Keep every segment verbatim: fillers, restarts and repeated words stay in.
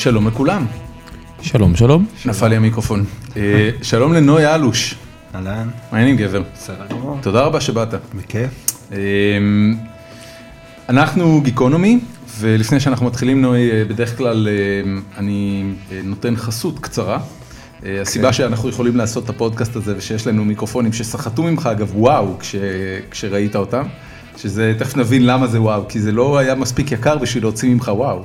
שלום לכולם. שלום, שלום. נפל לי המיקרופון. שלום לנוי אלוש. אהלן. מה העניינים גבר? בסדר גמור. תודה רבה שבאת. בכיף. אנחנו גיקונומי, ולפני שאנחנו מתחילים נוי, בדרך כלל אני נותן חסות קצרה. הסיבה שאנחנו יכולים לעשות את הפודקאסט הזה ושיש לנו מיקרופונים שסחטו ממך, אגב, וואו, כשראית אותם, שזה תכף נבין למה זה וואו, כי זה לא היה מספיק יקר בשביל להוציא ממך וואו.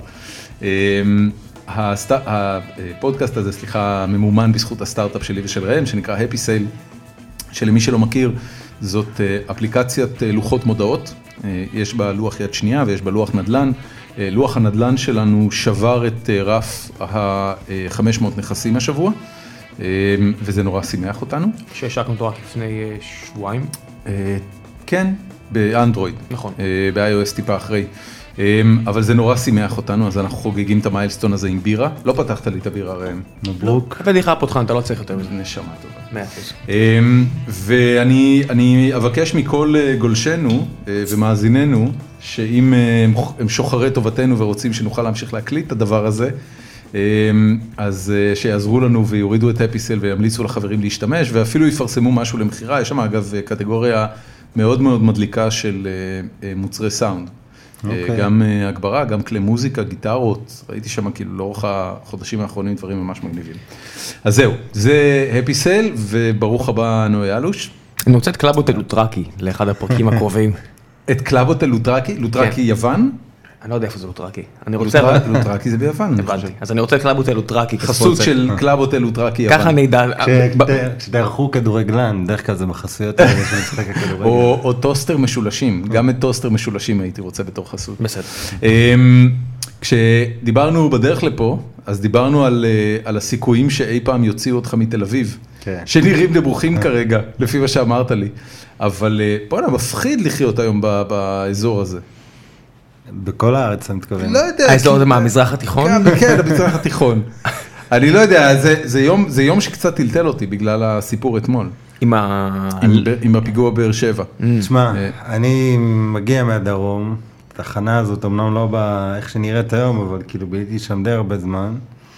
הפודקאסט הזה, סליחה, ממומן בזכות הסטארט-אפ שלי ושל ראם, שנקרא Happy Sale, שלמי שלא מכיר, זאת אפליקציית לוחות מודעות, יש בה לוח יד שנייה ויש בה לוח נדל"ן, לוח הנדל"ן שלנו שבר את רף ה-חמש מאות נכסים השבוע, וזה נורא שימח אותנו. שהשקנו אותו רק לפני שבועיים? כן, באנדרואיד. נכון. ב-iOS טיפה אחרי. אבל זה נורא שימח אותנו, אז אנחנו חוגגים את המיילסטון הזה עם בירה. לא פתחת לי את הבירה, ראם. מברוק. הבדיחה פותחן, אתה לא צריך יותר מזה. נשמה טובה. מאה אחוז. ואני אבקש מכל גולשנו ומאזיננו, שאם הם שוחרי טובתנו ורוצים שנוכל להמשיך להקליט את הדבר הזה, אז שיעזרו לנו ויורידו את האפיסל וימליצו לחברים להשתמש, ואפילו יפרסמו משהו למחירה. יש שם אגב קטגוריה מאוד מאוד מדליקה של מוצרי סאונד. גם הגברה, גם כלי מוזיקה, גיטרות, ראיתי שם כאילו לאורך החודשים האחרונים דברים ממש מגניבים. אז זהו, זה Happy Sale, וברוך הבא נוי אלוש. אני רוצה את קלאבוטל לוטרקי לאחד הפרקים הקרובים. את קלאבוטל לוטרקי? לוטרקי יוון? אני לא יודע איפה זה לוטרקי. אני רוצה... לוטרקי זה ביוון. הבנתי. אז אני רוצה את קלאבוטל לוטרקי. חסות של קלאבוטל לוטרקי יוון. ככה אני אדע... כשתערכו כדורגלן, דרך כלל זה מחסויות האלה שמשחק הכדורגלן. או טוסטר משולשים, גם את טוסטר משולשים הייתי רוצה בתור חסות. בסדר. כשדיברנו בדרך לפה, אז דיברנו על הסיכויים שאי פעם יוציאו אותך מתל אביב, שנראים נמוכים כרגע, לפי מה שאמרת לי. אבל בוא'נה, מפחיד לחיות היום באזור הזה. בכל הארץ, אני מתכוון. לא יודע. האזור הזה מה, המזרח התיכון? כן, המזרח התיכון. אני לא יודע, זה יום שקצת טלטל אותי בגלל הסיפור אתמול. עם הפיגוע באר שבע. תשמע, אני מגיע מהדרום, התחנה הזאת, אמנם לא באיך שנראית היום, אבל כאילו ביליתי שם די הרבה זמן,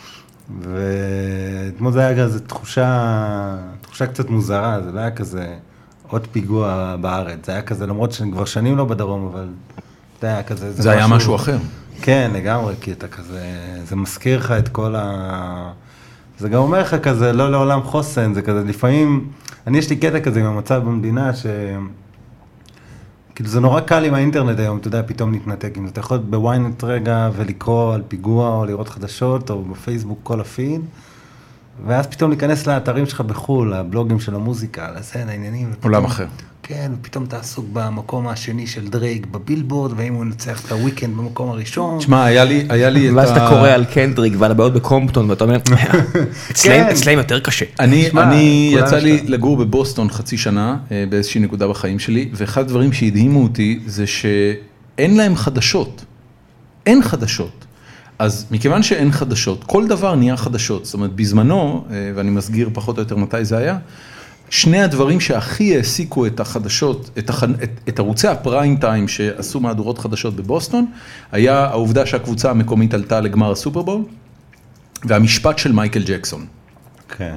ואתמול זה היה כזה תחושה, תחושה קצת מוזרה, זה לא היה כזה עוד פיגוע בארץ, זה היה כזה, למרות שאני כבר שנים לא בדרום, אבל זה היה כזה. זה היה משהו אחר. כן, לגמרי, כי אתה כזה, זה מזכיר לך את כל ה... זה גם אומר לך כזה, לא לעולם חוסן, זה כזה, לפעמים, אני יש לי קטע כזה עם המצב במדינה, ש... כאילו זה נורא קל עם האינטרנט היום, אתה יודע, פתאום להתנתק, אם אתה יכול להיות בוויינט רגע ולקרוא על פיגוע או לראות חדשות, או בפייסבוק כל הפיד, ואז פתאום להיכנס לאתרים שלך בחול, לבלוגים של המוזיקה, לזה, לעניינים. עולם אחר. כן, ופתאום אתה עסוק במקום השני של דרייק בבילבורד, ואם הוא נצח את הוויקנד במקום הראשון. תשמע, היה לי, היה לי את ה... ואז אתה קורא על קנדריק ועל הבעיות בקומפטון, ואתה אומר, אצלהם יותר קשה. אני יצא לי לגור בבוסטון חצי שנה, באיזושהי נקודה בחיים שלי, ואחד הדברים שהדהימו אותי, זה שאין להם חדשות. אין חדשות. אז מכיוון שאין חדשות, כל דבר נהיה חדשות. זאת אומרת, בזמנו, ואני מסגיר פחות או יותר מתי זה היה, שני הדברים שהכי העסיקו את החדשות, את, הח... את, את ערוצי הפריים טיים שעשו מהדורות חדשות בבוסטון, היה העובדה שהקבוצה המקומית עלתה לגמר הסופרבול, והמשפט של מייקל ג'קסון. כן.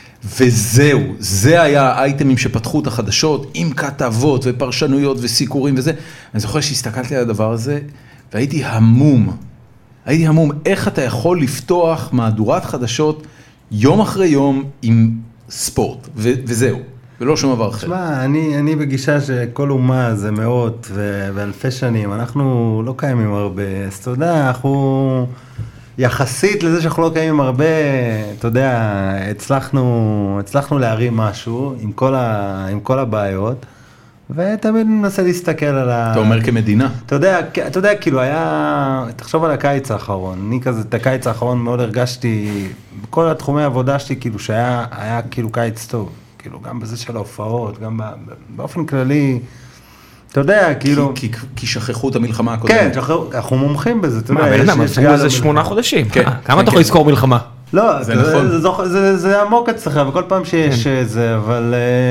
וזהו, זה היה האייטמים שפתחו את החדשות, עם כתבות ופרשנויות וסיקורים וזה. אני זוכר שהסתכלתי על הדבר הזה, והייתי המום. הייתי המום, איך אתה יכול לפתוח מהדורת חדשות יום אחרי יום עם ספורט, ו- וזהו, ולא שום דבר אחר. תשמע, אני, אני בגישה שכל אומה זה מאות ו- ואלפי שנים, אנחנו לא קיימים הרבה, אז אתה יודע, אנחנו יחסית לזה שאנחנו לא קיימים הרבה, אתה יודע, הצלחנו, הצלחנו להרים משהו עם כל, ה- עם כל הבעיות, ותמיד ננסה להסתכל על ה... אתה אומר כמדינה. אתה יודע, אתה יודע, כאילו היה, תחשוב על הקיץ האחרון, אני כזה, את הקיץ האחרון מאוד הרגשתי, בכל התחומי העבודה שלי, כאילו שהיה, היה כאילו קיץ טוב, כאילו גם בזה של ההופעות, גם באופן כללי, אתה יודע, כאילו... כי, כי, כי שכחו את המלחמה הקודמת. כן, אנחנו מומחים בזה, אתה יודע. מה, בן אדם, עשו איזה שמונה חודשים. כמה אתה יכול לזכור מלחמה? לא, זה נכון. זה עמוק אצלך, וכל פעם שיש זה, אבל...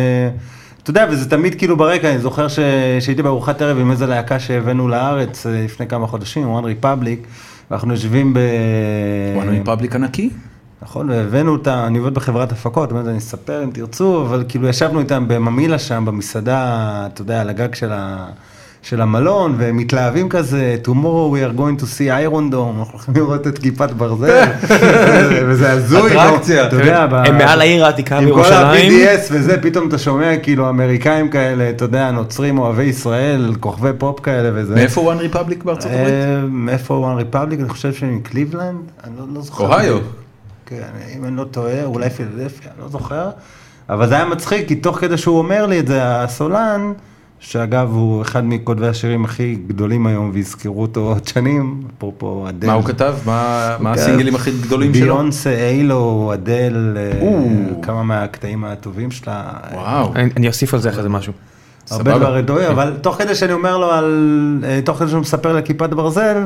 אתה יודע, וזה תמיד כאילו ברקע, אני זוכר שהייתי בארוחת ערב עם איזה להקה שהבאנו לארץ לפני כמה חודשים, One Republic, ואנחנו יושבים ב... וואן ריפבליק ענקי? נכון, והבאנו אותה, אני עובד בחברת הפקות, זאת אומרת, אני אספר אם תרצו, אבל כאילו ישבנו איתם בממילה שם, במסעדה, אתה יודע, על הגג של ה... של המלון, והם מתלהבים כזה, tomorrow we are going to see Iron Dome, אנחנו הולכים לראות את כיפת ברזל, וזה הזוי, אטרקציה, אתה יודע, הם מעל העיר העתיקה עם כל בירושלים. ה-בי די אס וזה, פתאום אתה שומע כאילו אמריקאים כאלה, אתה יודע, נוצרים, אוהבי ישראל, כוכבי פופ כאלה וזה. מאיפה וואן ריפבליק בארצות הברית? מאיפה וואן ריפבליק? אני חושב שהם מקליבלנד, אני לא זוכר. אוהיו. כן, אם אני לא טועה, אולי פילדלפיה, אני לא זוכר. אבל זה היה מצחיק, כי תוך כדי שהוא אומר לי את זה, הסולן, שאגב הוא אחד מכותבי השירים הכי גדולים היום, והזכירו אותו עוד שנים, אפרופו אדל. מה הוא כתב? מה הסינגלים הכי גדולים שלו? ביונסה, אילו, אדל, כמה מהקטעים הטובים שלה. וואו. אני אוסיף על זה אחרי זה משהו. הרבה דברים טובים, אבל תוך כדי שאני אומר לו על, תוך כדי שהוא מספר על כיפת ברזל,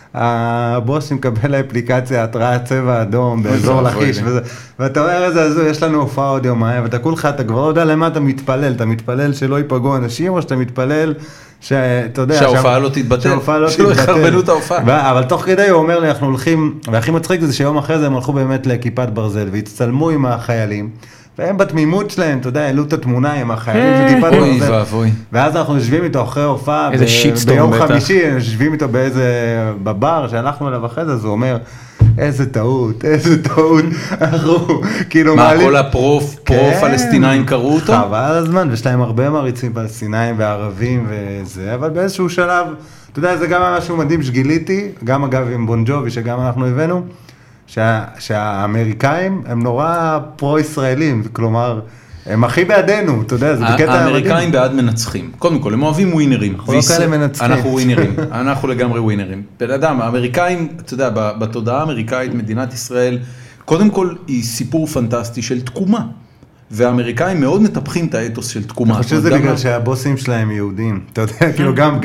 הבוס מקבל האפליקציה, התראה צבע אדום באזור לכיש, ואתה אומר איזה הזו, יש לנו הופעה עוד יומיים, ואתה כולך, אתה כבר לא יודע למה אתה מתפלל, אתה מתפלל שלא ייפגעו אנשים, או שאתה מתפלל, שאתה יודע, שההופעה לא תתבטל, שלא יחרבנו את ההופעה. אבל תוך כדי הוא אומר לי, אנחנו הולכים, והכי מצחיק זה שיום אחרי זה הם הלכו באמת לכיפת ברזל, והצטלמו עם החיילים, והם בתמימות שלהם, אתה יודע, העלו את התמונה עם החיילים וכיפת ברזל. ואז אנחנו יושבים איתו אחרי הופעה, ביום חמישי, יושבים איתו באיזה, בבר שהלכנו אליו אחרי זה, אז הוא אומר, איזה טעות, איזה טעות, אנחנו כאילו מה, כל הפרוף, פרו-פלסטינאים קראו אותו? חבל הזמן, ויש להם הרבה מריצים פלסטינאים וערבים וזה, אבל באיזשהו שלב, אתה יודע, זה גם משהו מדהים שגיליתי, גם אגב עם בון ג'ובי, שגם אנחנו הבאנו, שה, שהאמריקאים הם נורא פרו-ישראלים, כלומר, הם הכי בעדנו, אתה יודע, זה בקטע... האמריקאים בעד מנצחים. קודם כל, הם אוהבים ווינרים. אנחנו לא כאלה מנצחים. אנחנו ווינרים, אנחנו לגמרי ווינרים. בן אדם, האמריקאים, אתה יודע, בתודעה האמריקאית, מדינת ישראל, קודם כל, היא סיפור פנטסטי של תקומה. והאמריקאים מאוד מטפחים את האתוס של תקומה. אני חושב שזה בגלל שהבוסים שלהם יהודים. אתה יודע, כאילו גם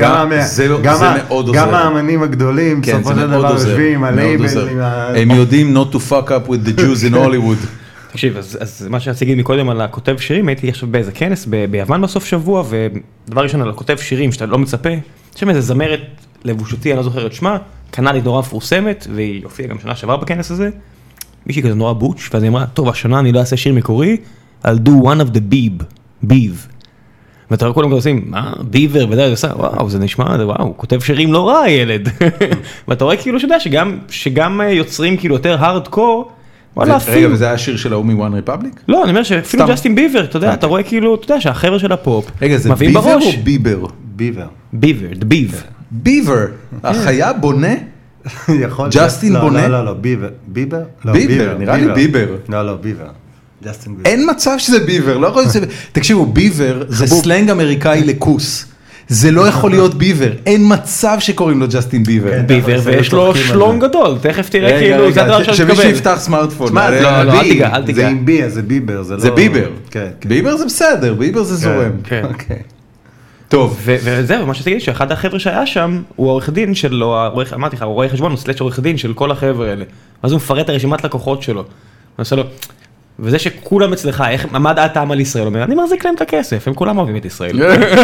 גם האמנים הגדולים, בסופו של דבר יושבים, הלייבל. הם יודעים not to fuck up with the Jews in Hollywood. תקשיב, אז מה שרציתי מקודם על הכותב שירים, הייתי עכשיו באיזה כנס ביוון בסוף שבוע, ודבר ראשון על הכותב שירים שאתה לא מצפה, יש שם איזה זמרת לבושתי, אני לא זוכר את שמה, קנדית נורא מפורסמת, והיא הופיעה גם שנה שעברה בכנס הזה, מישהי כזה נורא בוץ', ואז היא אמרה, טוב, השנה אני לא אעשה שיר מקורי, I'll do one of the beeb, beeb. ואתה רואה כולם עושים, מה, ביבר, ודי, וואו, זה נשמע, וואו, הוא כותב שירים לא רע, ילד. ואתה רואה כאילו שיודע שגם יוצרים כאילו יותר הארדקור, רגע, וזה היה השיר של האומי וואן ריפבליק? לא, אני אומר שאפילו ג'סטין ביבר, אתה יודע, אתה רואה כאילו, אתה יודע שהחבר'ה של הפופ, רגע, זה ביבר או ביבר? ביבר. ביבר, the ביב. ביבר, החיה בונה? ג'סטין בונה? לא, לא, לא, ביבר. ביבר? ביבר, נראה לי ביבר. לא, לא, ביבר. ג'סטין ביבר. אין מצב שזה ביבר, לא יכול להיות, תקשיבו, ביבר זה סלנג אמריקאי לכוס. זה לא יכול להיות ביבר, אין מצב שקוראים לו ג'סטין ביבר. ביבר ויש לו שלום גדול, תכף תראה כאילו, זה הדבר שאני מתכוון. שמי שיפתח סמארטפון. לא, לא, אל תיגע, אל תיגע. זה עם בי, זה ביבר, זה לא... זה ביבר. ביבר זה בסדר, ביבר זה זורם. כן. טוב. וזהו, מה שתגיד, שאחד החבר'ה שהיה שם, הוא העורך דין שלו, אמרתי לך, הוא רואה חשבון, הוא סלש עורך דין של כל החבר'ה האלה. אז הוא מפרט את הרשימת לקוחות שלו. הוא עושה לו... וזה שכולם אצלך, מה דעתם על ישראל? אומר, אני מחזיק להם את הכסף, הם כולם אוהבים את ישראל.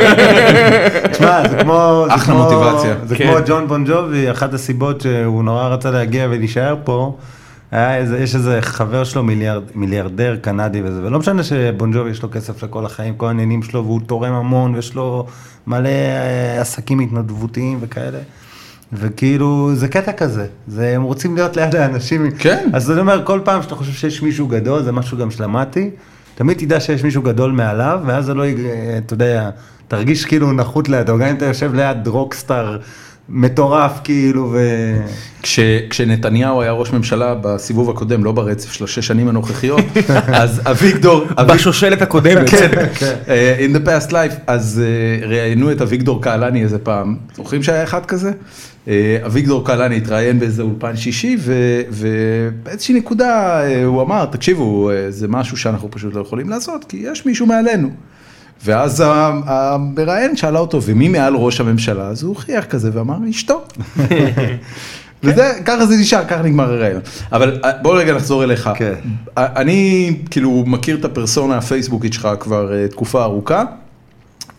תשמע, זה כמו... אחלה מוטיבציה. זה כמו ג'ון בון ג'ובי, אחת הסיבות שהוא נורא רצה להגיע ולהישאר פה, יש איזה חבר שלו מיליארדר קנדי וזה, ולא משנה שבון ג'ובי יש לו כסף לכל החיים, כל העניינים שלו, והוא תורם המון, ויש לו מלא עסקים התנדבותיים וכאלה. וכאילו, זה קטע כזה, זה, הם רוצים להיות ליד האנשים. כן. אז אני אומר, כל פעם שאתה חושב שיש מישהו גדול, זה משהו גם שלמדתי, תמיד תדע שיש מישהו גדול מעליו, ואז זה לא, אתה יודע, תרגיש כאילו נחות לידו, גם אם אתה יושב ליד רוקסטאר מטורף כאילו, ו... כש, כשנתניהו היה ראש ממשלה בסיבוב הקודם, לא ברצף של השש שנים הנוכחיות, אז אביגדור... בשושלת הקודמת. כן, in the past life, אז ראיינו את אביגדור קהלני איזה פעם, זוכרים שהיה אחד כזה? אביגדור קהלני התראיין באיזה אולפן שישי, ובאיזושהי נקודה הוא אמר, תקשיבו, זה משהו שאנחנו פשוט לא יכולים לעשות, כי יש מישהו מעלינו. ואז המראיין שאלה אותו, ומי מעל ראש הממשלה? אז הוא הוכיח כזה ואמר, אשתו. וזה, ככה זה נשאר, ככה נגמר הרעיון. אבל בוא רגע נחזור אליך. אני כאילו מכיר את הפרסונה הפייסבוקית שלך כבר תקופה ארוכה.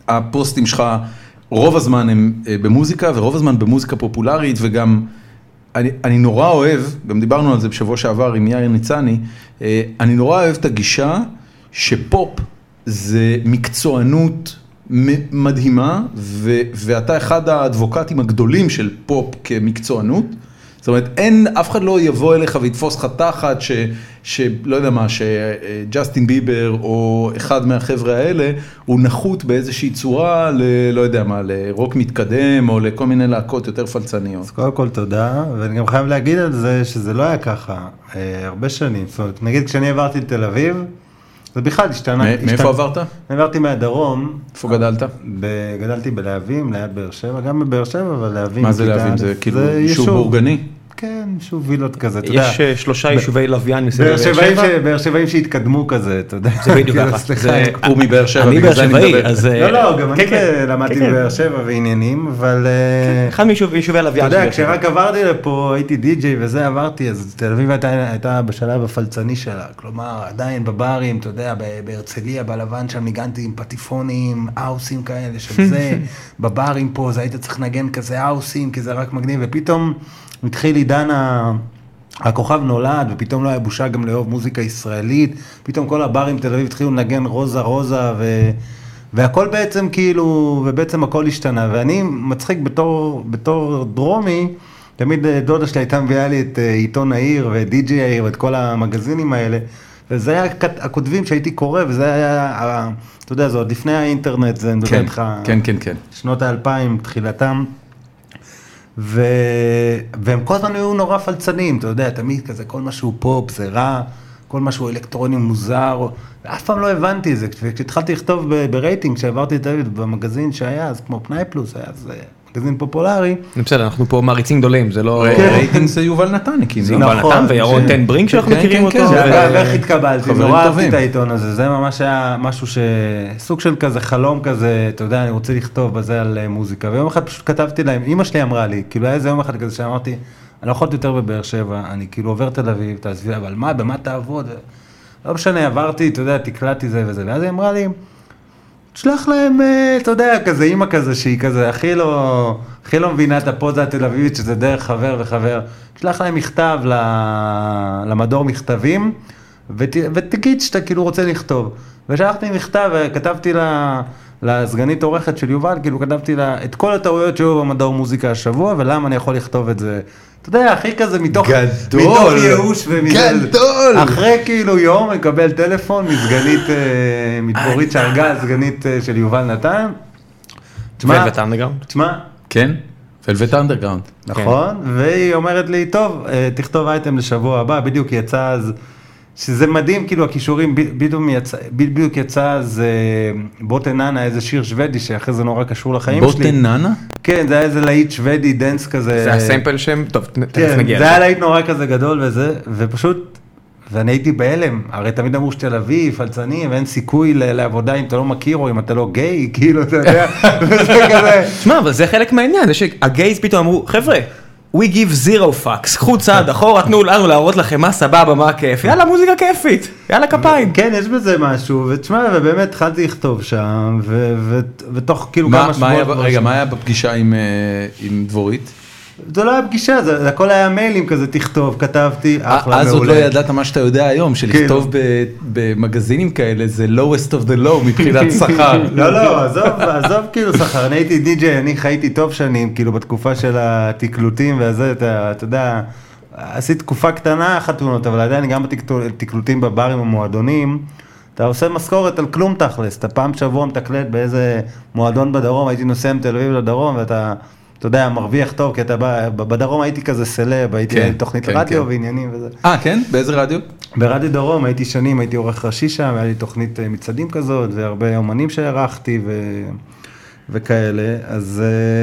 הפוסטים שלך רוב הזמן הם במוזיקה, ורוב הזמן במוזיקה פופולרית, וגם אני, אני נורא אוהב, גם דיברנו על זה בשבוע שעבר עם יאיר ניצני, אני נורא אוהב את הגישה שפופ זה מקצוענות מדהימה, ו, ואתה אחד האדבוקטים הגדולים של פופ כמקצוענות, זאת אומרת, אין, אף אחד לא יבוא אליך ויתפוס לך תחת ש, שלא יודע מה, שג'סטין ביבר או אחד מהחבר'ה האלה, הוא נחות באיזושהי צורה ל, לא יודע מה, לרוק מתקדם או לכל מיני להקות יותר פלצניות. אז קודם כל תודה, ואני גם חייב להגיד על זה שזה לא היה ככה, הרבה שנים, זאת אומרת, נגיד כשאני עברתי לתל אביב, זה בכלל השתנה. מאיפה עברת? עברתי מהדרום. איפה גדלת? גדלתי בלהבים, ליד באר שבע, גם בבאר שבע, אבל להבים. מה זה להבים? זה כאילו יישוב בורגני? כן, יישוב וילות כזה, אתה יודע. יש שלושה יישובי לוויין מסביב באר שבע. באר שבעים שהתקדמו כזה, אתה יודע. זה בדיוק ככה. הוא מבאר שבע. אני באר שבעי, אז... לא, לא, גם אני למדתי בבאר שבע ועניינים, אבל... אחד מיישובי לוויין. אתה יודע, כשרק עברתי לפה, הייתי די-ג'יי וזה, עברתי, אז תל אביב הייתה בשלב הפלצני שלה, כלומר, עדיין בברים, אתה יודע, בהרצליה, בלבן שם ניגנתי עם פטיפונים, אאוסים כאלה של זה, בברים פה, אז היית צריך לנגן כזה אאוסים, כי זה רק מגניב, ופתאום התחיל עידן הכוכב נולד, ופתאום לא היה בושה גם לאהוב מוזיקה ישראלית, פתאום כל הברים תל אביב התחילו לנגן רוזה רוזה, ו... והכל בעצם כאילו, ובעצם הכל השתנה, ואני מצחיק בתור, בתור דרומי, תמיד דודה שלי הייתה מביאה לי את עיתון העיר, ודי-ג'יי העיר, ואת כל המגזינים האלה, וזה היה הכותבים שהייתי קורא, וזה היה, אתה יודע, זה עוד לפני האינטרנט, זה נדבר איתך, כן, כן, כן. שנות האלפיים, תחילתם, ו... והם כל הזמן היו נורא פלצנים, אתה יודע, תמיד כזה, כל משהו פופ זה רע, כל משהו אלקטרוני מוזר, ואף פעם לא הבנתי את זה, וכשהתחלתי לכתוב ב- ברייטינג, כשעברתי את הילד במגזין שהיה, אז כמו פנאי פלוס, היה אז מגזין פופולרי. בסדר, אנחנו פה מעריצים גדולים, זה לא... רייטינג זה יובל נתני, זה יובל נתן וירון טן ברינק שאנחנו מכירים אותו. ואיך התקבלתי, נורא אהבתי את העיתון הזה, זה ממש היה משהו שסוג של כזה חלום כזה, אתה יודע, אני רוצה לכתוב בזה על מוזיקה, ויום אחד פשוט כתבתי להם, אמא שלי אמרה לי, כאילו היה איזה יום אחד כזה שאמרתי, אני לא יכולת יותר בבאר שבע, אני כאילו עובר תל אביב, תעזבי, אבל מה, במה תעבוד? לא משנה, עברתי, אתה יודע, תקלטתי זה וזה, ואז היא אמרה לי, תשלח להם, אתה יודע, כזה אימא כזה, שהיא כזה, הכי לא, הכי לא מבינה את הפוזה התל אביבית, שזה דרך חבר וחבר, תשלח להם מכתב למדור מכתבים, ות, ותגיד שאתה כאילו רוצה לכתוב. ושלחתי מכתב, וכתבתי לה, לסגנית עורכת של יובל, כאילו כתבתי לה את כל הטעויות שהיו במדור מוזיקה השבוע, ולמה אני יכול לכתוב את זה. אתה יודע, הכי כזה מתוך, גדול, מתוך ייאוש ומזה. גדול. אחרי כאילו יום מקבל טלפון מסגנית, מדבורית שהרגה, סגנית של יובל נתן. ולווט אנדרגראונד. תשמע. כן, ולווט אנדרגראונד. נכון, והיא אומרת לי, טוב, תכתוב אייטם לשבוע הבא, בדיוק יצא אז, שזה מדהים, כאילו הכישורים, בדיוק יצא אז בוטננה, איזה שיר שוודי, שאחרי זה נורא קשור לחיים שלי. בוטננה? כן, זה היה איזה להיט שוודי, דנס כזה. זה הסמפל שם? טוב, תכף נגיע. זה היה להיט נורא כזה גדול וזה, ופשוט, ואני הייתי בהלם, הרי תמיד אמרו שתל אביב, פלצני, ואין סיכוי לעבודה אם אתה לא מכיר, או אם אתה לא גיי, כאילו, אתה יודע, וזה כזה. תשמע, אבל זה חלק מהעניין, זה שהגייז פתאום אמרו, חבר'ה, we give zero fucks, קחו צעד אחורה, תנו לנו להראות לכם מה סבבה, מה כיף, יאללה, מוזיקה כיפית, יאללה כפיים. כן, יש בזה משהו, ותשמע, ובאמת התחלתי לכתוב שם, ותוך כאילו כמה שבועות. רגע, מה היה בפגישה עם דבורית? זה לא היה פגישה, זה הכל היה מיילים כזה, תכתוב, כתבתי, אחלה, מעולה. אז עוד לא ידעת מה שאתה יודע היום, שלכתוב במגזינים כאלה, זה lowest of the low מבחינת שכר. לא, לא, עזוב כאילו שכר, אני הייתי די-ג'יי, אני חייתי טוב שנים, כאילו בתקופה של התקלוטים וזה, אתה יודע, עשית תקופה קטנה חתונות, אבל עדיין גם בתקלוטים בברים המועדונים, אתה עושה משכורת על כלום תכלס, אתה פעם שבוע מתקלט באיזה מועדון בדרום, הייתי נוסע עם תל אביב לדרום, ואתה... אתה יודע, מרוויח טוב, כי אתה בא, בדרום הייתי כזה סלב, הייתי תוכנית רדיו ועניינים וזה. אה, כן? באיזה רדיו? ברדיו דרום, הייתי שנים, הייתי עורך ראשי שם, היה לי תוכנית מצעדים כזאת, והרבה אומנים שערכתי וכאלה, אז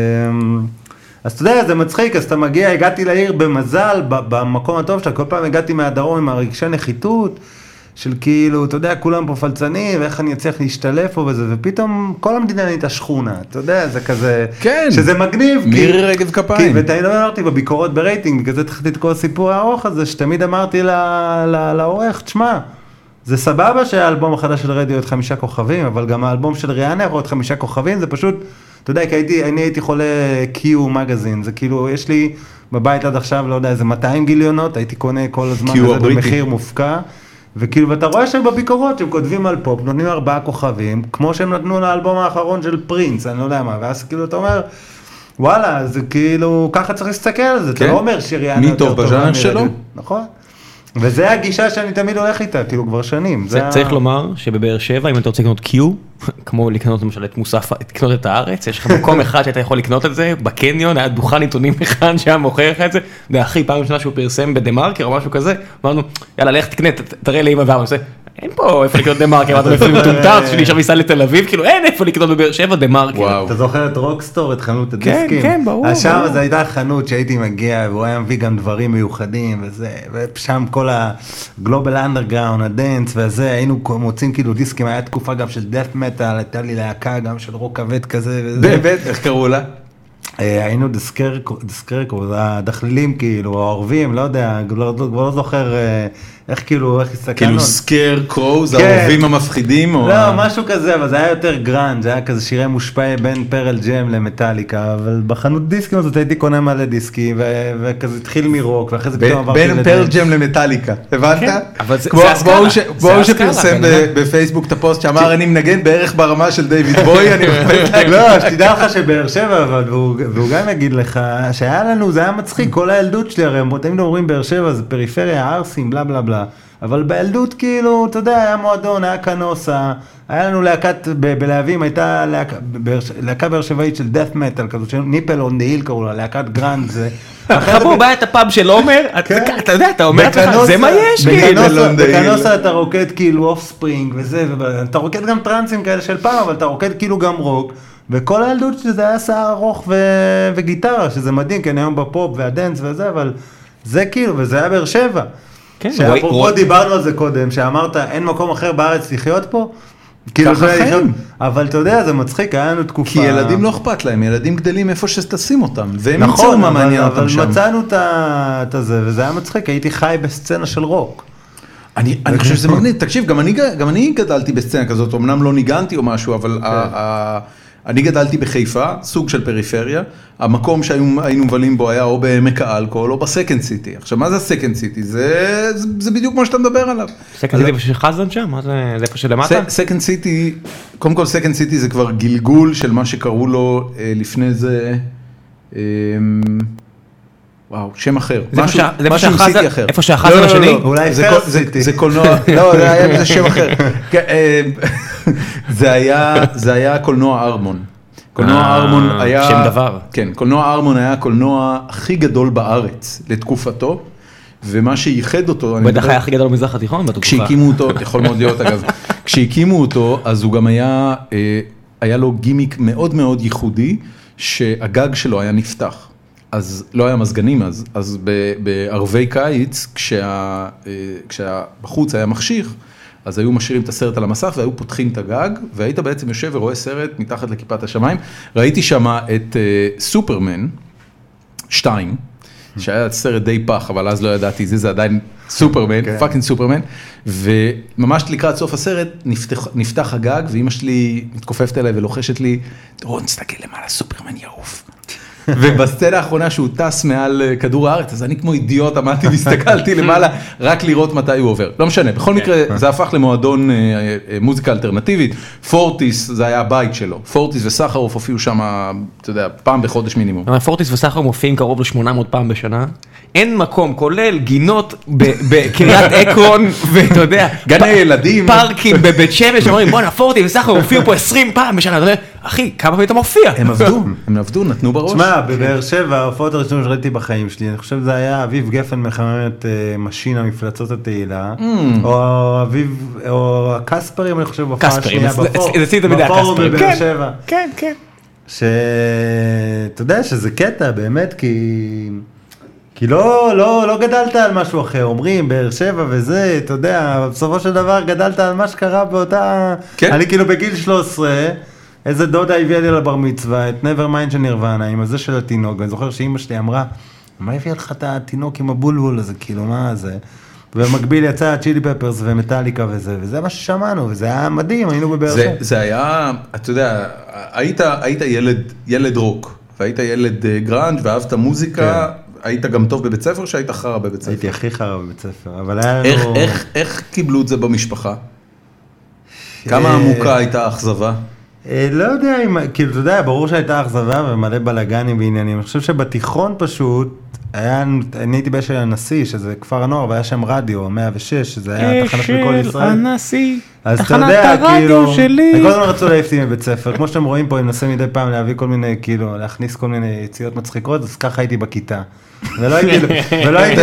אתה יודע, זה מצחיק, אז אתה מגיע, הגעתי לעיר במזל, במקום הטוב שלה, כל פעם הגעתי מהדרום עם הרגשי נחיתות, של כאילו, אתה יודע, כולם פה פלצני, ואיך אני אצליח להשתלב פה וזה, ופתאום כל המדינה נהייתה שכונה, אתה יודע, זה כזה, כן, שזה מגניב. מירי רגב כפיים. ותמיד אמרתי בביקורות ברייטינג, בגלל זה תחתית כל הסיפור הארוך הזה, שתמיד אמרתי לעורך, תשמע, זה סבבה שהאלבום החדש של רדיו עוד חמישה כוכבים, אבל גם האלבום של ריאנר עוד חמישה כוכבים, זה פשוט, אתה יודע, כי הייתי, אני הייתי חולה קיו מגזין, זה כאילו, יש לי בבית עד עכשיו, לא יודע, איזה מאתיים גיליונות, הייתי קונה כל הזמן כי הוא הזה הבריטי. במחיר מופקע, וכאילו, ואתה רואה שבביקורות שהם כותבים על פופ, נותנים ארבעה כוכבים, כמו שהם נתנו לאלבום האחרון של פרינס, אני לא יודע מה, ואז כאילו אתה אומר, וואלה, זה כאילו, ככה צריך להסתכל על זה, אתה כן. לא אומר שריאנה מי יותר טוב טובה בז'אנר מרדיו. שלו? נכון. וזה הגישה שאני תמיד הולך איתה, כאילו כבר שנים. זה צריך ה- לומר שבבאר שבע, אם אתה רוצה לקנות קיו, כמו לקנות למשל את מוסף, לקנות את הארץ, יש לך מקום אחד שאתה יכול לקנות את זה, בקניון, היה דוכן עיתונים אחד שהיה מוכר לך את זה, זה הכי פעם ראשונה שהוא פרסם בדה מרקר או משהו כזה, אמרנו, יאללה, לך תקנה, ת- תראה לאמא ואבא, אני עושה, אין פה איפה לקנות דה מרקר, אתה איפה מטומטם, שלי שם ייסע לתל אביב, כאילו אין איפה לקנות בבאר שבע דה מרקר. וואו. אתה זוכר את רוקסטור, את חנות כן, הדיסקים? כן, ברור, אז שם ברור. זו הייתה חנות שהייתי מגיע, והוא היה מביא גם דברים מיוחדים וזה, ושם כל הגלובל אנדרגראונד, הדנס וזה, היינו מוצאים כאילו דיסקים, היה תקופה גם של דף מטל, הייתה לי להקה גם של רוק כבד כזה וזה. באמת, איך קראו לה? אה, היינו דיסקרקו, זה הדחלילים כאילו, העורבים, לא יודע, כבר לא זוכר אה, איך כאילו, איך הסתכלנו. כאילו סקר קרו, זה כן. העורבים המפחידים? או לא, ה- משהו כזה, אבל זה היה יותר גרנד, זה היה כזה שירי מושפע בין פרל ג'ם למטאליקה, אבל בחנות דיסקים הזאת הייתי קונה מלא דיסקים, ו- וכזה התחיל מרוק, ואחרי זה פתאום עברתי בין פרל ג'ם למטאליקה, הבנת? כן, אבל זה- כמו- זה הסקאלה, כמו ש- זה כמו הסקאלה, שפרסם בן ב- בפייסבוק את הפוסט שאמר אני מנגן בערך ברמה של דיוויד בוי, אני מחפש להגיד. לא, שתדע לך שבאר שבע, אבל והוא והוא גם יגיד לך, שהיה לנו, זה היה מצחיק, כל הילדות שלי, הרי הם תמיד אומרים באר שבע, זה פריפריה, ערסים, בלה בלה בלה, אבל בילדות כאילו, אתה יודע, היה מועדון, היה קנוסה, היה לנו להקת, ב- בלהבים הייתה להקה, באר- להקה באר שבעית של דף מטל, כזאת, של ניפל און דה היל קראו לה, להקת גרנד זה. חבור, בא את הפאב של עומר, כן. אתה יודע, אתה אומר לעצמך, בקנוסה- זה מה יש, כאילו. בקנוסה- Nickel on the hill. בקנוסה אתה רוקד כאילו אוף ספרינג וזה, ואתה רוקד גם טרנסים כאלה של פעם, אבל אתה רוקד כאילו גם רוק, וכל הילדות שלי זה היה שיער ארוך ו- וגיטרה, שזה מדהים, כי אני היום בפופ והדנס וזה, אבל זה כאילו, וזה היה באר שבע. כן, שאפרופו רואי- דיברנו על זה קודם, שאמרת אין מקום אחר בארץ לחיות פה, כאילו ככה זה חיים. לחיות, אבל אתה יודע, זה מצחיק, היה לנו תקופה. כי ילדים לא אכפת להם, ילדים גדלים איפה שתשים אותם, והם ימצאו נכון, מה אבל, מעניין אבל אותם שם. מצאנו את ה- את הזה, וזה היה מצחיק, הייתי חי בסצנה של רוק. אני, אני חושב שזה מגניב, תקשיב, גם אני, גם אני גדלתי בסצנה כזאת, אמנם לא ניגנתי או משהו, אבל ה, ה, אני גדלתי בחיפה, סוג של פריפריה, המקום שהיינו מבלים בו היה או בעמק האלכוהול או בסקנד סיטי. עכשיו, מה זה הסקנד סיטי? זה, זה, זה בדיוק מה שאתה מדבר עליו. סקנד סיטי איפה של חזן שם? מה זה, זה איפה שלמטה? סקנד סיטי, קודם כל סקנד סיטי זה כבר גלגול של מה שקראו לו אה, לפני זה, אה, וואו, שם אחר, זה איפה משהו, שה- זה איפה משהו עם שהחזן- סיטי אחר. איפה שהחזן לא, לא, השני? לא, לא, אולי זה First כל- זה- City. זה קולנוע, לא, זה היה איזה שם אחר. כן, אה, זה היה, זה היה קולנוע ארמון. קולנוע אה, ארמון היה, שם דבר. כן, קולנוע ארמון היה הקולנוע הכי גדול בארץ לתקופתו, ומה שייחד אותו, אני בטח מדבר- היה הכי גדול במזרח התיכון בתקופה. כשהקימו אותו, יכול מאוד להיות אגב, כשהקימו אותו, אז הוא גם היה, אה, היה לו גימיק מאוד מאוד ייחודי, שהגג שלו היה נפתח. אז לא היה מזגנים אז, אז ב- בערבי קיץ, כשה, אה, כשהחוץ היה מחשיך, אז היו משאירים את הסרט על המסך והיו פותחים את הגג, והיית בעצם יושב ורואה סרט מתחת לכיפת השמיים. ראיתי שם את אה, סופרמן, שתיים, שהיה סרט די פח, אבל אז לא ידעתי, זה, זה עדיין סופרמן, פאקינג סופרמן, וממש לקראת סוף הסרט נפתח, נפתח הגג, ואמא שלי מתכופפת אליי ולוחשת לי, דורון, תסתכל למעלה, סופרמן יעוף. ובסצנה האחרונה שהוא טס מעל כדור הארץ, אז אני כמו אידיוט עמדתי והסתכלתי למעלה, רק לראות מתי הוא עובר. לא משנה, בכל מקרה זה הפך למועדון אה, אה, מוזיקה אלטרנטיבית, פורטיס זה היה הבית שלו, פורטיס וסחרוף הופיעו שם, אתה יודע, פעם בחודש מינימום. אבל פורטיס וסחר מופיעים קרוב ל-שמונה מאות פעם בשנה. אין מקום, כולל גינות ב- בקריית עקרון, ואתה יודע, גני פ- ילדים. פארקים בבית שמש, אומרים בואנה פורטיס וסחר הופיעו פה עשרים פעם בשנה, אתה אומר, אחי, כמה פעמים אתה מופיע? הם עבדו, הם עבדו, נתנו בראש. תשמע, בבאר שבע, ההופעות הראשונות שראיתי בחיים שלי, אני חושב שזה היה אביב גפן מחמם את אה, משינה מפלצות התהילה, או אביב, או הקספרים, אני חושב, בהופעה קספרים, השנייה, זה- בפור- זה אצלי תמיד היה בפורום קספרים. בבאר כן. שבע. כן, כן. שאתה יודע שזה קטע באמת, כי... כי לא, לא, לא גדלת על משהו אחר, אומרים באר שבע וזה, אתה יודע, בסופו של דבר גדלת על מה שקרה באותה... כן. אני כאילו בגיל שלוש עשרה, איזה דודה הביאה לי לבר מצווה, את Nevermind של נירוונה, עם הזה של התינוק, ואני זוכר שאמא שלי אמרה, מה הביאה לך את התינוק עם הבולבול הזה, כאילו, מה זה? ובמקביל יצא צ'ילי פפרס ומטאליקה וזה, וזה מה ששמענו, וזה היה מדהים, היינו בבאר זה, שבע. זה היה, אתה יודע, היית, היית ילד, ילד רוק, והיית ילד אה, גראנג' ואהבת מוזיקה, היית גם טוב בבית ספר או שהיית חרא בבית ספר? הייתי הכי חרא בבית ספר, אבל היה לנו... איך, איך, איך קיבלו את זה במשפחה? כמה עמוקה הייתה האכזבה? לא יודע, כאילו, אתה יודע, ברור שהייתה אכזבה ומלא בלגנים ועניינים. אני חושב שבתיכון פשוט, היה, אני הייתי באשל הנשיא, שזה כפר הנוער, והיה שם רדיו, מאה ושש, שזה היה תחנת בכל ישראל. אשל הנשיא, תחנת הרדיו שלי. וכל הזמן רצו להעיף אותי מבית ספר, כמו שאתם רואים פה, אני מנסה מדי פעם להביא כל מיני, כאילו, להכניס כל מיני יציאות מצחיקות, אז ככה הייתי בכיתה. ולא הייתי, ולא הייתי,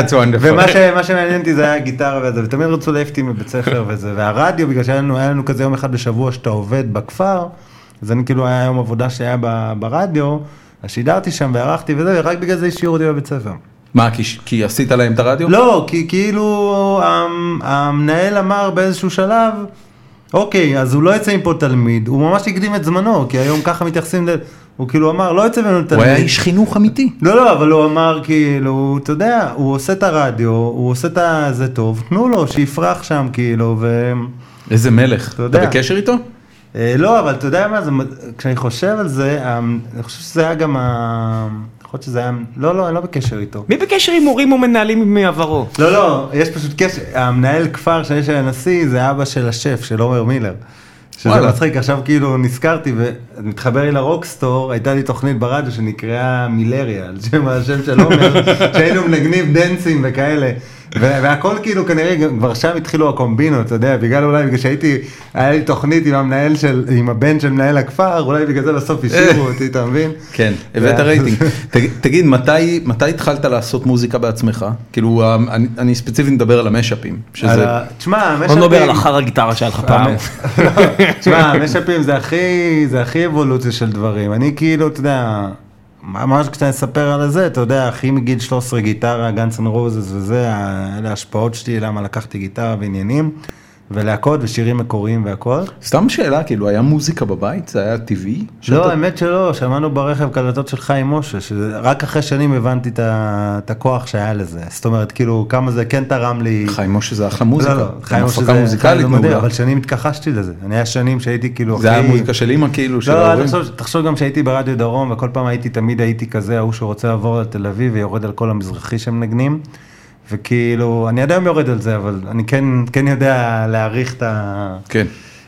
ומה שמעניין אותי זה היה הגיטרה וזה, ותמיד רצו להעיף אותי מבית ספר וזה, והרדיו, בגלל שהיה לנו כזה יום אחד בשבוע שאתה עובד בכפר, אז אני כאילו היה יום עבודה שהיה ברדיו, אז שידרתי שם וערכתי וזה, ורק בגלל זה השאירו אותי בבית ספר. מה, כי, כי עשית להם את הרדיו? לא, כי כאילו המנהל אמר באיזשהו שלב, אוקיי, אז הוא לא יצא עם פה תלמיד, הוא ממש הקדים את זמנו, כי היום ככה מתייחסים, ל... הוא כאילו אמר, לא יצא ממנו תלמיד. הוא היה איש חינוך אמיתי. לא, לא, אבל הוא אמר כאילו, אתה יודע, הוא עושה את הרדיו, הוא עושה את זה טוב, תנו לו, שיפרח שם כאילו, ו... איזה מלך, אתה, אתה בקשר איתו? לא, אבל אתה יודע מה, זה, כשאני חושב על זה, אני חושב שזה היה גם, אני חושב שזה היה, לא, לא, אני לא בקשר איתו. מי בקשר עם מורים או מנהלים מעברו? לא, לא, יש פשוט קשר, המנהל כפר שיש על הנשיא, זה אבא של השף, של עומר מילר. שזה מצחיק, עכשיו כאילו נזכרתי ומתחבר לי לרוקסטור, הייתה לי תוכנית ברדיו שנקראה מילריה, על שם השם של עומר, שהיינו מנגנים דנסים וכאלה. והכל כאילו כנראה כבר שם התחילו הקומבינות, אתה יודע, בגלל אולי בגלל שהייתי, היה לי תוכנית עם המנהל של, עם הבן של מנהל הכפר, אולי בגלל זה בסוף השאירו אותי, אתה מבין? כן, הבאת רייטינג. תגיד, מתי התחלת לעשות מוזיקה בעצמך? כאילו, אני ספציפית מדבר על המשאפים. תשמע, המשאפים... בוא נדבר על אחר הגיטרה שהיה לך פעם. תשמע, המשאפים זה הכי, זה הכי אבולוציה של דברים. אני כאילו, אתה יודע... ממש כשאתה נספר על זה, אתה יודע, הכי מגיל שלוש עשרה גיטרה, גאנס אנד רוזס וזה, אלה ההשפעות שלי, למה לקחתי גיטרה ועניינים, ולהקות ושירים מקוריים והכל. סתם שאלה, כאילו, היה מוזיקה בבית? זה היה טבעי? לא, האמת שלא, שמענו ברכב קלטות של חיים משה, שרק אחרי שנים הבנתי את הכוח שהיה לזה. זאת אומרת, כאילו, כמה זה כן תרם לי... חיים משה זה אחלה מוזיקה. לא, לא, חיים משה זה מוזיקלית מעולה. אבל שנים התכחשתי לזה. אני היה שנים שהייתי כאילו... זה היה מוזיקה של אמא כאילו, של ההורים? לא, תחשוב גם שהייתי ברדיו דרום, וכל פעם הייתי, תמיד הייתי כזה, ההוא שרוצה לעבור לתל אביב ויורד על כל המזרחי שמנגנים. וכאילו, אני עדיין יורד על זה, אבל אני כן, כן יודע להעריך את ה... כן.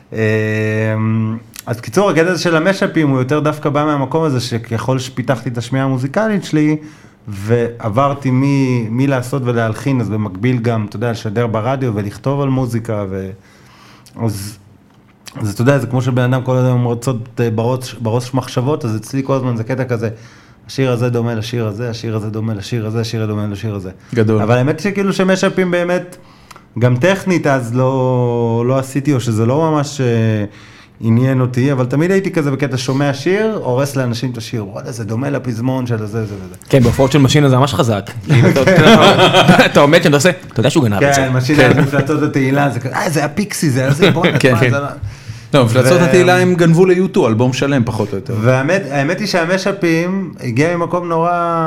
אז קיצור, הקטע הזה של המשאפים הוא יותר דווקא בא מהמקום הזה, שככל שפיתחתי את השמיעה המוזיקלית שלי, ועברתי מי, מי לעשות ולהלחין, אז במקביל גם, אתה יודע, לשדר ברדיו ולכתוב על מוזיקה, ו... אז, אז אתה יודע, זה כמו שבן אדם כל הזמן מרצות בראש, בראש מחשבות, אז אצלי כל הזמן זה קטע כזה, השיר הזה דומה לשיר הזה, השיר הזה דומה לשיר הזה, השיר דומה לשיר הזה. גדול. אבל האמת שכאילו שמשאפים באמת, גם טכנית אז לא, לא עשיתי, או שזה לא ממש עניין אותי, אבל תמיד הייתי כזה בקטע שומע שיר, הורס לאנשים את השיר, וואלה, זה דומה לפזמון של זה, זה וזה. כן, בהופעות של משינה זה ממש חזק. אתה עומד שאתה עושה, אתה יודע שהוא גנב את זה. כן, משינה, מפלצות התהילה, זה כזה, אה, זה הפיקסי, זה זה, בוא נתמה, זה לא... לא, מפלצות התהילה הם גנבו ליוטו, אלבום שלם פחות או יותר. והאמת היא שהמשאפים הגיע ממקום נורא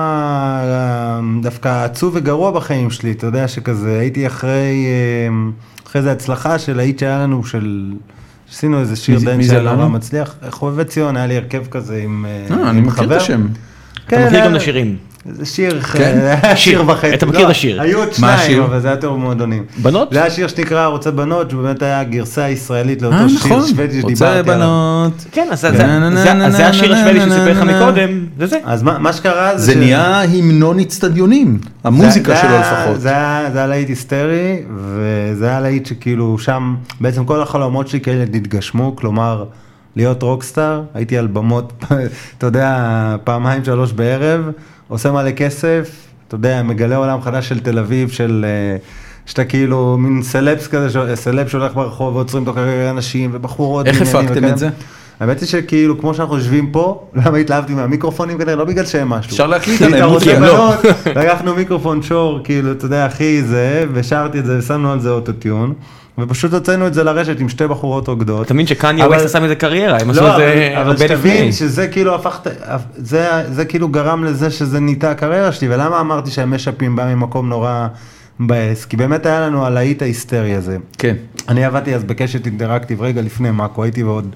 דווקא עצוב וגרוע בחיים שלי, אתה יודע שכזה הייתי אחרי אחרי זה הצלחה של היית שהיה לנו של, עשינו איזה שיר דן שהיה נורא מצליח, חובבי ציון, היה לי הרכב כזה עם חבר. אני מכיר את השם. אתה מכיר גם לשירים. זה שיר, שיר וחצי. אתה מכיר את השיר. היו עוד שניים, אבל זה היה יותר מועדונים. בנות? זה היה שיר שנקרא רוצה בנות, שבאמת היה גרסה הישראלית לאותו שיר שוודי שדיברתי עליו. רוצה בנות. כן, אז זה השיר השוודי שסיפר לך מקודם, זה זה. אז מה שקרה זה נהיה המנון אצטדיונים, המוזיקה שלו לפחות. זה היה להיט היסטרי, וזה היה להיט שכאילו שם, בעצם כל החלומות שלי כאלה התגשמו, כלומר, להיות רוקסטאר, הייתי על במות, אתה יודע, פעמיים שלוש בערב, עושה מלא כסף, אתה יודע, מגלה עולם חדש של תל אביב, של, שאתה כאילו מין סלפס כזה, סלפ שהולך ברחוב ועוצרים תוך אנשים ובחורות. איך הפקתם את זה? האמת היא שכאילו, כמו שאנחנו יושבים פה, למה התלהבתי מהמיקרופונים כנראה, לא בגלל שהם משהו. אפשר להקליט עליהם, מוזיקה, לא. לקחנו מיקרופון שור, כאילו, אתה יודע, הכי זה, ושרתי את זה, ושמנו על זה אוטוטיון. ופשוט הוצאנו את זה לרשת עם שתי בחורות רוקדות. אתה מבין שקניה ווסט עשה מזה קריירה, הם עשו את זה הרבה לפני. אבל שתבין שזה כאילו הפך, זה כאילו גרם לזה שזה ניתה הקריירה שלי, ולמה אמרתי שהמשאפים בא ממקום נורא מבאס? כי באמת היה לנו הלהיט ההיסטרי הזה. כן. אני עבדתי אז בקשת אינטראקטיב רגע לפני מאקו, הייתי ועוד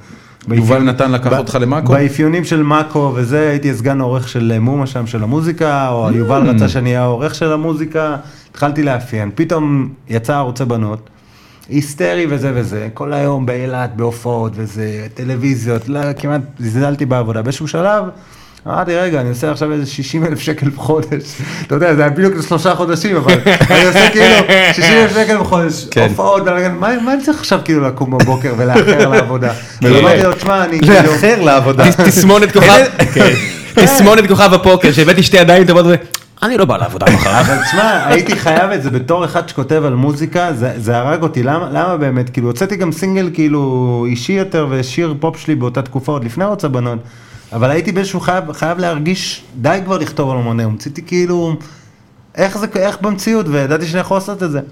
יובל נתן לקח אותך למאקו? באפיונים של מאקו וזה, הייתי סגן העורך של מומה שם של המוזיקה, או יובל רצה שאני אהיה העורך של המוזיקה, התחלתי לאפיין, פתאום יצא ערוצי בנות, היסטרי וזה וזה, כל היום באילת, בהופעות וזה, טלוויזיות, לא, כמעט זלזלתי בעבודה, באיזשהו שלב, אמרתי, רגע, אני עושה עכשיו איזה שישים אלף שקל בחודש, אתה יודע, זה היה בדיוק שלושה חודשים, אבל אני עושה כאילו שישים אלף שקל בחודש, הופעות, מה אני צריך עכשיו כאילו לקום בבוקר ולאחר לעבודה? ואמרתי לו, תשמע, אני כאילו... לאחר לעבודה. תסמונת כוכב, תסמונת כוכב הפוקר, שהבאתי שתי ידיים טובות ו... אני לא בא לעבודה מחר. אבל תשמע, הייתי חייב את זה בתור אחד שכותב על מוזיקה, זה הרג אותי, למה באמת? כאילו, הוצאתי גם סינגל כאילו אישי יותר ושיר פופ שלי באותה תקופה, עוד לפני ערוץ הבנות, אבל הייתי באיזשהו חייב, חייב להרגיש, די כבר לכתוב על אומני, המצאתי כאילו, איך זה, איך במציאות, וידעתי שאני יכול לעשות את זה.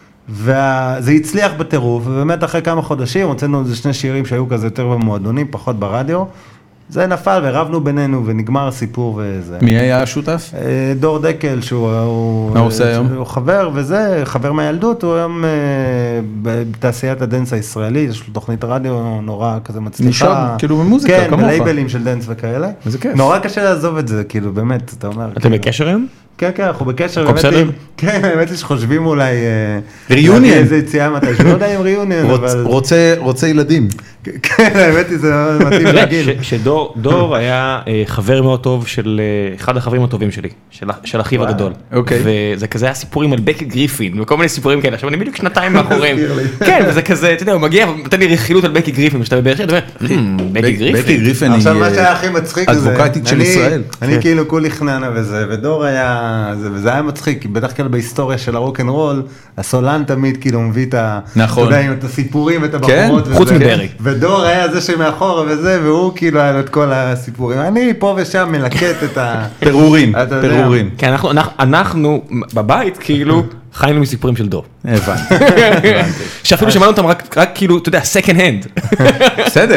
וזה הצליח בטירוף, ובאמת אחרי כמה חודשים, הוצאנו איזה שני שירים שהיו כזה יותר במועדונים, פחות ברדיו, זה נפל ורבנו בינינו ונגמר הסיפור וזה. מי היה השותף? דור דקל, שהוא... מה הוא עושה היום? הוא חבר וזה, חבר מהילדות, הוא היום בתעשיית הדנס הישראלי, יש לו תוכנית רדיו נורא כזה מצליחה. נשאר, כאילו במוזיקה, כן, כמוך. בלייבלים של דנס וכאלה. איזה כיף. נורא קשה לעזוב את זה, כאילו, באמת, אתה אומר. אתם בקשר היום? כן, כן, אנחנו בקשר. הכל בסדר? כן, באמת לי שחושבים אולי... ריוניון. איזה יציאה מתי, שלא יודע אם ריוניון, אבל... רוצה ילדים. כן, האמת היא, זה מתאים להגיד. שדור היה חבר מאוד טוב של אחד החברים הטובים שלי, של אחיו הגדול. וזה כזה היה סיפורים על בקי גריפין, וכל מיני סיפורים כאלה. עכשיו אני בדיוק שנתיים מאחוריהם. כן, וזה כזה, אתה יודע, הוא מגיע, נותן לי רכילות על בקי גריפין, ושאתה בבאר שבע, אתה אומר, בקי גריפין. בקי גריפין היא עכשיו מה שהיה הכי מצחיק זה... אדבוקטית של ישראל. אני כאילו כולי חננה וזה, ודור היה... וזה היה מצחיק, כי בדרך כלל בהיסטוריה של הרוק'נ'רול, הסולן תמיד כאילו מביא את ה... נכון. אתה יודע, את הסיפורים, את הבחורות וזה. חוץ מברי. ודור היה זה שמאחורה וזה, והוא כאילו היה לו את כל הסיפורים. אני פה ושם מלקט את ה... פירורים, פירורים. כן, אנחנו בבית כאילו חיינו מסיפורים של דור. הבנתי. שאפילו שמענו אותם רק כאילו, אתה יודע, second hand. בסדר.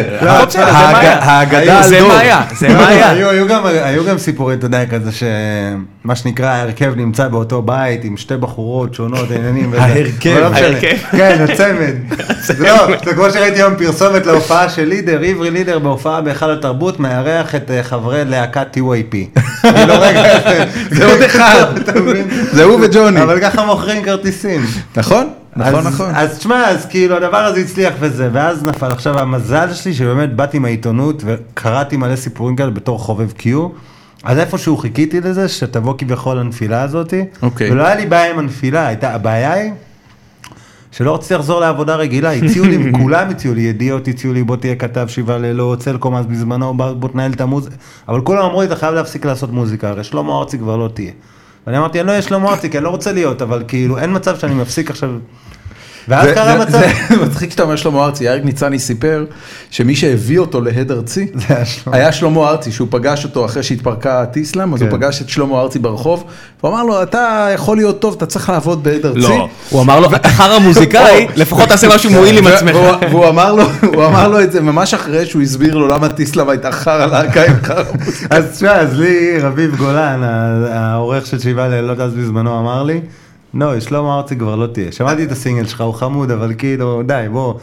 האגדה על דור. זה מה היה. היו גם סיפורים, אתה יודע, כזה שמה שנקרא ההרכב נמצא באותו בית עם שתי בחורות שונות, עניינים וזה. ההרכב. כן, הצמד. זה כמו שראיתי היום פרסומת להופעה של לידר, עברי לידר בהופעה בהיכל התרבות, מארח את חברי להקת טי וואי פי. זה עוד אחד. זה הוא וג'וני. אבל ככה מוכרים כרטיסים. נכון, נכון, נכון. אז תשמע, אז כאילו הדבר הזה הצליח וזה, ואז נפל. עכשיו המזל שלי שבאמת באתי מהעיתונות וקראתי מלא סיפורים כאלה בתור חובב קיו, אז איפשהו חיכיתי לזה שתבוא כביכול הנפילה הזאת, ולא היה לי בעיה עם הנפילה, הבעיה היא שלא רציתי לחזור לעבודה רגילה, הציעו לי, כולם הציעו לי, ידיעות הציעו לי, בוא תהיה כתב שבעה לילות, סלקום אז בזמנו, בוא תנהל את המוזיקה, אבל כולם אמרו לי, אתה חייב להפסיק לעשות מוזיקה, הרי שלמה ארצי כבר לא תהיה. ואני אמרתי, אני לא יש שלמה ארצי, כי אני לא רוצה להיות, אבל כאילו, אין מצב שאני מפסיק עכשיו. ואז קרה מצב. זה מצחיק שאתה אומר שלמה ארצי, אריק ניצני סיפר שמי שהביא אותו להד ארצי, היה שלמה ארצי, שהוא פגש אותו אחרי שהתפרקה טיסלאם, אז הוא פגש את שלמה ארצי ברחוב, והוא אמר לו, אתה יכול להיות טוב, אתה צריך לעבוד בהד ארצי. לא, הוא אמר לו, אתה חר המוזיקאי, לפחות תעשה משהו מועיל עם עצמך. והוא אמר לו את זה ממש אחרי שהוא הסביר לו למה טיסלאם הייתה חר הלהקה עם חר המוזיקה. אז תשמע, אז לי רביב גולן, העורך של שבעה לילות אז בזמנו אמר לי, לא, שלמה ארצי כבר לא תהיה. שמעתי את הסינגל שלך, הוא חמוד, אבל כאילו, די, בוא.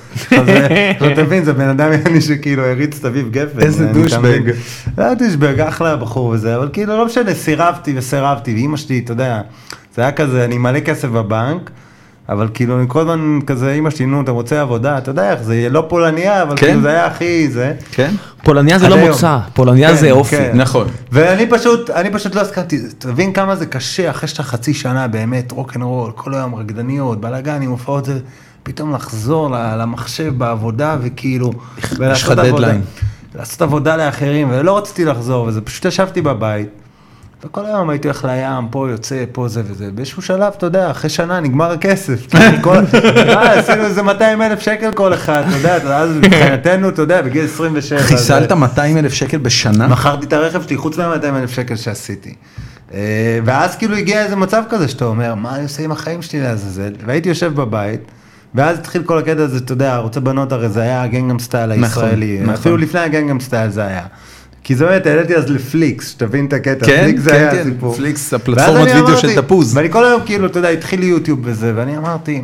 לא תבין, זה בן אדם יעני שכאילו הריץ את אביב גפן. איזה דושבג. לא דושבג, אחלה בחור וזה, אבל כאילו לא משנה, סירבתי וסירבתי, ואמא שלי, אתה יודע, זה היה כזה, אני מלא כסף בבנק, אבל כאילו, אני כל הזמן כזה, אמא שלי, נו, אתה רוצה עבודה, אתה יודע איך, זה לא פולניה, אבל כאילו זה היה הכי זה. כן? פולניה זה לא מוצא, פולניה זה אופי. נכון. ואני פשוט, אני פשוט לא הסכמתי, תבין כמה זה קשה, אחרי שאתה חצי שנה באמת, רוק'נ'רול, כל היום רקדניות, בלגנים, הופעות, זה פתאום לחזור למחשב בעבודה, וכאילו, יש לך דדליין. לעשות עבודה לאחרים, ולא רציתי לחזור, וזה פשוט ישבתי בבית, וכל היום הייתי הולך לים, פה יוצא, פה זה וזה, באיזשהו שלב, אתה יודע, אחרי שנה נגמר הכסף, עשינו איזה מאתיים אלף שקל כל אחד, אתה יודע, אז מבחינתנו, אתה יודע, בגיל עשרים ושבע. חיסלת מאתיים אלף שקל בשנה? מכרתי את הרכב שלי, חוץ מה-מאתיים אלף שקל שעשיתי. ואז כאילו הגיע איזה מצב כזה, שאתה אומר, מה אני עושה עם החיים שלי לעזאזל? והייתי יושב בבית, ואז התחיל כל הקטע הזה, אתה יודע, רוצה בנות הרי זה היה הגנגנם סטייל הישראלי, אפילו לפני הגנגנם סטייל זה היה. כי זאת אומרת, העליתי אז לפליקס, שתבין את הקטע, פליקס זה היה הסיפור. פליקס, הפלטפורמת וידאו של תפוז. ואני כל היום כאילו, אתה יודע, התחיל יוטיוב וזה, ואני אמרתי,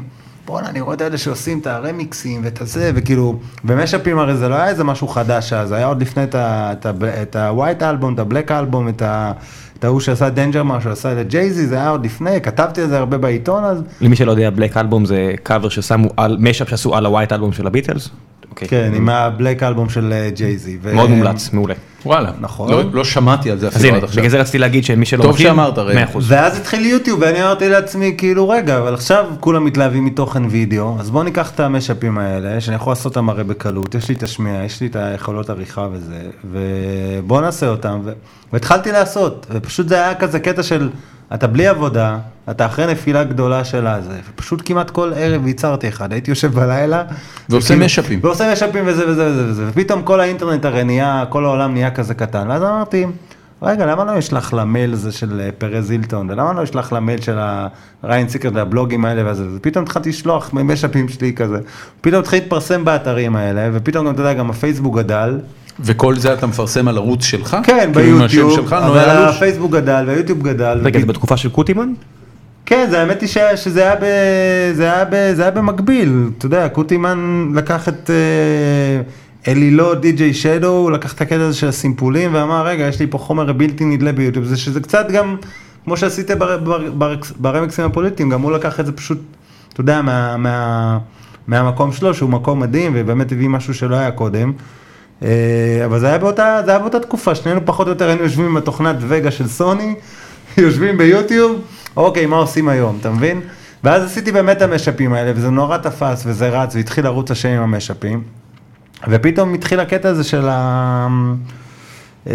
בוא'נה, אני רואה את האלה שעושים את הרמיקסים ואת הזה, וכאילו, במשאפים הרי זה לא היה איזה משהו חדש, אז היה עוד לפני את ה-white album, את ה-black album, את ההוא שעשה דנג'ר משהו, שעשה לג'ייזי, זה היה עוד לפני, כתבתי על זה הרבה בעיתון, אז... למי שלא יודע, black album זה קאבר ששמו על, משאפ שעשו על ה-white album של הביטלס? כן, עם ה-black album של ג'ייזי. מאוד מומלץ, מעולה. וואלה, נכון. לא שמעתי על זה אפילו עד עכשיו. בגלל זה רציתי להגיד שמי שלא מכיר, טוב שאמרת, מאה אחוז. ואז התחיל יוטיוב, ואני אמרתי לעצמי, כאילו, רגע, אבל עכשיו כולם מתלהבים מתוכן וידאו, אז בוא ניקח את המשאפים האלה, שאני יכול לעשות אותם הרי בקלות, יש לי את השמיעה, יש לי את היכולות עריכה וזה, ובוא נעשה אותם, והתחלתי לעשות, ופשוט זה היה כזה קטע של, אתה בלי עבודה, אתה אחרי נפילה גדולה של הזה, ופשוט כמעט כל ערב ייצרתי אחד, הייתי יושב בלילה, ועושה משאפים. ועושה משאפים וזה וזה וזה וזה, ופתאום כל האינטרנט הרי נהיה, כל העולם נהיה כזה קטן, ואז אמרתי, רגע, למה לא ישלח למייל הזה של פרז הילטון, ולמה לא ישלח למייל של הריין סיקרט והבלוגים האלה וזה, ופתאום התחלתי לשלוח משאפים שלי כזה, פתאום התחיל להתפרסם באתרים האלה, ופתאום גם, אתה יודע, גם הפייסבוק גדל, וכל זה אתה מפרסם על ערוץ שלך? כן, ביוטיוב, אבל הפייסבוק גדל והיוטיוב גדל. רגע, זה בתקופה של קוטימן? כן, זה האמת היא שזה היה, ב, זה היה, ב, זה היה במקביל, אתה יודע, קוטימן לקח את אלילו, די-ג'יי שדו, הוא לקח את הקטע הזה של הסימפולים, ואמר, רגע, יש לי פה חומר בלתי נדלה ביוטיוב, זה שזה קצת גם, כמו שעשית בר, בר, בר, ברמקסים הפוליטיים, גם הוא לקח את זה פשוט, אתה יודע, מה, מה, מהמקום שלו, שהוא מקום מדהים, ובאמת הביא משהו שלא היה קודם, אבל זה היה באותה, זה היה באותה תקופה, שנינו פחות או יותר היינו יושבים עם התוכנת וגה של סוני, יושבים ביוטיוב, אוקיי, מה עושים היום, אתה מבין? ואז עשיתי באמת המשאפים האלה, וזה נורא תפס, וזה רץ, והתחיל לרוץ השם עם המשאפים, ופתאום התחיל הקטע הזה של ה... אתה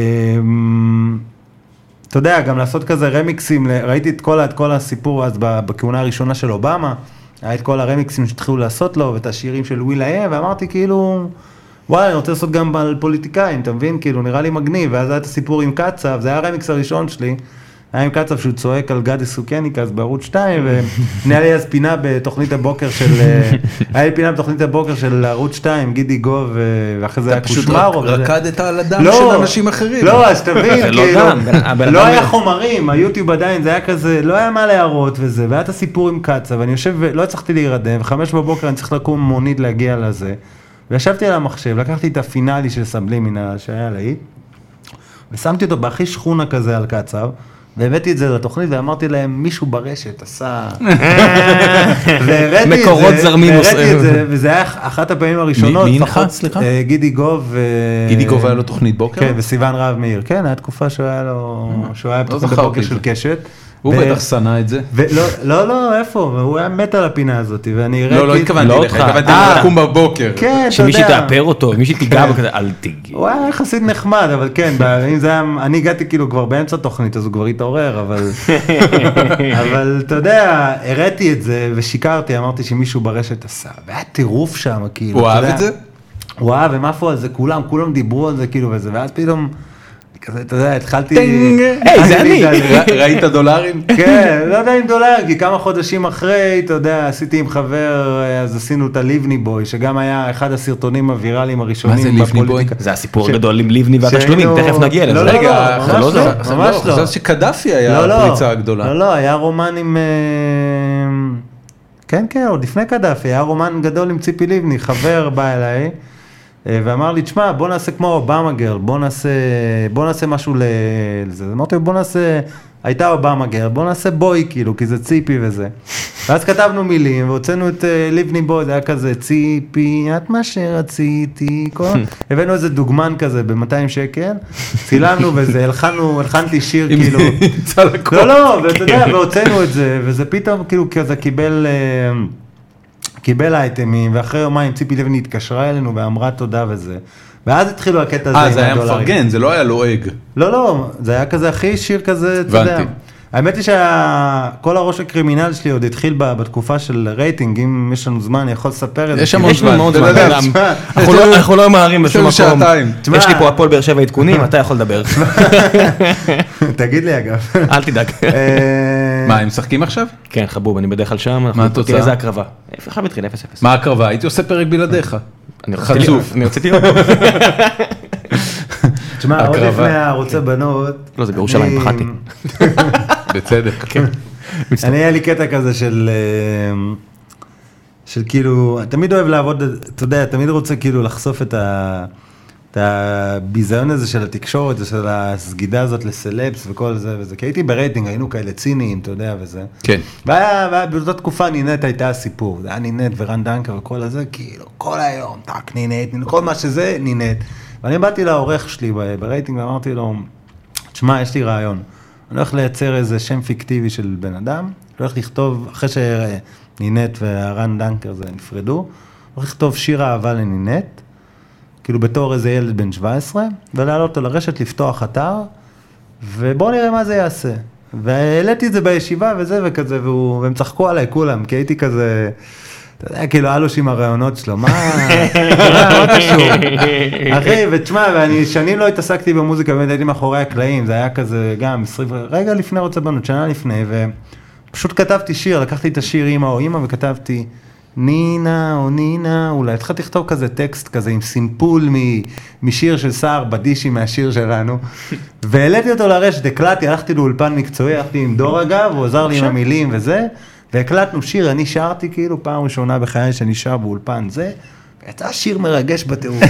יודע, גם לעשות כזה רמיקסים, ראיתי את כל, את כל הסיפור אז בכהונה הראשונה של אובמה, היה את כל הרמיקסים שהתחילו לעשות לו, ואת השירים של וויל איי, ואמרתי כאילו... וואי, אני רוצה לעשות גם על פוליטיקאים, אתה מבין? כאילו, נראה לי מגניב, ואז היה את הסיפור עם קצב, זה היה הרמיקס הראשון שלי, היה עם קצב שהוא צועק על גדי סוכניקס בערוץ שתיים, ונהיה לי אז פינה בתוכנית הבוקר של, היה לי פינה בתוכנית הבוקר של ערוץ שתיים, גידי גוב, ואחרי זה היה קושמר. אתה פשוט רקדת על הדם של אנשים אחרים. לא, אז תבין, כאילו, לא היה חומרים, היוטיוב עדיין, זה היה כזה, לא היה מה להראות וזה, והיה את הסיפור עם קצב, ואני יושב ולא הצלחתי להירדם, וחמש בבוקר אני צריך לקום מונית להגיע לזה. וישבתי על המחשב, לקחתי את הפינאלי של סבלימינה שהיה להיט, ושמתי אותו בהכי שכונה כזה על קצב, והבאתי את זה לתוכנית ואמרתי להם, מישהו ברשת עשה... והראיתי את זה, והראיתי את זה, וזה היה אחת הפעמים הראשונות. מי נחת, סליחה? גידי גוב. גידי גוב היה לו תוכנית בוקר? כן, וסיוון רהב מאיר. כן, היה תקופה שהוא היה לו... שהוא היה בתוכנית בבוקר של קשת. הוא בטח שנא את זה. לא, לא, איפה? הוא היה מת על הפינה הזאת, ואני הראיתי... לא, לא התכוונתי לך, התכוונתי לקום בבוקר. כן, אתה יודע. שמישהי תאפר אותו, מישהי תיגע בו כזה, אל תיגע. הוא היה יחסית נחמד, אבל כן, אם זה היה... אני הגעתי כאילו כבר באמצע תוכנית, אז הוא כבר התעורר, אבל... אבל אתה יודע, הראיתי את זה, ושיקרתי, אמרתי שמישהו ברשת עשה, והיה טירוף שם, כאילו. הוא אהב את זה? הוא אהב, הם עפו על זה, כולם, כולם דיברו על זה, כאילו, וזה, ואז פתאום... כזה, אתה יודע, התחלתי... היי, זה אני! ראית דולרים? כן, לא יודע אם דולר, כי כמה חודשים אחרי, אתה יודע, עשיתי עם חבר, אז עשינו את הליבני בוי, שגם היה אחד הסרטונים הוויראליים הראשונים בפוליטיקה. מה זה ליבני בוי? זה הסיפור הגדול עם ליבני והתשלומים, תכף נגיע לזה. לא, לא, רגע, ממש לא, ממש לא. חושב שקדאפי היה הפריצה הגדולה. לא, לא, היה רומן עם... כן, כן, עוד לפני קדאפי, היה רומן גדול עם ציפי ליבני, חבר בא אליי, ואמר לי, תשמע, בוא נעשה כמו אובמה גרל, בוא נעשה, בוא נעשה משהו לזה. אמרתי, בוא נעשה, הייתה אובמה גרל, בוא נעשה בוי, כאילו, כי זה ציפי וזה. ואז כתבנו מילים, והוצאנו את ליבני בוי, זה היה כזה, ציפי, את מה שרציתי, כל... הבאנו איזה דוגמן כזה, ב-מאתיים שקל, צילמנו וזה, הלחנו, הלחנתי שיר, כאילו... לא, לא, ואתה יודע, והוצאנו את זה, וזה פתאום, כאילו, כזה קיבל... קיבל אייטמים, ואחרי יומיים ציפי לבני התקשרה אלינו ואמרה תודה וזה. ואז התחילו הקטע הזה. אה, זה היה מפרגן, זה לא היה לועג. לא, לא, זה היה כזה הכי שיר כזה, אתה יודע. האמת היא שכל הראש הקרימינל שלי עוד התחיל בתקופה של רייטינג, אם יש לנו זמן, אני יכול לספר את זה. יש שם מאוד זמן. אנחנו לא ממהרים בשום מקום. יש לי פה הפועל באר שבע עדכונים, אתה יכול לדבר. תגיד לי אגב. אל תדאג. מה, הם משחקים עכשיו? כן, חבוב, אני בדרך כלל שם. מה התוצאה? תראה איזה הקרבה. אחד מתחיל, אפס אפס. מה הקרבה? הייתי עושה פרק בלעדיך. חצוף. אני רציתי אותו. תשמע, עוד לפני הרוצה בנות... לא, זה בירושלים, פחדתי. בצדק. אני היה לי קטע כזה של... של כאילו, תמיד אוהב לעבוד, אתה יודע, תמיד רוצה כאילו לחשוף את ה... את הביזיון הזה של התקשורת, של הסגידה הזאת לסלפס וכל זה וזה, כי הייתי ברייטינג, היינו כאלה ציניים, אתה יודע, וזה. כן. והיה, באותה תקופה נינט הייתה הסיפור, זה היה נינט ורן דנקר וכל הזה, כאילו, כל היום, טק, נינט, כל מה שזה, נינט. ואני באתי לעורך שלי ברייטינג ואמרתי לו, תשמע, יש לי רעיון, אני הולך לייצר איזה שם פיקטיבי של בן אדם, אני הולך לכתוב, אחרי שנינט ורן דנקר זה נפרדו, אני הולך לכתוב שיר אהבה לנינט, כאילו בתור איזה ילד בן שבע עשרה, ולהעלות אותו לרשת, לפתוח אתר, ובואו נראה מה זה יעשה. והעליתי את זה בישיבה וזה וכזה, והוא, והם צחקו עליי כולם, כי הייתי כזה, אתה יודע, כאילו אלוש עם הרעיונות שלו, מה, מה קשור? אחי, ותשמע, ואני שנים לא התעסקתי במוזיקה, באמת הייתי מאחורי הקלעים, זה היה כזה גם עשרים, רגע לפני רוצה בנות, שנה לפני, ופשוט כתבתי שיר, לקחתי את השיר אמא או אמא, וכתבתי, נינה או נינה, אולי התחלתי לכתוב כזה טקסט כזה עם סימפול משיר של סער בדישי מהשיר שלנו, והעליתי אותו לרשת, הקלטתי, הלכתי לאולפן מקצועי, הלכתי עם דור אגב, הוא עזר לי עם המילים וזה, והקלטנו שיר, אני שרתי כאילו פעם ראשונה בחיי שאני שר באולפן זה, ויצא שיר מרגש בטירוף.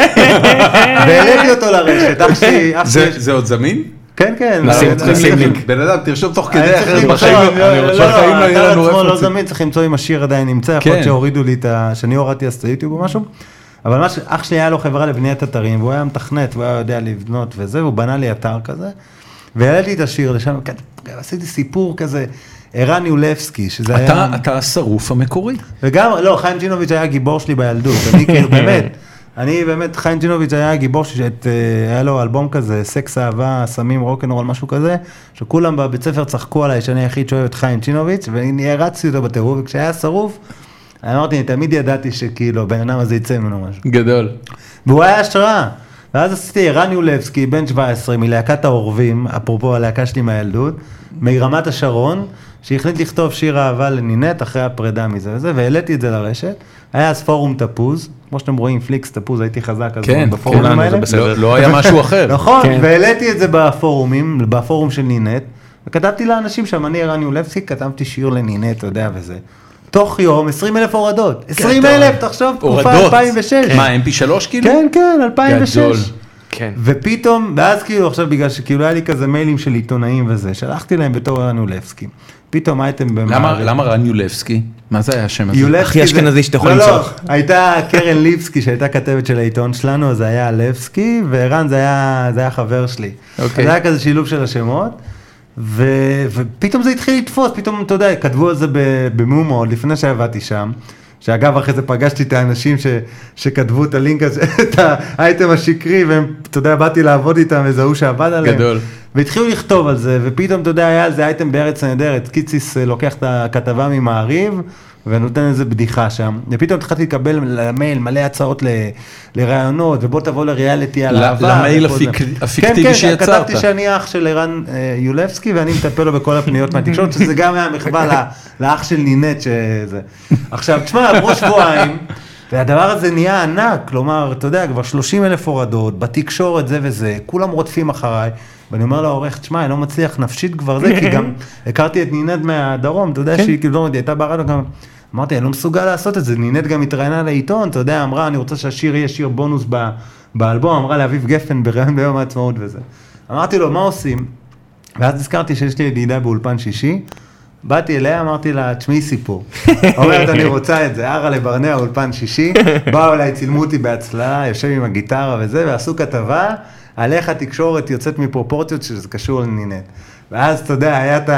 והעליתי אותו לרשת, אח שלי, אח שלי. זה עוד זמין? כן, כן. נשים לינק. בן אדם, תרשום תוך כדי אחרת בחיים. בחיים. לא, לא, אתה עצמו לא זמין, צריך למצוא אם השיר עדיין נמצא, יכול להיות שהורידו לי את ה... שאני הורדתי אז את היוטיוב או משהו, אבל מה שאח שלי היה לו חברה לבניית אתרים, והוא היה מתכנת, והוא היה יודע לבנות וזה, והוא בנה לי אתר כזה, והעליתי את השיר לשם, עשיתי סיפור כזה, ערן יולבסקי, שזה היה... אתה השרוף המקורי. וגם, לא, חיים ג'ינוביץ' היה הגיבור שלי בילדות, אני כאילו, באמת, אני באמת, חיים ג'ינוביץ' היה הגיבור שלי, היה לו אלבום כזה, סקס, אהבה, סמים, רוקנרול, משהו כזה, שכולם בבית ספר צחקו עליי, שאני היחיד שאוהב את חיים ג'ינוביץ', ואני הרצתי אותו בטירוף, וכשהיה שרוף, אני אמרתי, אני תמיד ידעתי שכאילו, בן אדם הזה יצא ממנו משהו. גדול. והוא היה השראה. ואז עשיתי ערן יולבסקי, בן שבע עשרה, מלהקת העורבים, אפרופו הלהקה שלי מהילדות, מרמת השרון, שהחליט לכתוב שיר אהבה לנינט אחרי הפרידה מזה וזה, והעליתי את זה לרשת. היה אז פורום תפוז, כמו שאתם רואים, פליקס תפוז, הייתי חזק אז כן, בפורומים האלה. לא, לא היה משהו אחר. נכון, והעליתי את זה בפורומים, בפורום של נינט, וכתבתי לאנשים שם, אני ערן יולבסקי, כתבתי שיר לנינט, אתה יודע, וזה. תוך יום, עשרים אלף הורדות. עשרים אלף, תחשוב, תקופה אלפיים ושש. מה, אם פי שלוש כאילו? כן, כן, אלפיים ושש. גדול. כן. ופתאום, ואז כאילו עכשיו בגלל שכאילו היה לי כזה מיילים של עיתונאים וזה, שלחתי להם בתור רן יולבסקי. פתאום הייתם במערכת. למה רן יולבסקי? מה זה היה השם הזה? הכי אשכנזי שאתה יכול למצוא. לא, לא, למצוא. הייתה קרן ליבסקי שהייתה כתבת של העיתון שלנו, אז זה היה לבסקי, ורן זה היה, זה היה חבר שלי. אוקיי. זה היה כזה שילוב של השמות, ו, ופתאום זה התחיל לתפוס, פתאום, אתה יודע, כתבו על זה במומו, עוד לפני שעבדתי שם, שאגב, אחרי זה פגשתי את האנשים ש, שכתבו את הלינק הזה, את האייטם השקרי, והם, אתה יודע, באתי לעבוד איתם, וזה הוא שעבד עליהם. גדול. והתחילו לכתוב על זה, ופתאום, אתה יודע, היה על זה אייטם בארץ נהדרת, קיציס לוקח את הכתבה ממעריב, ונותן איזה בדיחה שם, ופתאום התחלתי לקבל למייל מלא הצעות ל, לרעיונות, ובוא תבוא לריאליטי על אהבה. למייל הפיקטיבי כן, שיצרת. כן, כתבתי שאני אח של ערן יולבסקי, ואני מטפל לו בכל הפניות מהתקשורת, שזה גם היה מחווה לאח של נינט שזה. עכשיו, תשמע, עברו שבועיים, והדבר הזה נהיה ענק, כלומר, אתה יודע, כבר שלושים אלף הורדות, בתקשורת זה וזה, כולם רודפים אחריי, ואני אומר לעורך, תשמע, אני לא מצליח נפשית כבר זה, כי גם הכרתי את נינט מהדרום, אתה יודע שהיא כאילו, היא הייתה ברדיו גם, אמרתי, אני לא מסוגל לעשות את זה, נינט גם התראיינה לעיתון, אתה יודע, אמרה, אני רוצה שהשיר יהיה שיר בונוס באלבום, אמרה לאביב גפן בראיון ביום העצמאות וזה. אמרתי לו, מה עושים? ואז הזכרתי שיש לי ידידה באולפן שישי, באתי אליה, אמרתי לה, תשמעי סיפור. אומרת, אני רוצה את זה, ערה לברנע, אולפן שישי, באו אליי, צילמו אותי בהצללה, יושב עם הגיטרה וזה, ועשו כתבה, על איך התקשורת יוצאת מפרופורציות שזה קשור לנינט. ואז, אתה יודע,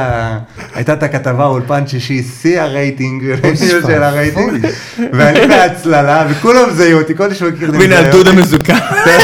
הייתה את הכתבה, אולפן שישי, שיא הרייטינג, של הרייטינג, ואני בהצללה, וכולם זיהו אותי, כל נשמע מכיר לי. והנה הדוד המזוקה.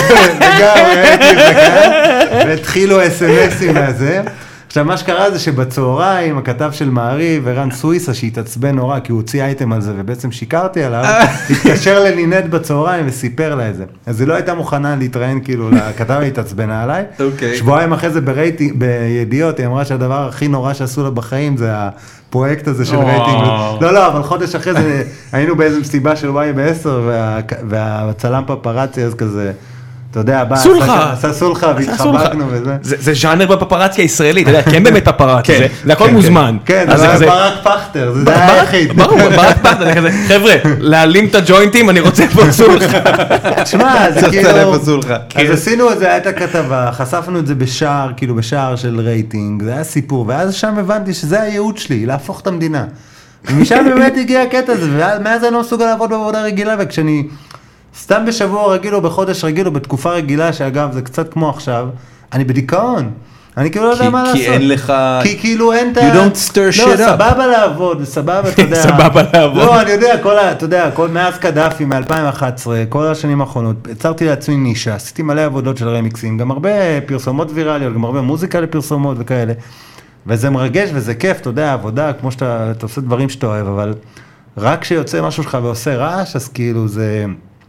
וגם, הייתי מזוקה, והתחילו אס אם אסים מהזה. עכשיו, מה שקרה זה שבצהריים, הכתב של מעריב, ערן סוויסה, שהתעצבן נורא, כי הוא הוציא אייטם על זה, ובעצם שיקרתי עליו, התקשר לנינט בצהריים וסיפר לה את זה. אז היא לא הייתה מוכנה להתראיין, כאילו, לכתב התעצבנה עליי. שבועיים אחרי זה ברייטינג, בידיעות, היא אמרה שהדבר הכי נורא שעשו לה בחיים, זה הפרויקט הזה של רייטינג. לא, לא, אבל חודש אחרי זה, היינו באיזו מסיבה של וואי בעשר, והצלם פפרצי אז כזה, אתה יודע, בא, סולחה. עשה סולחה והתחבקנו וזה. זה ז'אנר בפפרצי הישראלי, אתה יודע, כן באמת פפרצי, זה הכל מוזמן. כן, זה ברק פכטר, זה היה היחיד. ברור, ברק פכטר, חבר'ה, להעלים את הג'וינטים, אני רוצה פה סולחה. תשמע, זה כאילו, אז עשינו את זה, הייתה כתבה, חשפנו את זה בשער, כאילו בשער של רייטינג, זה היה סיפור, ואז שם הבנתי שזה הייעוד שלי, להפוך את המדינה. ומשם באמת הגיע הקטע הזה, ומאז אני לא מסוגל לעבוד בעבודה רגילה, וכשאני סתם בשבוע רגיל או בחודש רגיל או בתקופה רגילה, שאגב זה קצת כמו עכשיו, אני בדיכאון. אני כאילו לא יודע מה לעשות. כי אין לך... כי כאילו אין את ה... You don't stir shit up. לא, סבבה לעבוד, סבבה, אתה יודע. סבבה לעבוד. לא, אני יודע, כל ה... אתה יודע, מאז קדאפי, מ-אלפיים ואחת עשרה, כל השנים האחרונות, יצרתי לעצמי נישה, עשיתי מלא עבודות של רמיקסים, גם הרבה פרסומות ויראליות, גם הרבה מוזיקה לפרסומות וכאלה. וזה מרגש וזה כיף, אתה יודע, עבודה, כמו שאתה עושה דברים שאתה אוהב, אבל רק כשיוצא משהו שלך ועושה רעש, אז כאילו זה...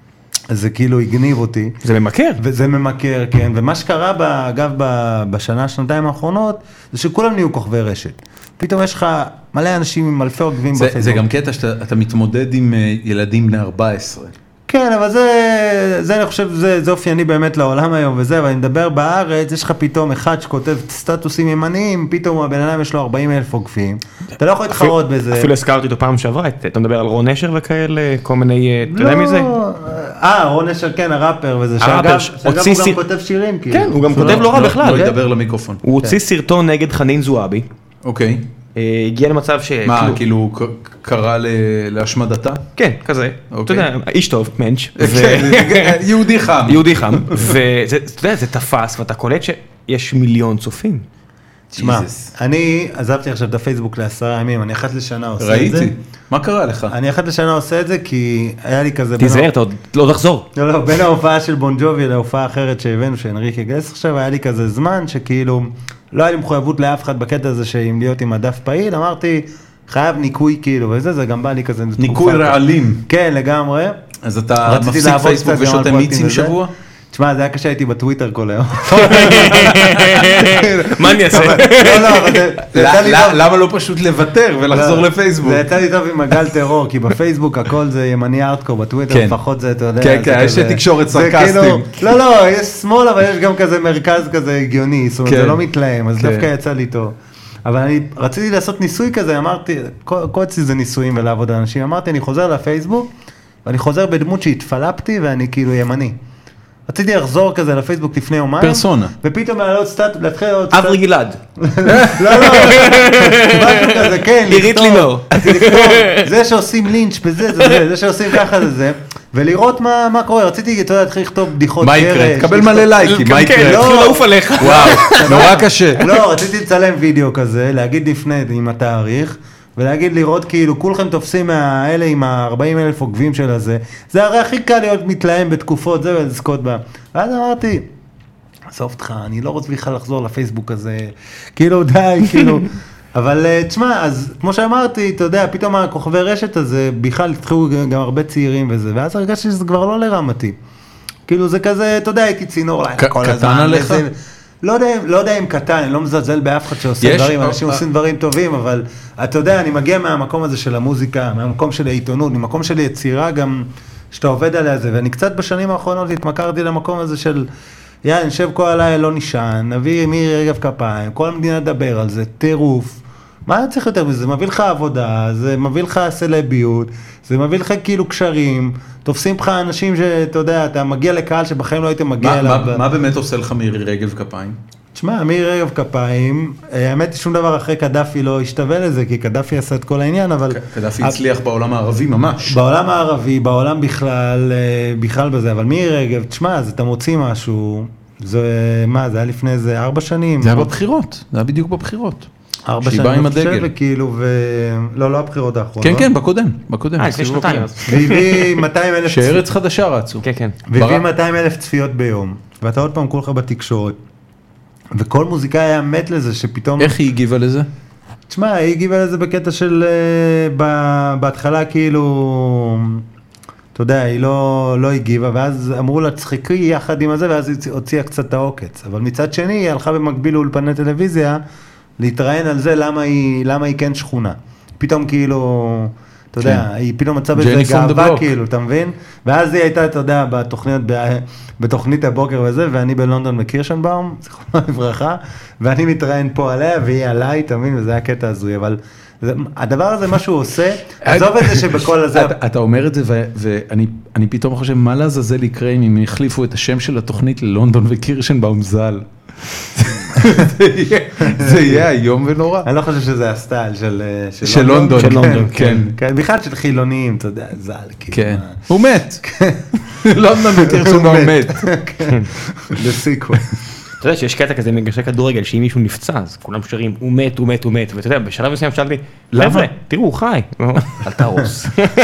זה כאילו הגניב אותי. זה ממכר. וזה ממכר, כן. ומה שקרה, אגב, בשנה, שנתיים האחרונות, זה שכולם נהיו כוכבי רשת. פתאום יש לך מלא אנשים עם אלפי עוקבים בפייסבוק. זה גם קטע שאתה מתמודד עם ילדים בני ארבע עשרה. כן, אבל זה, זה אני חושב, זה, זה אופייני באמת לעולם היום וזה, אבל אני מדבר בארץ, יש לך פתאום אחד שכותב סטטוסים ימניים, פתאום הבן אדם יש לו ארבעים אלף עוקבים. אתה לא יכול להתחרות בזה. אפילו הזכרתי אותו פעם שעברה, אתה מדבר על רון נשר וכאלה, כל מיני, אתה יודע מי זה? אה, רון נשר, כן, הראפר וזה, שאגב הוא גם כותב שירים, כאילו. כן, הוא גם כותב לא רע בכלל. לא ידבר למיקרופון. הוא הוציא סרטון נגד חנין זועבי. אוקיי. הגיע למצב ש... מה, כאילו קרא להשמדתה? כן, כזה. אתה יודע, איש טוב, מנץ'. יהודי חם. יהודי חם. ואתה יודע, זה תפס, ואתה קולט שיש מיליון צופים. תשמע, אני עזבתי עכשיו את הפייסבוק לעשרה ימים, אני אחת לשנה עושה את זה. ראיתי. מה קרה לך? אני אחת לשנה עושה את זה כי היה לי כזה... תיזהר, אתה עוד לא תחזור. לא, לא, בין ההופעה של בון ג'ובי להופעה אחרת שהבאנו, שאנריקה גלס עכשיו, היה לי כזה זמן שכאילו... לא היה לי מחויבות לאף אחד בקטע הזה שאם להיות עם הדף פעיל, אמרתי, חייב ניקוי כאילו, וזה, זה גם בא לי כזה... ניקוי רעלים. כן, לגמרי. אז אתה מפסיק פייסבוק ושותה מיצים שבוע? תשמע, זה היה קשה, הייתי בטוויטר כל היום. מה אני אעשה? לא, לא, אבל זה... למה לא פשוט לוותר ולחזור לפייסבוק? זה יצא לי טוב עם הגל טרור, כי בפייסבוק הכל זה ימני ארטקור, בטוויטר לפחות זה, אתה יודע... כן, כן, יש תקשורת סרקסטים. לא, לא, יש שמאל, אבל יש גם כזה מרכז כזה הגיוני, זאת אומרת, זה לא מתלהם, אז דווקא יצא לי טוב. אבל אני רציתי לעשות ניסוי כזה, אמרתי, כל אצלי זה ניסויים ולעבוד על אנשים, אמרתי, אני חוזר לפייסבוק, ואני חוזר בדמות שהתפלפתי, ואני כאילו ימני. רציתי לחזור כזה לפייסבוק לפני יומיים. פרסונה. ופתאום לעלות סטאט, להתחיל לעלות סטאט. אברי גלעד. לא, לא. משהו כזה, כן. עירית לינור. זה שעושים לינץ' בזה, זה זה, זה שעושים ככה זה זה. ולראות מה קורה. רציתי, אתה יודע, להתחיל לכתוב בדיחות גרש. מה יקרה? תקבל מלא לייקים, מה יקרה? תתחיל לעוף עליך. וואו, נורא קשה. לא, רציתי לצלם וידאו כזה, להגיד לפני עם התאריך. ולהגיד לראות כאילו כולכם תופסים מהאלה עם ה-ארבעים אלף עוקבים של הזה, זה הרי הכי קל להיות מתלהם בתקופות זה ולזכות בה. ואז אמרתי, עזוב אותך, אני לא רוצה בכלל לחזור לפייסבוק הזה, כאילו די, כאילו, אבל תשמע, אז כמו שאמרתי, אתה יודע, פתאום הכוכבי רשת הזה, בכלל התחילו גם הרבה צעירים וזה, ואז הרגשתי שזה כבר לא לרמתי. כאילו זה כזה, אתה יודע, הייתי צינור לה, קטן עליך? לא יודע, לא יודע אם קטן, אני לא מזלזל באף אחד שעושה דברים, אנשים עושים דברים טובים, אבל אתה יודע, אני מגיע מהמקום הזה של המוזיקה, מהמקום של העיתונות, ממקום של יצירה גם, שאתה עובד עליה זה, ואני קצת בשנים האחרונות התמכרתי למקום הזה של, יאללה, נשב כל הלילה לא נשען, נביא מירי רגב כפיים, כל המדינה תדבר על זה, טירוף, מה צריך יותר מזה? זה מביא לך עבודה, זה מביא לך סלביות, זה מביא לך כאילו קשרים, תופסים לך אנשים שאתה יודע, אתה מגיע לקהל שבחיים לא הייתם מגיע אליו. מה באמת עושה לך מירי רגב כפיים? תשמע, מירי רגב כפיים, האמת היא שום דבר אחרי קדאפי לא השתווה לזה, כי קדאפי עשה את כל העניין, אבל... קדאפי הצליח בעולם הערבי ממש. בעולם הערבי, בעולם בכלל, בכלל בזה, אבל מירי רגב, תשמע, אז אתה מוציא משהו, זה, מה, זה היה לפני איזה ארבע שנים? זה היה בבחירות, זה היה בדיוק בבחירות. ארבע שנים עם הדגל. וכאילו, ו... לא, לא הבחירות האחרונות. כן, כן, בקודם, בקודם. אה, לפני שנתיים. והביא מאתיים אלף... שארץ חדשה רצו. כן, כן. והביא מאתיים אלף צפיות ביום. ואתה עוד פעם כולך בתקשורת. וכל מוזיקאי היה מת לזה שפתאום... איך היא הגיבה לזה? תשמע, היא הגיבה לזה בקטע של... בהתחלה כאילו... אתה יודע, היא לא, לא הגיבה, ואז אמרו לה, צחקי יחד עם הזה, ואז היא הוציאה קצת את העוקץ. אבל מצד שני, היא הלכה במקביל לאולפני טלוויזיה, להתראיין על זה למה היא, למה היא כן שכונה. פתאום כאילו, אתה יודע, כן. היא פתאום מצאה Jenny בזה from the גאווה block. כאילו, אתה מבין? ואז היא הייתה, אתה יודע, בתוכניות, ב- בתוכנית הבוקר וזה, ואני בלונדון בקירשנבאום, זכרונה לברכה, ואני מתראיין פה עליה, והיא עליי, אתה מבין? וזה היה קטע הזוי, אבל זה, הדבר הזה, מה שהוא עושה, עזוב את זה שבכל הזה... אתה, אתה אומר את זה, ו- ואני אני פתאום חושב, מה לעזאזל יקרה אם הם יחליפו את השם של התוכנית ללונדון וקירשנבאום ז"ל? זה יהיה- זה יהיה איום ונורא. אני לא חושב שזה הסטייל של של לונדון, כן, של לונדון, כן, כן. כן, בכלל של חילונים, אתה יודע, ז"ל, כאילו. כן, מה- הוא מת. לונדון וקירשנבאום מת. כן, לסיקוול. אתה יודע שיש קטע כזה מגרשי כדורגל, שאם מישהו נפצע, אז כולם שרים, הוא מת, הוא מת, הוא מת, ואתה יודע, בשלב מסוים שאלתי, חבר'ה, תראו, הוא חי. אל תהרוס.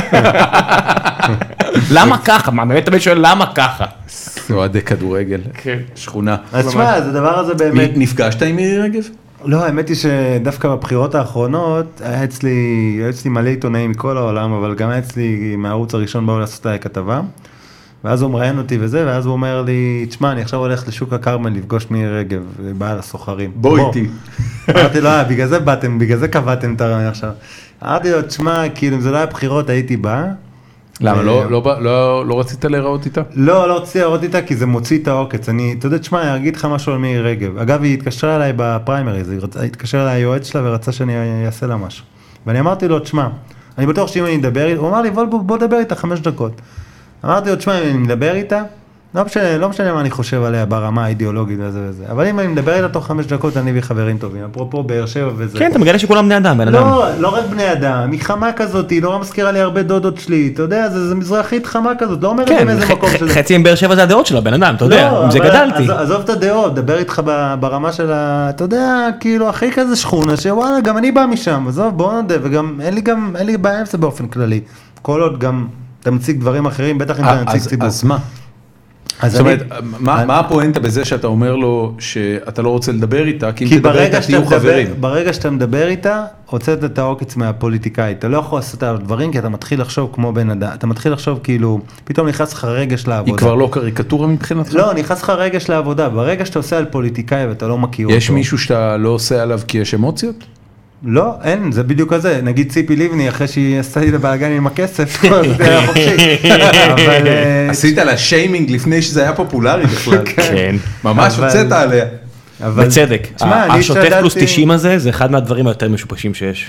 למה ככה? מה, באמת תמיד שואל, למה ככה? אוהדי כדורגל, שכונה. אז תשמע, אז הדבר הזה באמת... נפגשת עם מירי רגב? לא, האמת היא שדווקא בבחירות האחרונות, היה אצלי, היה אצלי מלא עיתונאים מכל העולם, אבל גם היה אצלי מהערוץ הראשון באו לעשות עליי כתבה, ואז הוא מראיין אותי וזה, ואז הוא אומר לי, תשמע, אני עכשיו הולך לשוק הכרמל לפגוש מירי רגב, בעל הסוחרים. בוא איתי. אמרתי לו, בגלל זה באתם, בגלל זה קבעתם את הרעיון עכשיו. אמרתי לו, תשמע, כאילו, אם זה לא היה בחירות, הייתי בא. למה, לא- לא בא- לא לא רצית להיראות איתה? לא, לא רציתי לראות איתה, כי זה מוציא את העוקץ. אני, אתה יודע, תשמע, אני אגיד לך משהו על מירי רגב. אגב, היא התקשרה אליי בפריימריז, היא רצ- התקשר אליי היועץ שלה ורצה שאני אעשה לה משהו. ואני אמרתי לו, תשמע, אני בטוח שאם אני אדבר איתה, הוא אמר לי, בוא, בוא, בוא דבר איתה חמש דקות. אמרתי לו, תשמע, אם אני מדבר איתה, לא משנה, לא משנה מה אני חושב עליה ברמה האידיאולוגית וזה וזה. אבל אם אני מדבר איתה תוך חמש דקות, אני וחברים טובים. אפרופו באר שבע וזה. כן, אתה מגלה שכולם בני אדם, בן אדם. לא, לא רק בני אדם, היא חמה כזאת, היא נורא מזכירה לי הרבה דודות שלי, אתה יודע, זה, זה מזרחית חמה כזאת, לא אומר את זה כן, מאיזה ח- מקום ח- שזה. חצי עם באר שבע זה הדעות שלו, בן אדם, אתה יודע, לא, עם זה אבל גדלתי. עזוב, עזוב את הדעות, דבר איתך ב- ברמה של ה... אתה יודע, כאילו, הכי כזה שכונה, שוואלה, גם אני בא משם, עזוב, בוא נודה, וגם אין לי גם, אין לי בעיה עם זה באופן כללי. כל עוד גם אתה מציג דברים אחרים, בטח אם אתה נציג אז- ציבור. אז מה? אז זאת אני- אומרת, מה מה הפואנטה בזה שאתה אומר לו שאתה לא רוצה לדבר איתה, כי אם כי תדבר ברגע איתה שאתה תהיו מדבר, חברים. ברגע שאתה מדבר איתה, הוצאת את העוקץ מהפוליטיקאית. אתה לא יכול לעשות עליו דברים, כי אתה מתחיל לחשוב כמו בן אדם. אתה מתחיל לחשוב כאילו, פתאום נכנס לך רגש לעבודה. היא כבר לא קריקטורה מבחינתך? לא, נכנס לך רגש לעבודה. ברגע שאתה עושה על פוליטיקאי ואתה לא מכיר אותו. יש מישהו שאתה לא עושה עליו כי יש אמוציות? לא, אין, זה בדיוק כזה. נגיד ציפי לבני, אחרי שהיא עשתה לי את הבלגן עם הכסף, זה היה חופשי. אבל... אה, עשית לה שיימינג לפני שזה היה פופולרי בכלל. כן. ממש אבל- הוצאת עליה. אבל- בצדק. תשמע, אני השוטף השתדלתי- פלוס תשעים הזה, זה אחד מהדברים היותר משופשים שיש.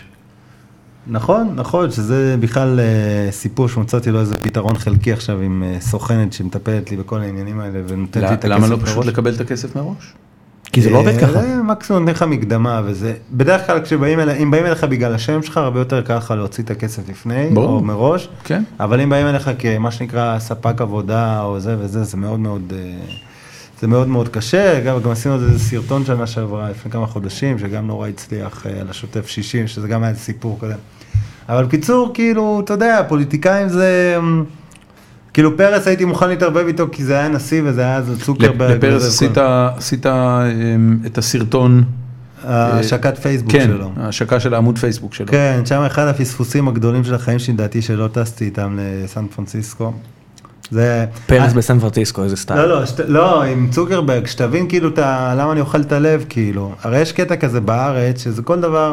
נכון, נכון, שזה בכלל אה, סיפור שמצאתי לו איזה פתרון חלקי עכשיו עם אה, סוכנת שמטפלת לי בכל העניינים האלה ונותנת לי את הכסף למה לא פשוט מראש. לקבל את הכסף מראש? כי זה לא עובד ככה. אה, מקסימום נותן לך מקדמה וזה, בדרך כלל כשבאים אליי, אם באים אליך בגלל השם שלך, הרבה יותר קל לך להוציא את הכסף לפני, ברור. או מראש, כן. אבל אם באים אליך כמה שנקרא ספק עבודה או זה וזה, זה מאוד מאוד, אה, זה מאוד מאוד קשה. אגב, גם עשינו איזה סרטון שנה שעברה, לפני כמה חודשים, שגם נורא הצליח אה, על השוטף שישים, שזה גם היה איזה סיפור קודם. אבל בקיצור, כאילו, אתה יודע, פוליטיקאים זה... כאילו פרס הייתי מוכן להתערבב איתו, כי זה היה נשיא וזה היה צוקרברג. לפרס וזה עשית, וכל. עשית אמ, את הסרטון, השקת פייסבוק כן, שלו. ההשקה של העמוד פייסבוק שלו. כן, שם אחד הפספוסים הגדולים של החיים שלי, דעתי שלא טסתי איתם לסן פרנסיסקו. זה... פרס בסן פרנסיסקו, איזה סטייל. לא, לא, שת... לא, עם צוקרברג, שתבין כאילו את ה... למה אני אוכל את הלב, כאילו. הרי יש קטע כזה בארץ, שזה כל דבר...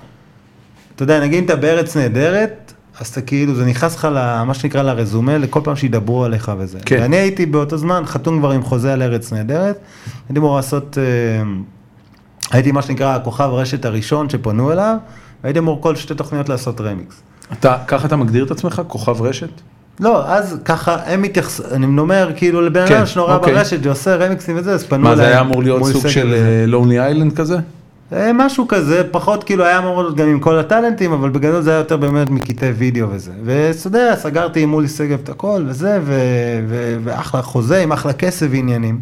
אתה יודע, נגיד אם אתה בארץ נהדרת, אז אתה כאילו, זה נכנס לך למה שנקרא לרזומה, לכל פעם שידברו עליך וזה. כן. ואני הייתי באותו זמן חתום כבר עם חוזה על ארץ נהדרת, הייתי אמור לעשות, אה, הייתי מה שנקרא הכוכב רשת הראשון שפנו אליו, והייתי אמור כל שתי תוכניות לעשות רמיקס. אתה, ככה אתה מגדיר את עצמך? כוכב רשת? לא, אז ככה הם מתייחסים, אני אומר כאילו לבן כן, אדם שנורא אוקיי. ברשת, שעושה רמיקסים וזה, אז פנו מה, אליי. זה היה אמור להיות מול סוג סגל של וזה. לונלי איילנד כזה? אה, משהו כזה, פחות כאילו היה אמור להיות גם עם כל הטלנטים, אבל בגדול זה היה יותר באמת מקטעי וידאו וזה. ואתה יודע, סגרתי עם מולי שגב את הכל וזה, ו- ו- ואחלה חוזה עם אחלה כסף ועניינים.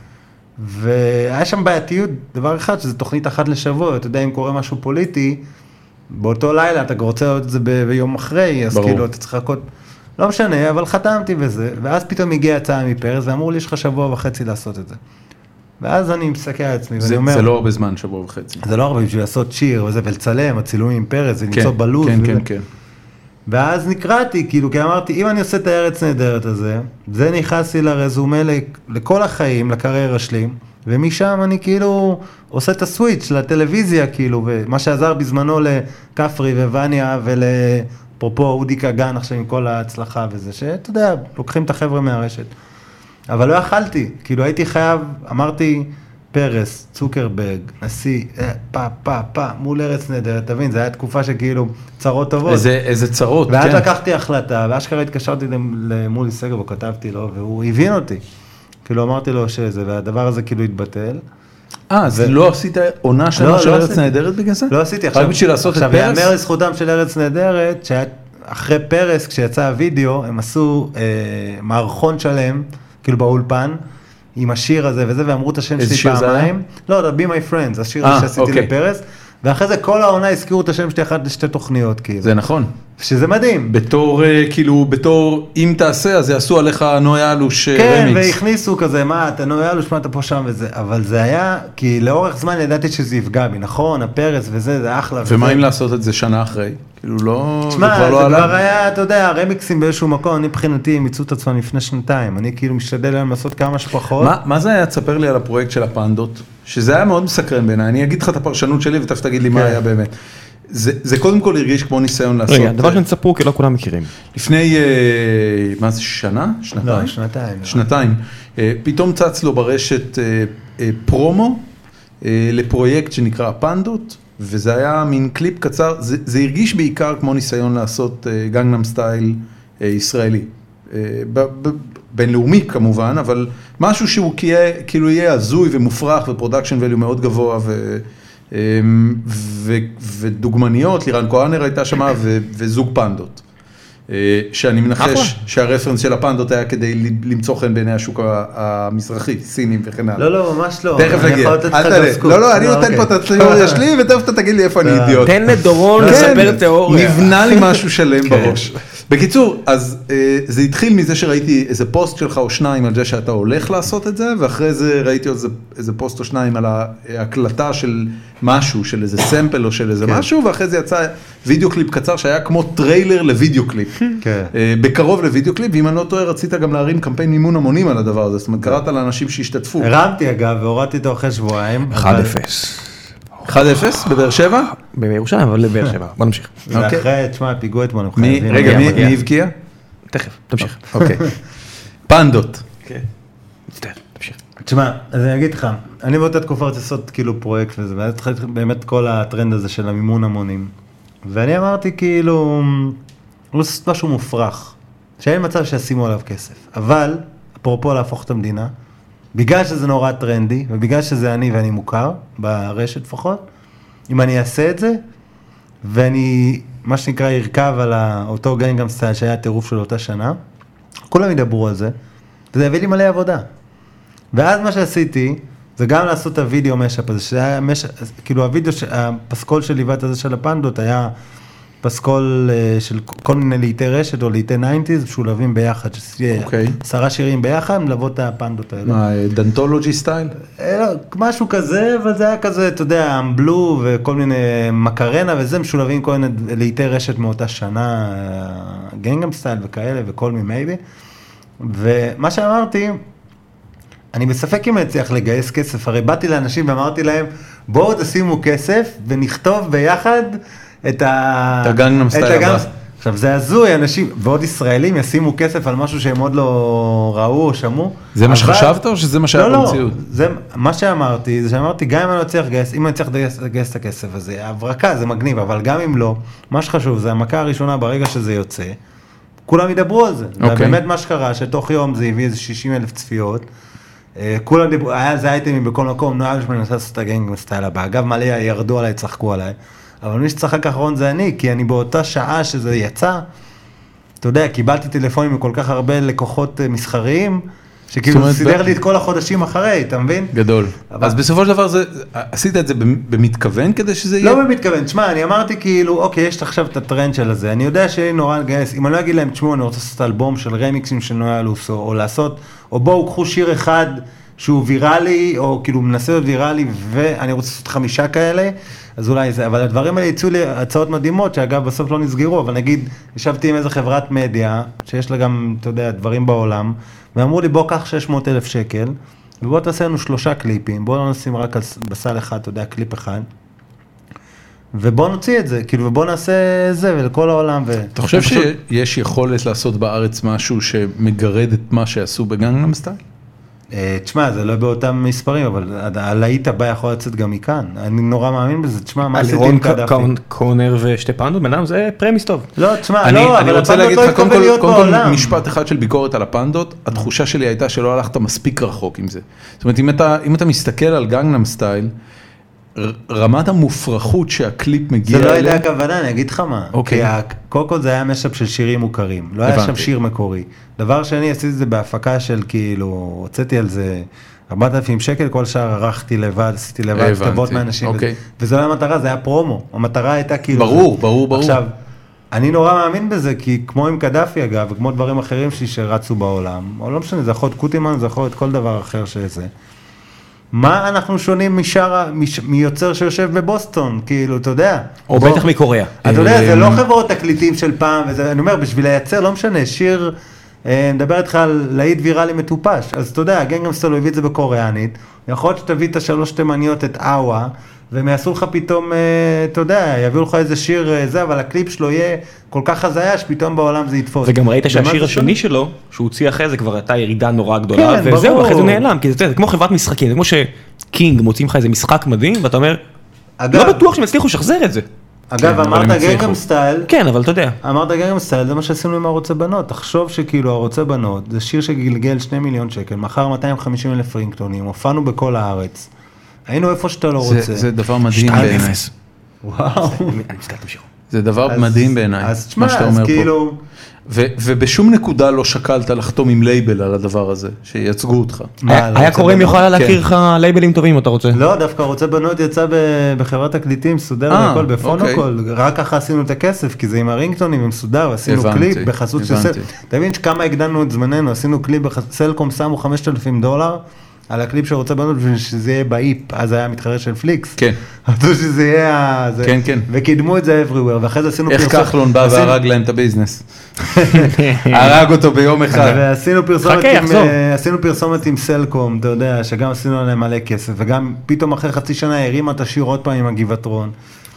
והיה שם בעייתיות, דבר אחד, שזה תוכנית אחת לשבוע, אתה יודע, אם קורה משהו פוליטי, באותו לילה אתה רוצה לראות את זה ב- ביום אחרי, אז ברור. כאילו אתה צריך לחכות, לא משנה, אבל חתמתי בזה, ואז פתאום הגיעה הצעה מפרס, ואמרו לי, יש לך שבוע וחצי לעשות את זה. ואז אני מסתכל על עצמי, ואני זה, אומר, זה לא הרבה זמן, שבוע וחצי. זה לא הרבה בשביל לעשות שיר וזה, ולצלם, הצילומים עם פרס, ולמצוא כן, בלוז. כן, וזה. כן, כן. ואז נקראתי, כאילו, כי אמרתי, אם אני עושה את הארץ נהדרת הזה, זה נכנס לי לרזומה לכל החיים, לקריירה שלי, ומשם אני כאילו עושה את הסוויץ' לטלוויזיה, כאילו, ומה שעזר בזמנו לכפרי ווניה אפרופו אודי כגן עכשיו עם כל ההצלחה וזה, שאתה יודע, לוקחים את החבר'ה מהרשת. אבל לא יכלתי, כאילו הייתי חייב, אמרתי, פרס, צוקרברג, נשיא, פה, פה, פה, מול ארץ נהדרת, תבין, זו הייתה תקופה שכאילו צרות טובות. איזה, איזה צרות, ואז כן. לקחתי החלטה, ואשכרה התקשרתי למולי סגב, וכתבתי לו, והוא הבין אותי. כאילו אמרתי לו שזה, והדבר הזה כאילו התבטל. אה, אז לא עשית עונה שלמה של ארץ נהדרת בגלל זה? לא עשיתי, רק בשביל לעשות את פרס? עכשיו, יאמר לזכותם של ארץ נהדרת, שאחרי פרס, כשיצא הווידאו, הם עשו מערכון שלם, כאילו באולפן, עם השיר הזה וזה, ואמרו את השם שלי פעמיים. לא, Be My Friends, השיר הזה שעשיתי לפרס, ואחרי זה כל העונה הזכירו את השם שלי אחת לשתי תוכניות, כאילו. זה נכון. שזה מדהים. בתור, כאילו, בתור, אם תעשה, אז יעשו עליך נוי אלוש רמיקס. כן, והכניסו כזה, מה, אתה נוי אלוש, מה אתה פה שם וזה, אבל זה היה, כי לאורך זמן ידעתי שזה יפגע בי, נכון, הפרס וזה, זה אחלה. ומה אם לעשות את זה שנה אחרי? כאילו, לא, זה כבר לא עלה. זה כבר היה, אתה יודע, הרמיקסים באיזשהו מקום, אני מבחינתי, הם יצאו את עצמם לפני שנתיים, אני כאילו משתדל להם לעשות כמה שפחות. מה זה היה? תספר לי על הפרויקט של הפנדות, שזה היה מאוד מסקרן בעיניי, אני אגיד לך את הפרשנות שלי ותכף תגיד לי מה היה באמת. זה, זה קודם כל הרגיש כמו ניסיון לעשות. רגע, דבר שנספרו כי לא כולם מכירים. לפני, מה זה, שנה? שנתיים? לא, שנתיים. שנתיים. פתאום צץ לו ברשת פרומו לפרויקט שנקרא פנדות, וזה היה מין קליפ קצר, זה, זה הרגיש בעיקר כמו ניסיון לעשות גנגנם סטייל ישראלי. בינלאומי כמובן, אבל משהו שהוא כאילו יהיה הזוי ומופרח ופרודקשן ואליו מאוד גבוה ו... ודוגמניות, לירן כהנר הייתה שמה, וזוג פנדות. שאני מנחש שהרפרנס של הפנדות היה כדי למצוא חן בעיני השוק המזרחי, סינים וכן הלאה. לא, לא, ממש לא. תכף נגיע. לא, לא, אני נותן פה את התיאוריה שלי, ותכף אתה תגיד לי איפה אני אידיוט. תן לדורון לספר תיאוריה. נבנה לי משהו שלם בראש. בקיצור, אז זה התחיל מזה שראיתי איזה פוסט שלך או שניים על זה שאתה הולך לעשות את זה, ואחרי זה ראיתי איזה פוסט או שניים על ההקלטה של משהו, של איזה סמפל או של איזה משהו, ואחרי זה יצא וידאו קליפ קצר שהיה כמו טריילר לוידאו קליפ. בקרוב לוידאו קליפ, ואם אני לא טועה, רצית גם להרים קמפיין מימון המונים על הדבר הזה, זאת אומרת, קראת לאנשים שהשתתפו. הרמתי אגב, והורדתי אותו אחרי שבועיים. אחד אפס. אחד אפס בבאר שבע? בירושלים, אבל לבאר שבע. בוא נמשיך. זה אחרי, תשמע, פיגוע אתמול. רגע, מי הבקיע? תכף, תמשיך. אוקיי. פנדות. כן. מצטער, תמשיך. תשמע, אז אני אגיד לך, אני באותה תקופה רוצה לעשות כאילו פרויקט וזה, ואז התחלתי באמת כל הטרנד הזה של המימון המונים. ואני אמרתי כאילו, לא לעשות משהו מופרך, שאין מצב שישימו עליו כסף. אבל, אפרופו להפוך את המדינה, בגלל שזה נורא טרנדי, ובגלל שזה אני ואני מוכר, ברשת לפחות, אם אני אעשה את זה, ואני, מה שנקרא, ירכב על אותו גנגנם סטייל שהיה הטירוף של אותה שנה, כולם ידברו על זה, זה הביא לי מלא עבודה. ואז מה שעשיתי, זה גם לעשות את הוידאו משאפ הזה, שהיה משאפ, כאילו הוידאו, הפסקול של ליבת הזה של הפנדות, היה פסקול של כל מיני לעיתי רשת או לעיתי ניינטיז, משולבים ביחד, שיהיה עשרה שירים ביחד, מלוות את הפנדות האלה. מה, דנטולוגי סטייל? משהו כזה, אבל זה היה כזה, אתה יודע, אמבלו וכל מיני מקרנה וזה, משולבים כל מיני לעיתי רשת מאותה שנה, גנגנם סטייל וכאלה, וכל ממייבי. ומה שאמרתי, אני בספק אם אצליח לגייס כסף, הרי באתי לאנשים ואמרתי להם, בואו תשימו כסף ונכתוב ביחד את הגנגנם סטייל הבא. עכשיו זה הזוי, אנשים, ועוד ישראלים ישימו כסף על משהו שהם עוד לא ראו או שמעו. זה מה שחשבת או שזה מה שהיה במציאות? לא, לא, מה שאמרתי, זה שאמרתי, גם אם אני לא צריך לגייס, אם אני צריך לגייס את הכסף הזה, הברקה זה מגניב, אבל גם אם לא, מה שחשוב זה המכה הראשונה ברגע שזה יוצא, כולם ידברו על זה. ובאמת מה שקרה, שתוך יום זה הביא איזה שישים אלף צפיות, כולם דיברו, היה איזה אייטמים בכל מקום, נועל שאני מנסה לעשות את הגנגנם סטייל הבא, אגב מלא ירדו עליי, צחקו עליי, אבל מי שצחק אחרון זה אני, כי אני באותה שעה שזה יצא, אתה יודע, קיבלתי טלפונים מכל כך הרבה לקוחות מסחריים, שכאילו סידר לי את כל החודשים אחרי, אתה מבין? גדול. אז בסופו של דבר זה, עשית את זה במתכוון כדי שזה יהיה? לא במתכוון, תשמע, אני אמרתי כאילו, אוקיי, יש עכשיו את הטרנד של הזה, אני יודע שיהיה נורא לגייס, אם אני לא אגיד להם, תשמעו, אני רוצה לעשות אלבום של רמיקסים של נוי אלוש, או לעשות, או בואו, קחו שיר אחד שהוא ויראלי, או כאילו מנסה להיות ויראלי, ואני רוצה לעשות חמישה כאלה, אז אולי זה, אבל הדברים האלה יצאו לי הצעות מדהימות, שאגב בסוף לא נסגרו, אבל נגיד, ישבתי עם איזה חברת מדיה, שיש לה גם, אתה יודע, דברים בעולם, ואמרו לי, בוא קח שש מאות אלף שקל, ובוא תעשה לנו שלושה קליפים, בוא לא נשים רק על בסל אחד, אתה יודע, קליפ אחד, ובוא נוציא את זה, כאילו, ובוא נעשה זה, ולכל העולם, ו... אתה חושב שיש יכולת לעשות בארץ משהו שמגרד את מה שעשו בגנגנאם סטייל? תשמע, זה לא באותם מספרים, אבל הלהיט הבא יכול לצאת גם מכאן. אני נורא מאמין בזה, תשמע, מה עשיתי עם קדאפי? קורנר ושתי פאונדות, בינם זה פרמיס טוב. לא, תשמע, לא, אבל הפאונדות לא התקבל להיות בעולם. קודם כל, משפט אחד של ביקורת על הפאונדות, התחושה שלי הייתה שלא הלכת מספיק רחוק עם זה. זאת אומרת, אם אתה מסתכל על גנגנאם סטייל, רמת המופרכות שהקליפ מגיע אליה... זה לא אליה... הייתה הכוונה, אני אגיד לך מה. אוקיי. כי קודם כל זה היה משאפ של שירים מוכרים. לא היה שם שיר מקורי. דבר שני, עשיתי את זה בהפקה של כאילו, הוצאתי על זה ארבעת אלפים שקל, כל שער ערכתי לבד, עשיתי לבד, כתבות מאנשים. אוקיי. וזה לא היה המטרה, זה היה פרומו. המטרה הייתה כאילו... ברור, ברור, ברור. עכשיו, אני נורא מאמין בזה, כי כמו עם קדאפי אגב, וכמו דברים אחרים שלי שרצו בעולם, או לא משנה, זה יכול להיות קוטימן, זה יכול להיות כל דבר אחר שזה. מה אנחנו שונים משאר, מיוצר שיושב בבוסטון, כאילו, אתה יודע. או בטח מקוריאה. אתה יודע, זה לא חברות תקליטים של פעם, וזה, אני אומר, בשביל לייצר, לא משנה, שיר, נדבר איתך על להיט ויראלי מטופש, אז אתה יודע, גנגנאם סטייל הוא הביא את זה בקוריאנית, יכול להיות שתביא את השלוש תימניות, את אאווה, והם יעשו לך פתאום, אתה יודע, יביאו לך איזה שיר זה, אבל הקליפ שלו יהיה כל כך הזיה, שפתאום בעולם זה יתפוס. וגם ראית שהשיר השני שלו, שהוא הוציא אחרי זה, כבר הייתה ירידה נורא גדולה, וזהו, אחרי זה הוא נעלם, כי זה כמו חברת משחקים, זה כמו שקינג מוצאים לך איזה משחק מדהים, ואתה אומר, לא בטוח שהם הצליחו לשחזר את זה. אגב, אמרת גנגנאם סטייל, כן, אבל אתה יודע. אמרת גנגנאם סטייל, זה מה שעשינו עם ערוצי בנות, תחשוב שכאילו ערוצי בנות, זה שיר שגלגל שני מיליון שקל, מחר מאתיים וחמישים אלף רינגטונים, הופענו בכל הארץ. היינו איפה שאתה לא רוצה. זה דבר מדהים בעיניי. וואו. זה דבר מדהים בעיניי. אז תשמע, אז כאילו... ובשום נקודה לא שקלת לחתום עם לייבל על הדבר הזה, שייצגו אותך. היה קורא אם יכולה להכיר לך לייבלים טובים, אתה רוצה? לא, דווקא רוצה בנות יצא בחברת תקליטים, סודר והכל, בפונוקול. רק ככה עשינו את הכסף, כי זה עם הרינגטונים, עם סודר, עשינו קליפ בחסות של סל. תבין שכמה הגדלנו את זמננו, עשינו קליפ בחסות, סלקום שמו חמשת אלפים דולר, על הקליפ שרוצה בנות, שזה יהיה באיפ, אז היה מתחרה של פליקס. כן. רצו שזה יהיה... כן, כן. וקידמו את זה everywhere, ואחרי זה עשינו פרסומת... איך כחלון בא והרג להם את הביזנס? הרג אותו ביום אחד. ועשינו פרסומת עם סלקום, אתה יודע, שגם עשינו עליהם מלא כסף, וגם פתאום אחרי חצי שנה הרימה את השיר עוד פעם עם הגבעתרון.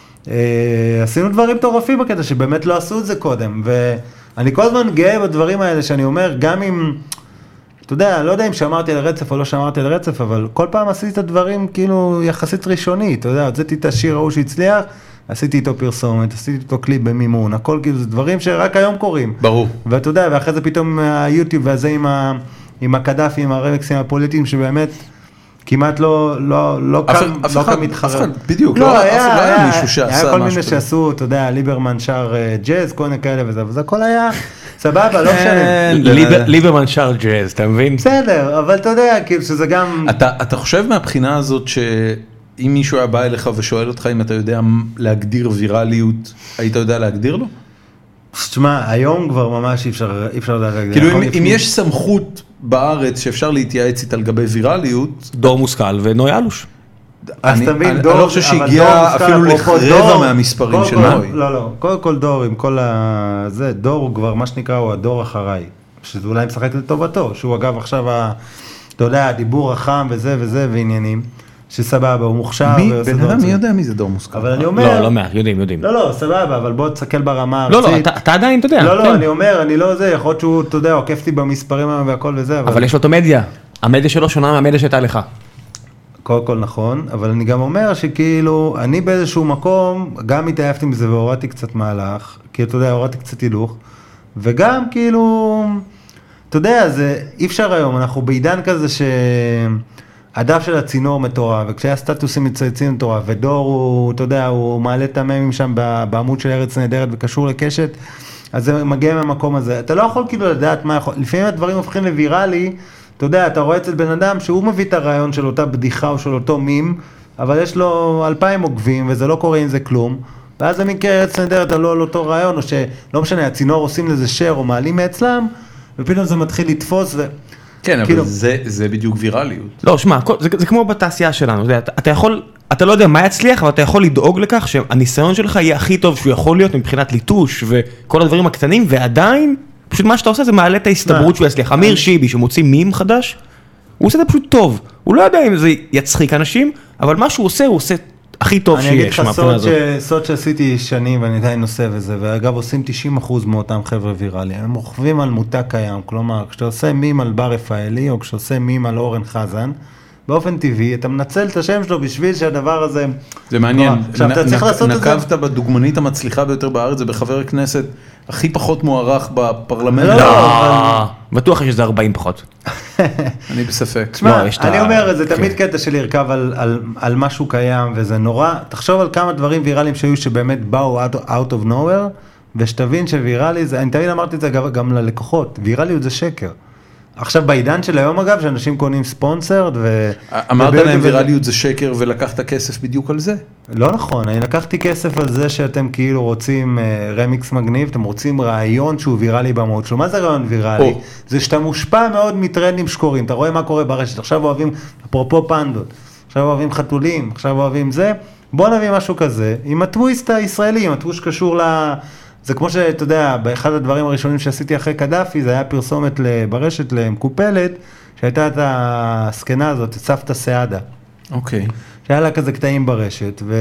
עשינו דברים טורפים בקטע, שבאמת לא עשו את זה קודם, ואני כל הזמן גאה בדברים האלה, שאני אומר, גם אם... אתה יודע, לא יודע אם שמרתי על רצף או לא שמרתי על רצף, אבל כל פעם עשיתי את הדברים כאילו יחסית ראשוני, אתה יודע, הוצאתי את השיר ההוא שהצליח, עשיתי איתו פרסומת, עשיתי איתו קליפ במימון, הכל כאילו זה דברים שרק היום קורים. ברור. ואתה יודע, ואחרי זה פתאום היוטיוב והזה עם, ה, עם הקדאפי, עם הרמקסים הפוליטיים, שבאמת כמעט לא, לא, לא קם, לא קם מתחרר. בדיוק, לא היה מישהו שעשה משהו. היה כל מיני שעשו, אתה יודע, ליברמן שר ג'אז, כל מיני כאלה וזה, וזה הכל היה... סבבה, לא משנה. ליברמן שר ג'אז, אתה מבין? בסדר, אבל אתה יודע, כאילו שזה גם... אתה חושב מהבחינה הזאת שאם מישהו היה בא אליך ושואל אותך אם אתה יודע להגדיר ויראליות, היית יודע להגדיר לו? תשמע, היום כבר ממש אי אפשר לדעת להגדיר. כאילו אם יש סמכות בארץ שאפשר להתייעץ איתה לגבי ויראליות... דור מושכל ונוי אלוש. אז תבין, דור... אני לא חושב שהגיע אפילו לרבע מהמספרים של נוי. לא, לא, קודם כל דור, עם כל ה... זה, דור הוא כבר, מה שנקרא, הוא הדור אחריי. שזה אולי משחק לטובתו, שהוא אגב עכשיו, אתה יודע, הדיבור החם וזה וזה ועניינים, שסבבה, הוא מוכשר. מי? בן אדם, מי יודע מי זה דור מושכל? אבל אני אומר... לא, לא מעט, יודעים, יודעים. לא, לא, סבבה, אבל בוא תסתכל ברמה הארצית. לא, לא, אתה עדיין, אתה יודע. לא, לא, אני אומר, אני לא זה, יכול להיות שהוא, אתה יודע, עוקף אותי במספרים והכל וזה, אבל יש לו את המדיה. המדיה שלו שונה מהמדיה שהייתה לך. קודם כל נכון, אבל אני גם אומר שכאילו, אני באיזשהו מקום, גם התעייפתי מזה והורדתי קצת מהלך, כי אתה יודע, הורדתי קצת הילוך, וגם כאילו, אתה יודע, זה אי אפשר היום, אנחנו בעידן כזה שהדף של הצינור מטורף, וכשהיה סטטוסים מצייצים מטורף, ודור הוא, אתה יודע, הוא מעלה את הממים שם בעמוד של ארץ נהדרת וקשור לקשת, אז זה מגיע מהמקום הזה. אתה לא יכול כאילו לדעת מה יכול, לפעמים הדברים הופכים לוויראלי, אתה יודע, אתה רואה אצל בן אדם שהוא מביא את הרעיון של אותה בדיחה או של אותו מים, אבל יש לו אלפיים עוקבים וזה לא קורה עם זה כלום, ואז זה מקרה ארץ נהדרת לא על אותו רעיון, או שלא משנה, הצינור עושים לזה share או מעלים מאצלם, ופתאום זה מתחיל לתפוס ו... כן, אבל זה, זה בדיוק ויראליות. לא, שמע, זה, זה כמו בתעשייה שלנו, אתה, אתה יכול, אתה לא יודע מה יצליח, אבל אתה יכול לדאוג לכך שהניסיון שלך יהיה הכי טוב שהוא יכול להיות מבחינת ליטוש וכל הדברים הקטנים, ועדיין, פשוט מה שאתה עושה זה מעלה את ההסתברות שהוא יצליח. אמיר שיבי שמוציא מים חדש, הוא עושה את זה פשוט טוב. הוא לא יודע אם זה יצחיק אנשים, אבל מה שהוא עושה, הוא עושה הכי טוב אני אגיד שיש לך מהבחינה הזאת. סוד שעשיתי שנים ואני עדיין נושא וזה, ואגב עושים תשעים אחוז מאותם חבר'ה ויראליים, הם רוכבים על מותג קיים, כלומר כשאתה עושה מים על בר רפאלי או כשאתה עושה מים על אורן חזן, באופן טבעי אתה מנצל את השם שלו בשביל שהדבר הזה... זה מעניין, עכשיו אתה צריך לעשות את זה... נקבת בדוגמנית המצליחה ביותר בארץ, זה בחבר הכנסת הכי פחות מוערך בפרלמנט. לא, בטוח יש איזה ארבעים פחות. אני בספק. תשמע, אני אומר, זה תמיד קטע של לרכב על משהו קיים, וזה נורא, תחשוב על כמה דברים ויראליים שהיו שבאמת באו out of nowhere, ושתבין שוויראלי, אני תמיד אמרתי את זה גם ללקוחות, ויראליות זה שקר. עכשיו בעידן של היום אגב, שאנשים קונים ספונסרד ו... אמרת להם ויראליות זה שקר ולקחת כסף בדיוק על זה? לא נכון, אני לקחתי כסף על זה שאתם כאילו רוצים רמיקס מגניב, אתם רוצים רעיון שהוא ויראלי במהות שלו. מה זה רעיון ויראלי? זה שאתה מושפע מאוד מטרנדים שקורים, אתה רואה מה קורה ברשת, עכשיו אוהבים, אפרופו פנדות, עכשיו אוהבים חתולים, עכשיו אוהבים זה, בוא נביא משהו כזה, עם הטוויסט הישראלי, עם הטוויסט שקשור ל... זה כמו שאתה יודע, באחד הדברים הראשונים שעשיתי אחרי קדאפי, זה היה פרסומת ברשת למקופלת, שהייתה את הסקנה הזאת, את סבתא סעדה. אוקיי. שהיה לה כזה קטעים ברשת, ו...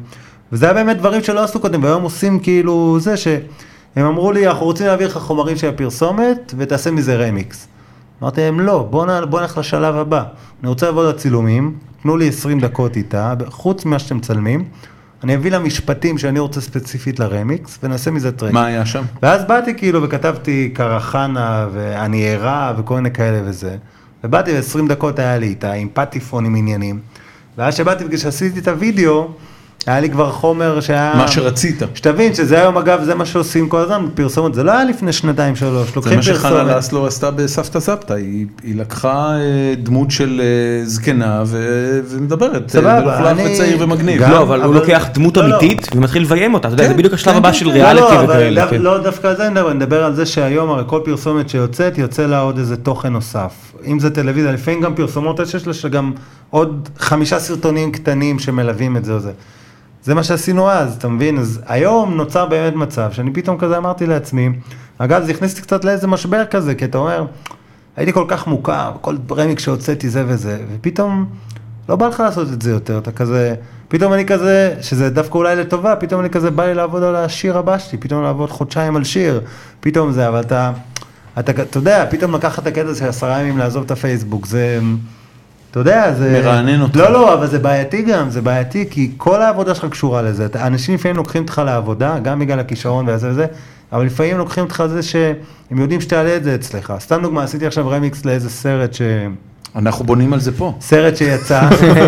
וזה היה באמת דברים שלא עשו קודם, והיום עושים כאילו זה שהם אמרו לי, אנחנו רוצים להעביר לך חומרים של הפרסומת, ותעשה מזה רמיקס. אמרתי להם, לא, בוא, נ... בוא נלך לשלב הבא. אני רוצה לעבוד על צילומים, תנו לי עשרים דקות איתה, חוץ ממה שאתם מצלמים, אני אביא לה משפטים שאני רוצה ספציפית לרמיקס, ונעשה מזה טרק. מה היה שם? ואז באתי כאילו וכתבתי קרחנה, ואני ערה וכל מיני כאלה וזה. ובאתי ו-עשרים דקות היה לי איתה, עם פטיפון, עם עניינים. ואז שבאתי וכשעשיתי את הוידאו, היה לי כבר חומר שהיה... מה שרצית. שתבין שזה היום אגב, זה מה שעושים כל הזמן, פרסומת, זה לא היה לפני שנתיים שלוש, זה מה שחנה לאסלו עשתה בסבתא סבתא, היא, היא לקחה דמות של זקנה ו... ומדברת, ולוחלף וצעיר ומגניב. לא, אבל הוא לוקח דמות אמיתית ומתחיל לביים אותה, אתה יודע, זה בדיוק השלב הבא של ריאליטי וכאלה. לא, דווקא על זה אני מדבר על זה שהיום הרי כל פרסומת שיוצאת, יוצא לה עוד איזה תוכן נוסף. אם זה טלוויזיה, לפעמים גם פרסומות שיש לה שגם עוד חמישה סרטונים קטנים שמלווים את זה או זה. זה מה שעשינו אז, אתה מבין? אז היום נוצר באמת מצב, שאני פתאום כזה אמרתי לעצמי, אגב, זה הכניסתי קצת לאיזה משבר כזה, כי אתה אומר, הייתי כל כך מוכר, כל רמיק שהוצאתי זה וזה, ופתאום לא בא לך לעשות את זה יותר, אתה כזה, פתאום אני כזה, שזה דווקא אולי לטובה, פתאום אני כזה בא לי לעבוד על השיר הבא שלי, פתאום לעבוד חודשיים על שיר, פתאום זה, אבל אתה, אתה, אתה יודע, פתאום לקחת את הקטע של עשרה ימים לעזוב את הפייסבוק, זה... אתה יודע, זה... מרענן אותך. לא, לא, אבל זה בעייתי גם, זה בעייתי, כי כל העבודה שלך קשורה לזה. אנשים לפעמים לוקחים אותך לעבודה, גם בגלל הכישרון וזה וזה, אבל לפעמים לוקחים אותך לזה שהם יודעים שתעלה את זה אצלך. סתם דוגמה, עשיתי עכשיו רמיקס לאיזה סרט ש... אנחנו בונים על זה פה. סרט שיצא.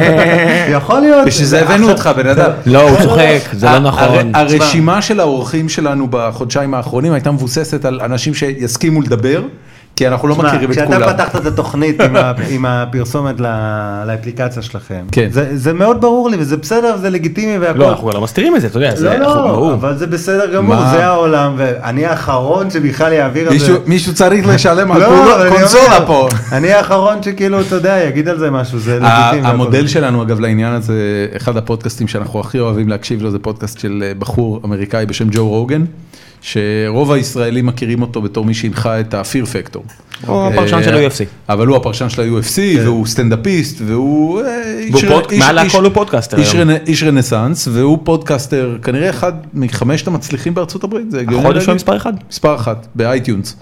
יכול להיות. ושזה הבאנו אותך, בן אדם. לא, הוא צוחק, זה לא נכון. הרשימה של האורחים שלנו בחודשיים האחרונים הייתה מבוססת על אנשים שיסכימו לדבר, כי אנחנו לא מכירים את כולם. כשאתה פתחת את התוכנית עם הפרסומת לאפליקציה שלכם, כן. זה מאוד ברור לי, וזה בסדר, זה לגיטימי והכל. לא, אנחנו לא מסתירים את זה, אתה יודע, זה ברור. אבל זה בסדר גמור, זה העולם, ואני האחרון שבכלל יעביר על זה. מישהו צריך לשלם על קונסולה פה. אני האחרון שכאילו, אתה יודע, יגיד על זה משהו, זה לגיטימי. המודל שלנו, אגב, לעניין הזה, אחד הפודקאסטים שאנחנו הכי אוהבים להקשיב לו, זה פודקאסט של בחור אמריקאי בשם ג'ו רוגן, שרוב הישראלים מכירים אותו בתור מי שהנחה את ה-Fear Factor. הוא הפרשן של ה-יו אף סי. אבל הוא הפרשן של ה-יו אף סי, והוא סטנדאפיסט, והוא... מעל הכל הוא פודקאסטר. איש רנסנס, והוא פודקאסטר, כנראה אחד מחמשת המצליחים בארצות הברית. החודש הוא מספר אחד. מספר אחת, באייטיונס.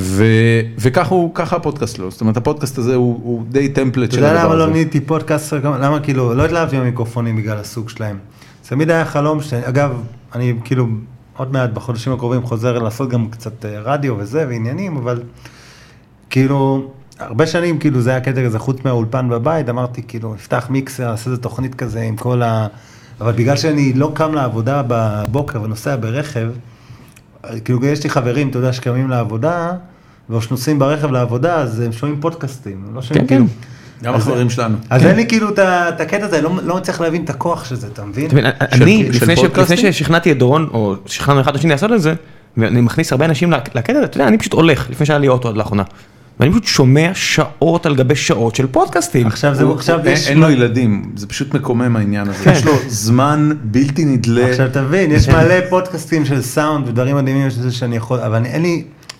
וככה הפודקאסט לו. זאת אומרת, הפודקאסט הזה הוא די טמפלט של הדבר הזה. אתה יודע למה לא נהייתי פודקאסטר? למה כאילו, לא התלהבתי במיקרופונים בגלל הסוג שלהם. תמיד היה חלום, אגב, אני כאילו... עוד מעט בחודשים הקרובים חוזר לעשות גם קצת רדיו וזה ועניינים, אבל כאילו, הרבה שנים כאילו זה היה קטע כזה חוץ מהאולפן בבית, אמרתי כאילו, אפתח מיקסר, עשה איזה תוכנית כזה עם כל ה... אבל בגלל שאני לא קם לעבודה בבוקר ונוסע ברכב, כאילו יש לי חברים, אתה יודע, שקמים לעבודה, ונוסעים ברכב לעבודה, אז הם שומעים פודקאסטים, לא שומעים כאילו... גם החברים שלנו. אז אין לי כאילו את הקטע הזה, לא מצליח להבין את הכוח של זה, אתה מבין? אני, לפני ששכנעתי את דורון, או שכנענו אחד השני לעשות את זה, ואני מכניס הרבה אנשים לקטע הזה, אתה יודע, אני פשוט הולך, לפני שהיה לי אוטו עד לאחרונה, ואני פשוט שומע שעות על גבי שעות של פודקאסטים. עכשיו זה, עכשיו יש... אין לו ילדים, זה פשוט מקומם העניין הזה. יש לו זמן בלתי נדלה. עכשיו תבין, יש מלא פודקאסטים של סאונד ודברים מדהימים שזה שאני יכול, אבל אין לי...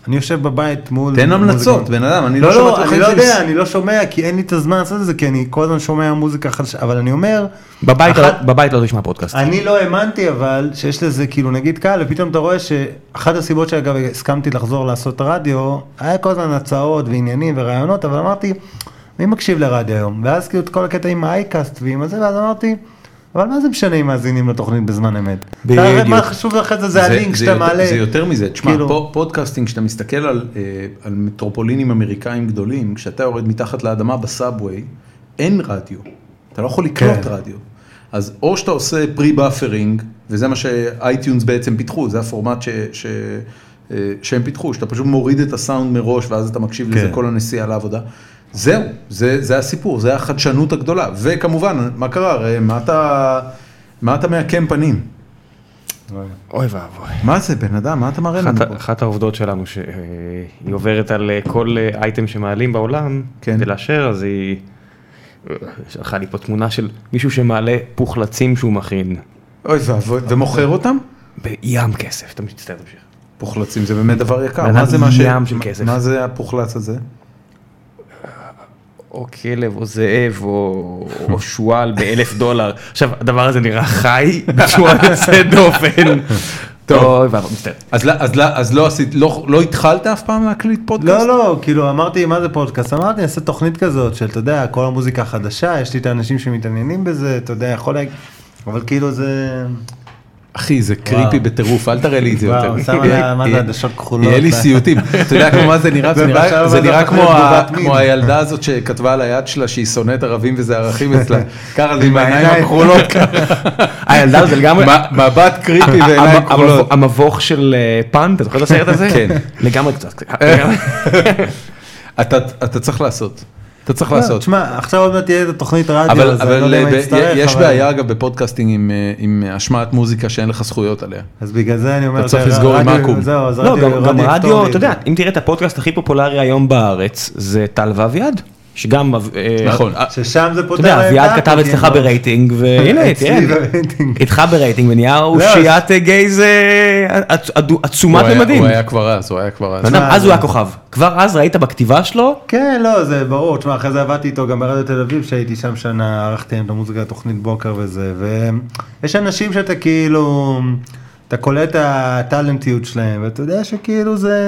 אני יושב בבית מול... תן המלצות, בן אדם, אני לא לא, שומע לא, תוכן אני לא של- יודע, אני לא שומע, כי אין לי את הזמן לעשות את זה, כי אני כל הזמן שומע מוזיקה חדשה, אבל אני אומר, בבית אחת- בבית לא תשמע פודקאסט. אני לא האמנתי אבל שיש לזה כאילו נגיד קהל, ופתאום אתה רואה שאחת הסיבות שאגב הסכמתי לחזור לעשות רדיו, היה כל הזמן הצעות ועניינים ורעיונות, אבל אמרתי, מי מקשיב לרדיו היום? ואז כאילו את כל הקטע עם האייקאסט ועם הזה, ואז אמרתי, אבל מה זה משנה אם מאזינים לתוכנית בזמן אמת? בדיוק. מה חשוב אחרי זה, זה הלינק שאתה יותר- מעלה. זה יותר מזה, תשמע, כאילו- פה- פודקאסטינג, כשאתה מסתכל על, אה, על מטרופולינים אמריקאים גדולים, כשאתה יורד מתחת לאדמה בסאבווי, אין רדיו, אתה לא יכול לקלוט כן. רדיו. אז או שאתה עושה פרי-באפרינג, וזה מה שאייטיונס בעצם פיתחו, זה הפורמט ש, ש, אה, שהם פיתחו, שאתה פשוט מוריד את הסאונד מראש, ואז אתה מקשיב לזה כן. כל הנסיעה לעבודה. זהו, זה, זה הסיפור, זה החדשנות הגדולה. וכמובן, מה קרה? הרי מה אתה, מה אתה מעקם פנים? אוי ואבוי. מה זה, בן אדם? מה אתה מראה לנו אחת- פה? אחת העובדות שלנו שהיא עוברת על אה, כל אה, אייטם שמעלים בעולם, כן. כדי לאשר, אז היא שלחה לי פה תמונה של מישהו שמעלה פוחלצים שהוא מכין, אוי ואבוי, ומוכר אותם? בים כסף, אתה מצטער תמשיך. פוחלצים, זה באמת דבר יקר. בן מה אדם זה מה ש... ים של כסף. מה זה הפוחלץ הזה? או כלב, או זאב, או או שועל באלף דולר. עכשיו, הדבר הזה נראה חי, בצורה יוצא דופן. טוב. אוי ואבוי, מצטער. אז לא- אז לא- אז לא עשית, לא לא התחלת אף פעם להקליט פודקאסט? לא, לא, כאילו אמרתי, מה זה פודקאסט? אמרתי, אני אעשה תוכנית כזאת של, אתה יודע, כל המוזיקה החדשה, יש לי את האנשים שמתעניינים בזה, אתה יודע, יכול להגיד, אבל כאילו זה... אחי, זה קריפי בטירוף, אל תראה לי את זה יותר. וואו, שם עליה, מה זה, עדשות כחולות. יהיה לי סיוטים. אתה יודע כמו מה זה נראה? זה זה נראה- עכשיו זה מה נראה זה כמו אחרי ה- תגובת מין. כמו הילדה הזאת שכתבה על היד שלה שהיא שונאת ערבים וזה ערכים אצלה. ככה זה עם העיניים העיניים. הכחולות. הילדה זה לגמרי... מ- מבט קריפי ועיניים המ- כחולות. המבוך של אה, פן, אתה זוכר את הסרט הזה? כן. לגמרי קצת. אתה אתה צריך לעשות. אתה צריך לא, לעשות. תשמע, עכשיו עוד מעט תהיה את התוכנית רדיו, אבל, אז אבל אני לא יודע אם ב- אני אצטרך, יש אבל- בעיה אגב בפודקאסטינג עם, אה, עם השמעת מוזיקה שאין לך זכויות עליה. אז בגלל זה אני אומר, אתה צריך זה לסגור עם רדיו- אקו"ם. זהו, אז לא, רדיו- גם- גם יפתור רדיו, לי אתה את זה. יודע, אם תראה את הפודקאסט הכי פופולרי היום בארץ, זה טל ואביעד, שגם... אה, נכון. ששם זה אתה פותר יודע, להם אביעד את כתב העקו"ם, אצלך כן, ברייטינג, והנה, אצלי תראה, ברייטינג. איתך ברייטינג, ונהיה אז- אושיית גייז אה, עצ- עצ- עצומת הוא היה- ממדים. הוא היה כבר אז, הוא היה כבר אז. אתה יודע, תשמע, אז זה- הוא היה כוכב. כבר אז ראית בכתיבה שלו, כן, לא, זה ברור, תשמע, אחרי זה עבדתי איתו גם ברדיו תל אביב, שהייתי שם שנה, ערכתי להם את המוזיקה, תוכנית בוקר וזה, ויש אנשים שאתה כאילו, אתה קולט את הטלנטיות שלהם, ואתה יודע שכאילו זה,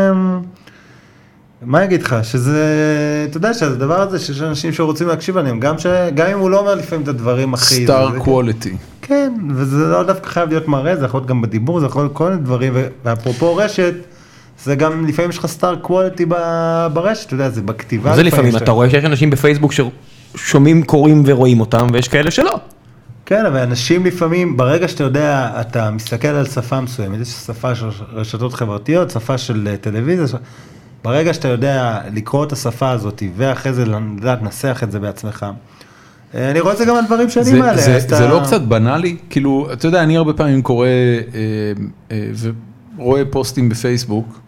מה אני אגיד לך, שזה, אתה יודע שהדבר הזה, שיש אנשים שרוצים להקשיב עליהם, גם, ש... גם אם הוא לא אומר לפעמים את הדברים הכי... סטאר זה- קואליטי. כן, וזה לא דווקא חייב להיות מראה, זה יכול להיות גם בדיבור, זה יכול להיות כל מיני דברים, ו- ואפרופו רשת, זה גם לפעמים יש לך סטאר קואליטי ב- ברשת, אתה יודע, זה בכתיבה. זה לפעמים, אתה רואה שיש אנשים בפייסבוק ששומעים, קוראים ורואים אותם, ויש כאלה שלא. כן, אבל אנשים לפעמים, ברגע שאתה יודע, אתה מסתכל על שפה מסוימת, יש שפה של רשתות חברתיות, שפה של אה, טלוויזיה, ש- ברגע שאתה יודע לקרוא את השפה הזאת, ואחרי זה לדעת, נסח את זה בעצמך, אה, אני רואה את זה גם על דברים שאני זה, מעלה. זה, אז זה אתה- לא קצת בנאלי? כאילו, אתה יודע, אני הרבה פעמים קורא אה, אה, ורואה פוסטים בפייסבוק,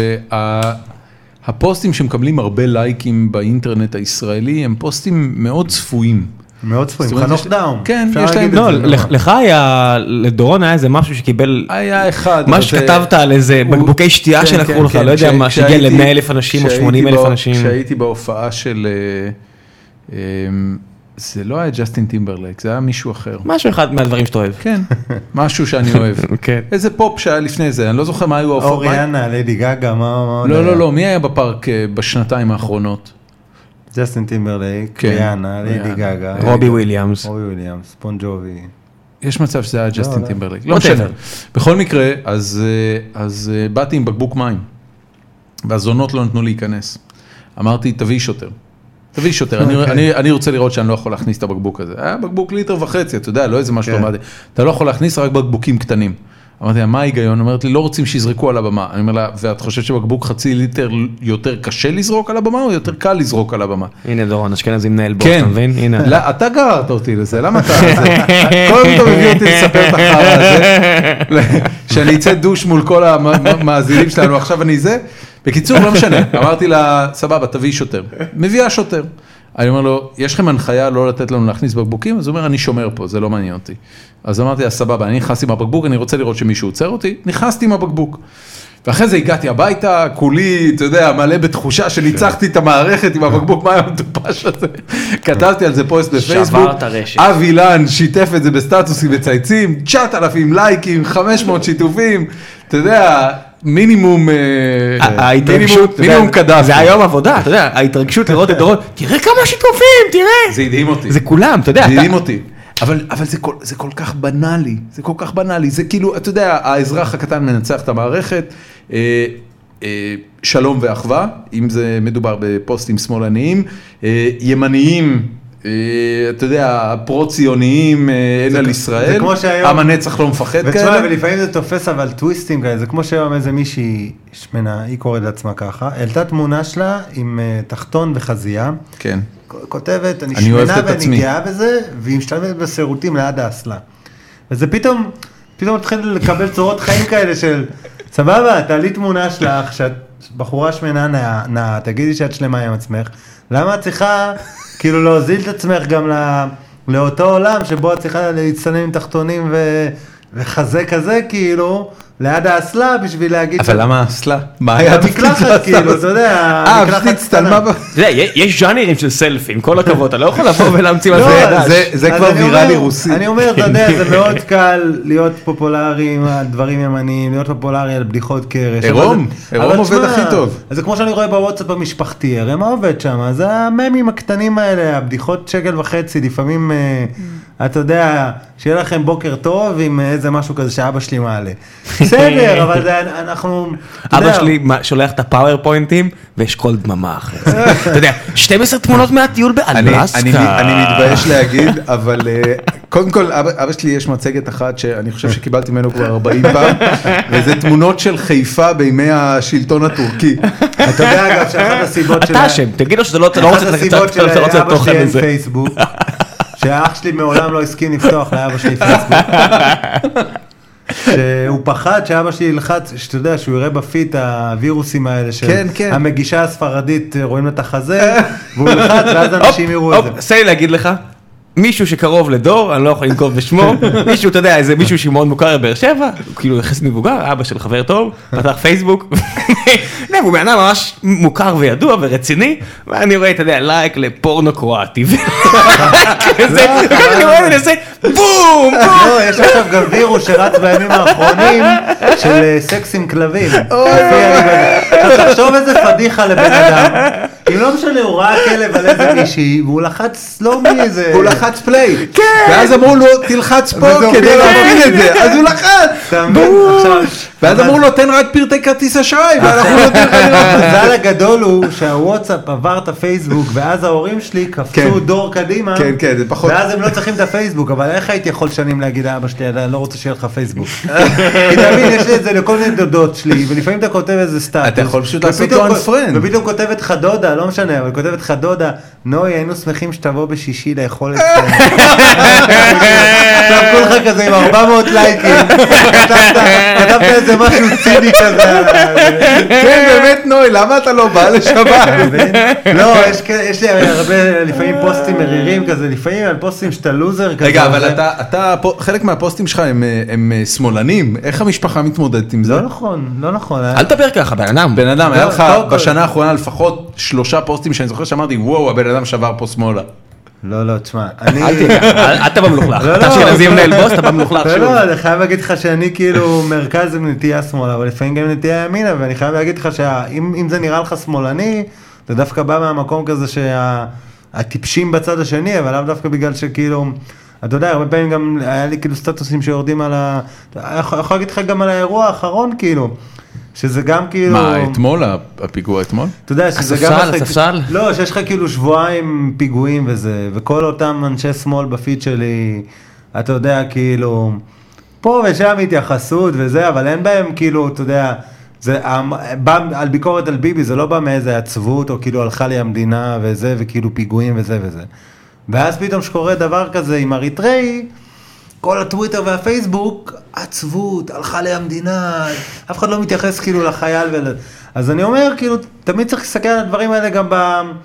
והפוסטים שמקבלים הרבה לייקים באינטרנט הישראלי, הם פוסטים מאוד צפויים. מאוד צפויים, זאת אומרת, חנוך יש- דאום. כן, אפשר יש להם- להגיד את לא, זה, לך- לך היה, לדורון היה איזה משהו שקיבל, היה אחד. מה אבל שכתבת זה- על איזה הוא- בקבוקי שתייה כן, שלקחו כן, לך, כן. לא יודע כש- מה, שהגיע כשהייתי- ל-מאה אלף אנשים או כשהייתי שמונים אלף בא- אנשים. כשהייתי בהופעה של... אה, אה, זה לא היה ג'סטין טימברלייק, זה היה מישהו אחר. משהו אחד מהדברים שאתה אוהב. כן, משהו שאני אוהב. כן. איזה פופ שהיה לפני זה, אני לא זוכר מה היו ההופעות. אוריאנה, ליידי גגה, מה מה עוד לא, היה? לא, לא, מי היה בפארק אה, בשנתיים האחרונות? ג'סטין טימברלייק, כן. ריאנה, ליידי ריאנה. גגה. רובי וויליאמס. רובי וויליאמס, פון ג'ובי. יש מצב שזה היה ג'סטין לא. טימברלייק. לא Whatever. משנה. בכל מקרה, אז אה, אז אה, באתי עם בקבוק מים, והזונות לא נתנו להיכנס. אמרתי, תביא שוטר. תביא שוטר, אני- אוקיי. אני אני רוצה לראות שאני לא יכול להכניס את הבקבוק הזה. היה בקבוק ליטר וחצי, אתה יודע, לא איזה משהו כן. עמד. אתה לא יכול להכניס רק בקבוקים קטנים. אמרתי לה, מה ההיגיון? אומרת לי, לא רוצים שיזרקו על הבמה. אני אומר לה, ואת חושבת שבקבוק חצי ליטר יותר קשה לזרוק על הבמה, או יותר קל לזרוק על הבמה? הנה דורון, אשכנזי מנהל בוס, כן, אתה מבין? הנה. לא, אתה גררת אותי לזה, למה אתה... זה? כל הזמן אתה מביא אותי לספר את החרא הזה, שאני אצא דוש מול כל המאזינים שלנו, עכשיו אני זה. בקיצור, לא משנה, אמרתי לה, סבבה, תביאי שוטר. מביאה שוטר. אני אומר לו, יש לכם הנחיה לא לתת לנו להכניס בקבוקים? אז הוא אומר, אני שומר פה, זה לא מעניין אותי. אז אמרתי, אז סבבה, אני נכנסתי עם הבקבוק, אני רוצה לראות שמישהו עוצר אותי, נכנסתי עם הבקבוק. ואחרי זה הגעתי הביתה, כולי, אתה יודע, מלא בתחושה שניצחתי את המערכת עם הבקבוק מים המטופש הזה. כתבתי על זה פוסט בפייסבוק. שברת הרשת. אבי אילן שיתף את זה בסטטוסים וצייצים, תשעת אלפים לייקים, חמש מאות שיתופים, אתה יודע, מינימום, ההתרגשות, מינימום קדאפי. זה היום עבודה, אתה יודע, ההתרגשות לראות את דורון, תראה כמה שיתופים, תראה. זה הדהים אותי. זה כולם, אתה יודע. זה הדהים אותי. אבל, אבל זה כל, זה כל כך בנאלי, זה כל כך בנאלי, זה כאילו, אתה יודע, האזרח הקטן מנצח את המערכת, אה, אה, שלום ואחווה, אם זה מדובר בפוסטים שמאלניים, אה, ימניים, אה, אתה יודע, פרו-ציוניים, אה, אין על ישראל, עם הנצח לא מפחד כאלה. ולפעמים זה תופס אבל טוויסטים כאלה, זה כמו שהיום איזה מישהי שמנה, היא קוראת לעצמה ככה, העלתה תמונה שלה עם uh, תחתון וחזייה, כן. כותבת, אני שמנה ואני גאה בזה, והיא משתלמת בסירוטים ליד האסלה. וזה פתאום, פתאום מתחיל לקבל צורות חיים כאלה של, סבבה, תעלי תמונה שלך, שאת בחורה שמנה נאה, נאה, תגידי שאת שלמה עם עצמך, למה את צריכה כאילו להוזיל את עצמך גם לא, לאותו עולם, שבו את צריכה להצטלם עם תחתונים ו, וחזה כזה כאילו, ליד האסלה בשביל להגיד... אבל למה האסלה? מה היה המקלחת כאילו, אתה יודע, המקלחת קטנה. אתה יודע, יש ז'אנרים של סלפי, עם כל הכבוד, אתה לא יכול לבוא ולהמציא מה זה זה כבר ויראלי רוסי. אני אומר, אתה יודע, זה מאוד קל להיות פופולרי על דברים ימניים, להיות פופולרי על בדיחות קרש. עירום, עירום עובד הכי טוב. אז זה כמו שאני רואה בוואטסאפ המשפחתי, הרי מה עובד שם? זה הממים הקטנים האלה, הבדיחות שקל וחצי, לפעמים... אתה יודע, שיהיה לכם בוקר טוב עם איזה משהו כזה שאבא שלי מעלה. בסדר, אבל זה, אנחנו... אבא שלי שולח את הפאורפוינטים, ויש כל דממה אחרת. אתה יודע, שתים עשרה תמונות מהטיול באלסקה. אני מתבייש להגיד, אבל קודם כל, אבא שלי יש מצגת אחת שאני חושב שקיבלתי ממנו כבר ארבעים פעם, וזה תמונות של חיפה בימי השלטון הטורקי. אתה יודע אגב שאחת הסיבות של... אתה שם, תגיד לו שזה לא רוצה לתוכן לזה. שהאח שלי מעולם לא הסכים לפתוח לאבא שלי פייסבוק. שהוא פחד שאבא שלי ילחץ, שאתה יודע, שהוא יראה בפיט הווירוסים האלה של המגישה הספרדית, רואים את החזה, והוא ילחץ, ואז אנשים יראו את זה. עשה לי להגיד לך, מישהו שקרוב לדור, אני לא יכול לנקוב בשמו, מישהו, אתה יודע, איזה מישהו שמאוד מוכר בבאר שבע, כאילו יחס מבוגר, אבא של חבר טוב, פתח פייסבוק, הוא בעיניי ממש מוכר וידוע ורציני, ואני רואה, אתה יודע, לייק לפורנו קרואטי, וכזה, אני רואה ואני עושה, בום, בום. לא, יש עכשיו גם וירוס שרץ בימים האחרונים, של סקס עם כלבים. תחשוב איזה פדיחה לבן אדם, אם לא משנה, הוא ראה כלב על איזה מישהי, והוא לחץ לא מאיזה... הוא לחץ פליי. ואז אמרו לו, תלחץ פה כדי להפעיל את זה. אז הוא לחץ. ואז אמרו לו, תן רק פרטי כרטיס אשראי, ואנחנו נותנים לך לראות. המזל הגדול הוא שהוואטסאפ עבר את הפייסבוק, ואז ההורים שלי קפצו דור קדימה, ואז הם לא צריכים את הפייסבוק, אבל איך הייתי יכול שנים להגיד לאבא שלי, אני לא רוצה שיהיה לך פייסבוק. כי תמיד יש לי את זה לכל מיני דודות שלי, ולפעמים אתה כותב איזה סטטוס. אתה יכול פשוט לעשות לו unfriend. ופתאום כותבת לך דודה, לא משנה, אבל כותבת לך דודה, נוי, היינו שמחים שתבוא בשישי לאכול את זה. עכשיו כולך כזה עם ארבע מאות לייקים, כתבת איזה משהו ציני כזה. כן, באמת נוי, למה אתה לא בא לשבת? לא, יש לי הרבה, לפעמים פוסטים מרירים כזה, לפעמים על פוסטים שאתה לוזר כזה. רגע, אבל אתה, חלק מהפוסטים שלך הם שמאלנים, איך המשפחה מתמודדת עם זה? לא נכון, לא נכון. אל תדבר ככה, בן אדם. בן אדם, היה לך בשנה האחרונה לפחות שלושה פוסטים שאני זוכר שאמרתי, וואו, הבן אדם שבר פה שמאלה. לא, לא, תשמע, אני... אל תיקח, אתה במלוכלך. אתה שנזי מנהל בוס, אתה במלוכלך שוב. לא, לא, אני חייב להגיד לך שאני כאילו מרכז עם נטייה שמאלה, אבל לפעמים גם נטייה ימינה, ואני חייב להגיד לך שאם זה נראה לך שמאלני, זה דווקא בא מהמקום כזה שהטיפשים בצד השני, אבל לאו דווקא בגלל שכאילו... אתה יודע, הרבה פעמים גם היה לי כאילו סטטוסים שיורדים על ה... אני יכול להגיד לך גם על האירוע האחרון, כאילו. שזה גם כאילו... מה, אתמול? הפיגוע אתמול? אתה יודע, שזה גם... הספסל, הספסל? לא, שיש לך כאילו שבועיים פיגועים וזה, וכל אותם אנשי שמאל בפיד שלי, אתה יודע, כאילו... פה ושם התייחסות וזה, אבל אין בהם כאילו, אתה יודע... זה בא על ביקורת על ביבי, זה לא בא מאיזה עצבות, או כאילו הלכה לי המדינה וזה, וכאילו פיגועים וזה וזה. ואז פתאום שקורה דבר כזה עם אריתראי, כל הטוויטר והפייסבוק, עצבות, הלכה לי המדינה, אף אחד לא מתייחס כאילו לחייל ול... אז אני אומר, כאילו, תמיד צריך לסתכל על הדברים האלה גם ב... אתה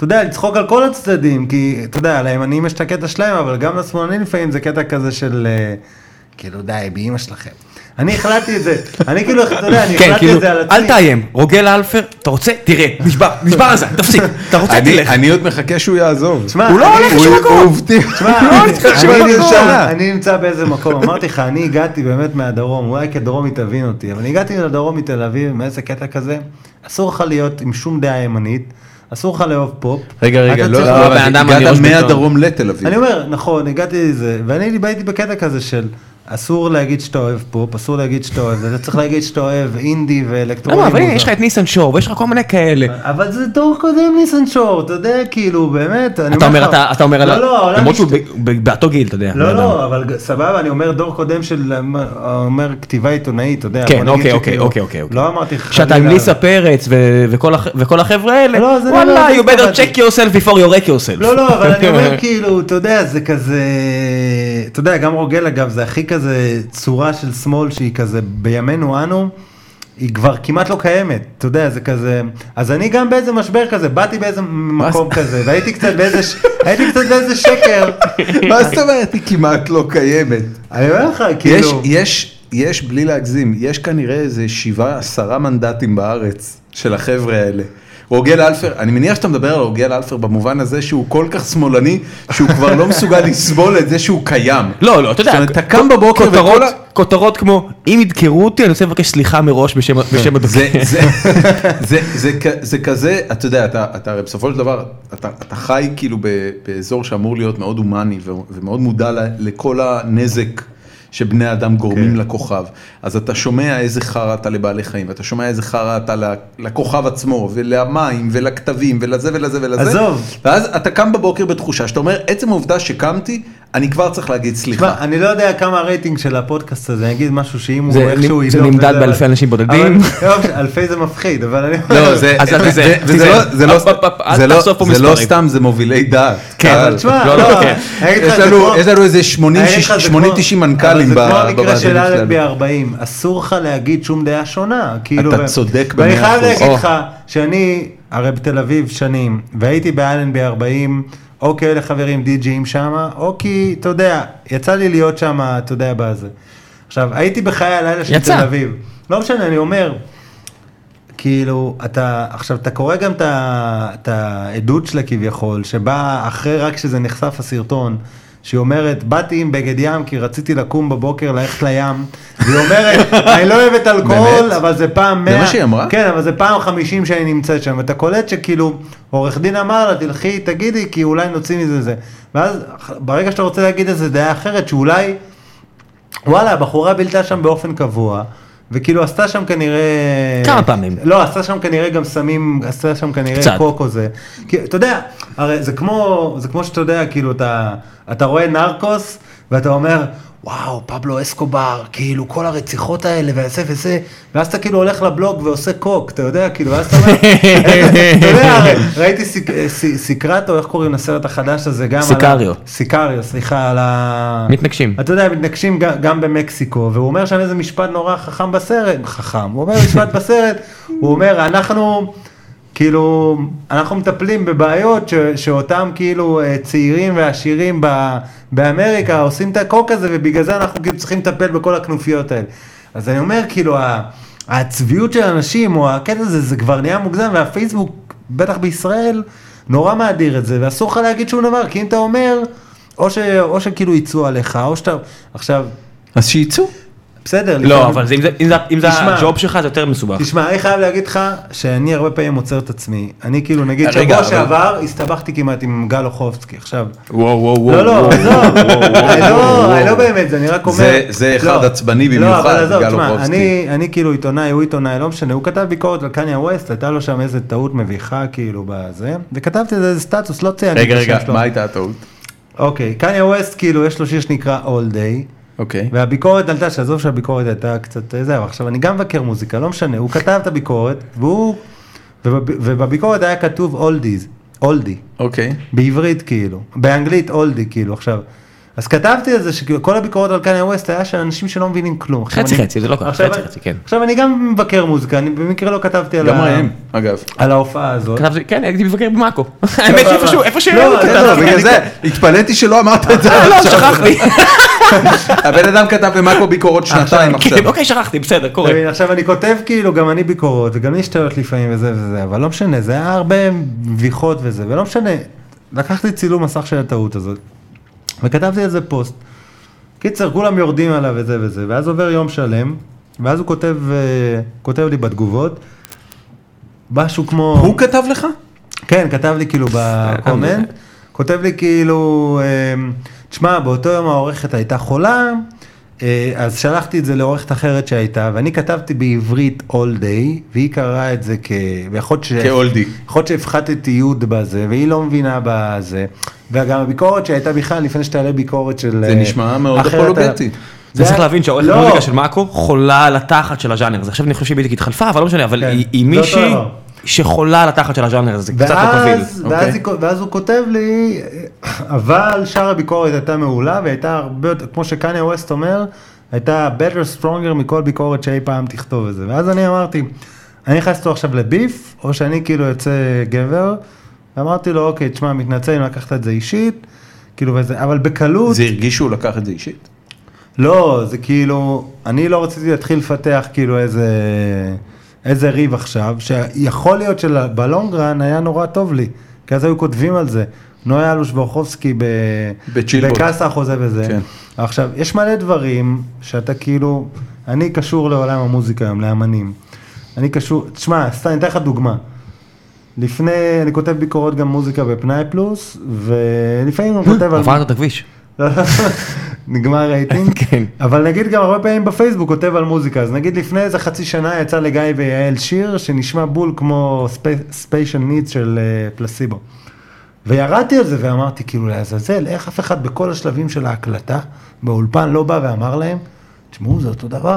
אתה יודע, לצחוק על כל הצדדים, כי, אתה יודע, לימנים יש את הקטע שלהם, אבל גם לשמאלנים לפעמים זה קטע כזה של, כאילו, די, באמא שלכם. אני החלטתי את זה, אני כאילו, אתה יודע, אני החלטתי את זה על עצמי. אל תאיים, רוגל אלפר, אתה רוצה? תראה, נשבר, נשבר על זה, תפסיק, אתה רוצה? תלך. אני עוד מחכה שהוא יעזוב. הוא לא הולך לשום מקום. הוא הבטיח. אני נמצא באיזה מקום, אמרתי לך, אני הגעתי באמת מהדרום, אולי כדרומי תבין אותי, אבל אני הגעתי לדרום מתל אביב, מאיזה קטע כזה, אסור לך להיות עם שום דעה ימנית, אסור לך לאהוב פופ. רגע, רגע, לא, הגעת מהדרום לתל אביב. אני אומר, נכון, הגעתי לזה, ואני הייתי בקטע כזה של, אסור להגיד שאתה אוהב פופ, אסור להגיד שאתה אוהב, אתה צריך להגיד שאתה אוהב אינדי ואלקטרוני. אבל יש לך את ניסן שור, ויש לך כל מיני כאלה. אבל זה דור קודם ניסן שור, אתה יודע, כאילו, באמת. אתה אומר, אתה אומר, למרות שהוא באותו גיל, אתה יודע. לא, לא, אבל סבבה, אני אומר דור קודם של, אומר כתיבה עיתונאית, אתה יודע. כן, אוקיי, אוקיי, אוקיי, אוקיי. לא אמרתי לך. שאתה עם ליסה פרץ וכל החבר'ה האלה, וואלה, you better check yourself before you wreck yourself. לא, לא, אבל אני אומר, כאילו, אתה יודע, זה כזה, אתה יודע, גם רוגל, אגב, זה הכי כזה צורה של שמאל שהיא כזה בימינו אנו, היא כבר כמעט לא קיימת, אתה יודע, זה כזה, אז אני גם באיזה משבר כזה, באתי באיזה מקום כזה, והייתי קצת באיזה, הייתי קצת באיזה שקר. מה זאת אומרת, היא כמעט לא קיימת? אני אומר לך, כאילו. יש, יש, בלי להגזים, יש כנראה איזה שבעה, עשרה מנדטים בארץ של החבר'ה האלה. רוגל אלפר, אני מניח שאתה מדבר על רוגל אלפר במובן הזה שהוא כל כך שמאלני, שהוא כבר לא מסוגל לסבול את זה שהוא קיים. לא, לא, אתה יודע, אתה קם בבוקר וכל... כותרות כמו, אם ידקרו אותי, אני רוצה לבקש סליחה מראש בשם הדוקר. זה כזה, אתה יודע, אתה הרי בסופו של דבר, אתה חי כאילו באזור שאמור להיות מאוד הומני, ומאוד מודע לכל הנזק שבני אדם גורמים לכוכב. אז אתה שומע איזה חרא אתה לבעלי חיים, ואתה שומע איזה חרא אתה לכוכב עצמו, ולמים, ולכתבים, ולזה ולזה ולזה. עזוב. ואז אתה קם בבוקר בתחושה, שאתה אומר, עצם העובדה שקמתי, אני כבר צריך להגיד סליחה. תשמע, אני לא יודע כמה הרייטינג של הפודקאסט הזה, אני אגיד משהו שאם הוא איכשהו... זה נמדד באלפי אנשים בודדים. אלפי זה מפחיד, אבל אני... לא, זה לא סתם, זה מובילי דעת. כן, אבל תשמע, יש לנו איזה שמונים תשעים מנכ"לים זה כמו המקרה של אלן בי ארבעים, אסור לך להגיד שום דעה שונה. אתה צודק במאה אחוז. ואני חייב להגיד לך שאני, הרי בתל אביב שנים, והייתי באלן בי ארבעים, או כאלה חברים די-ג'ים שם, או כי, אתה יודע, יצא לי להיות שם, אתה יודע, בזה. עכשיו, הייתי בחיי הלילה של תל אביב. לא משנה, אני אומר, כאילו, אתה, עכשיו, אתה קורא גם את העדות שלה כביכול, שבא אחרי רק שזה נחשף הסרטון, שהיא אומרת, באתי עם בגד ים כי רציתי לקום בבוקר ללכת לים, והיא אומרת, אני לא אוהבת אלכוהול, אבל זה פעם מאה... זה מה שהיא אמרה? כן, אבל זה פעם חמישים שאני נמצאת שם, ואתה קולט שכאילו, עורך דין אמר לה, תלכי, תגידי, כי אולי נוציא מזה זה. ואז, ברגע שאתה רוצה להגיד איזה דעה אחרת, שאולי, וואלה, הבחורה בילתה שם באופן קבוע, וכאילו עשתה שם כנראה... כמה פעמים. לא, עשתה שם כנראה גם סמים, עשתה שם כנראה קוקו זה. כי, אתה יודע, הרי זה כמו, זה כמו שאתה יודע, כאילו, אתה, אתה רואה נרקוס, ואתה אומר, וואו, פבלו אסקובר, כאילו, כל הרציחות האלה, וזה וזה, ואז אתה כאילו הולך לבלוג ועושה קוק, אתה יודע, כאילו, ואז אתה אומר, אתה יודע, הרי, ראיתי סיקרטו, איך קוראים לסרט החדש הזה, גם על... סיקריו. סיקריו, סליחה, על ה... מתנגשים. אתה יודע, מתנגשים גם במקסיקו, והוא אומר שם איזה משפט נורא חכם בסרט, חכם, הוא אומר משפט בסרט, הוא אומר, אנחנו... כאילו, אנחנו מטפלים בבעיות ש, שאותם כאילו צעירים ועשירים ב, באמריקה עושים את הקוק הזה, ובגלל זה אנחנו כאילו צריכים לטפל בכל הכנופיות האלה. אז אני אומר, כאילו, הצביעות של אנשים, או הקטע הזה, זה כבר נהיה מוגזם, והפייסבוק, בטח בישראל, נורא מאדיר את זה, ואסור לך להגיד שום דבר, כי אם אתה אומר, או, ש, או שכאילו ייצאו עליך, או שאתה, עכשיו... אז שייצאו. בסדר. לא, אבל אם זה הג'וב שלך, זה יותר מסובך. תשמע, אני חייב להגיד לך שאני הרבה פעמים מוצר את עצמי. אני כאילו, נגיד, שבוע שעבר, הסתבכתי כמעט עם גל אוחובסקי, עכשיו. וואו, וואו, וואו. לא, לא, לא, אני לא באמת, זה אני רק אומר. זה אחד עצבני במיוחד, גל אוחובסקי. אני כאילו עיתונאי, הוא עיתונאי, לא משנה, הוא כתב ביקורת על קניה ווסט, הייתה לו שם איזו טעות מביכה, כאילו, בזה, וכתבתי איזה סטטוס, לא ציינתי. רגע, רגע, מה הייתה הטעות? אוקיי, קניה ווסט, כאילו, יש לו שיר שנקרא All Day. אוקיי. והביקורת עלתה, שעזוב שהביקורת הייתה קצת, זהו, עכשיו אני גם מבקר מוזיקה, לא משנה, הוא כתב את הביקורת, והוא, ובביקורת היה כתוב אולדיז, אולדי. אוקיי. בעברית כאילו, באנגלית אולדי כאילו, עכשיו, אז כתבתי על זה שכל הביקורות על קניה ווסט היה של אנשים שלא מבינים כלום. חצי חצי, זה לא ככה, חצי חצי, כן. עכשיו אני גם מבקר מוזיקה, אני במקרה לא כתבתי על גם ראם, אגב. על ההופעה הזאת. כתבתי, כן, הייתי מבקר במאקו. האמת שאיפשהו, איפה ש... לא, בגלל זה, התפלאתי שלא אמרת את זה. לא, שכחתי. הבן אדם כתב במאקו ביקורות שנתיים עכשיו. אוקיי, שכחתי, בסדר, קורה. עכשיו אני כותב כאילו, גם אני ביקורות, וגם יש טעויות לפעמים וזה וזה, אבל לא משנה, זה היה הרבה מביכות וזה, ולא משנה, לקחתי צילום מסך של הטעות הזאת, וכתבתי על זה פוסט. קיצר, כולם יורדים עליו וזה וזה, ואז עובר יום שלם, ואז הוא כותב, כותב לי בתגובות, משהו כמו... הוא כתב לך? כן, כתב לי כאילו בקומנט, כותב לי כאילו, תשמע, באותו יום העורכת הייתה חולה, אז שלחתי את זה לעורכת אחרת שהייתה, ואני כתבתי בעברית all day, והיא קראה את זה כ... כ-all day. יכול להיות שהפחתתי יוד בזה, והיא לא מבינה בזה, וגם הביקורת שהייתה בכלל, לפני שתעלה ביקורת של... זה נשמע מאוד אפולוגטי. זה צריך להבין שהעורכת מוזיקה של מאקו חולה על התחת של הז'אנר, אז עכשיו אני חושב שהיא בדיוק התחלפה, אבל לא משנה, אבל היא מישהי שחולה על התחת של הז'אנר, זה קצת לא קביל. ואז הוא כותב לי, אבל שאר הביקורת הייתה מעולה, והייתה הרבה יותר, כמו שקניה ווסט אומר, הייתה better, stronger מכל ביקורת שאי פעם תכתוב את זה. ואז אני אמרתי, אני נכנסתי עכשיו לביף, או שאני כאילו יוצא גבר, ואמרתי לו, אוקיי, תשמע, מתנצל אם לקחת את זה אישית, כאילו וזה, אבל בקלות... זה הרגיש שהוא לקח את זה אישית? לא, זה כאילו, אני לא רציתי להתחיל לפתח כאילו איזה, איזה ריב עכשיו, שיכול להיות שבלונגרן היה נורא טוב לי, כי אז היו כותבים על זה, נויה אלוש ברחובסקי בקאסה חוזה וזה. כן. עכשיו, יש מלא דברים שאתה כאילו, אני קשור לעולם המוזיקה היום, לאמנים. אני קשור, תשמע, אני אתן לך דוגמה. לפני, אני כותב ביקורות גם מוזיקה בפנאי פלוס, ולפעמים אני כותב על... עברת את הכביש. נגמר רייטינג, כן. אבל נגיד גם הרבה פעמים בפייסבוק כותב על מוזיקה, אז נגיד לפני איזה חצי שנה יצא לגיא ויעל שיר שנשמע בול כמו ספיישל נידס של פלסיבו. וירדתי על זה ואמרתי כאילו לעזאזל, איך אף אחד בכל השלבים של ההקלטה באולפן לא בא ואמר להם, תשמעו זה אותו דבר.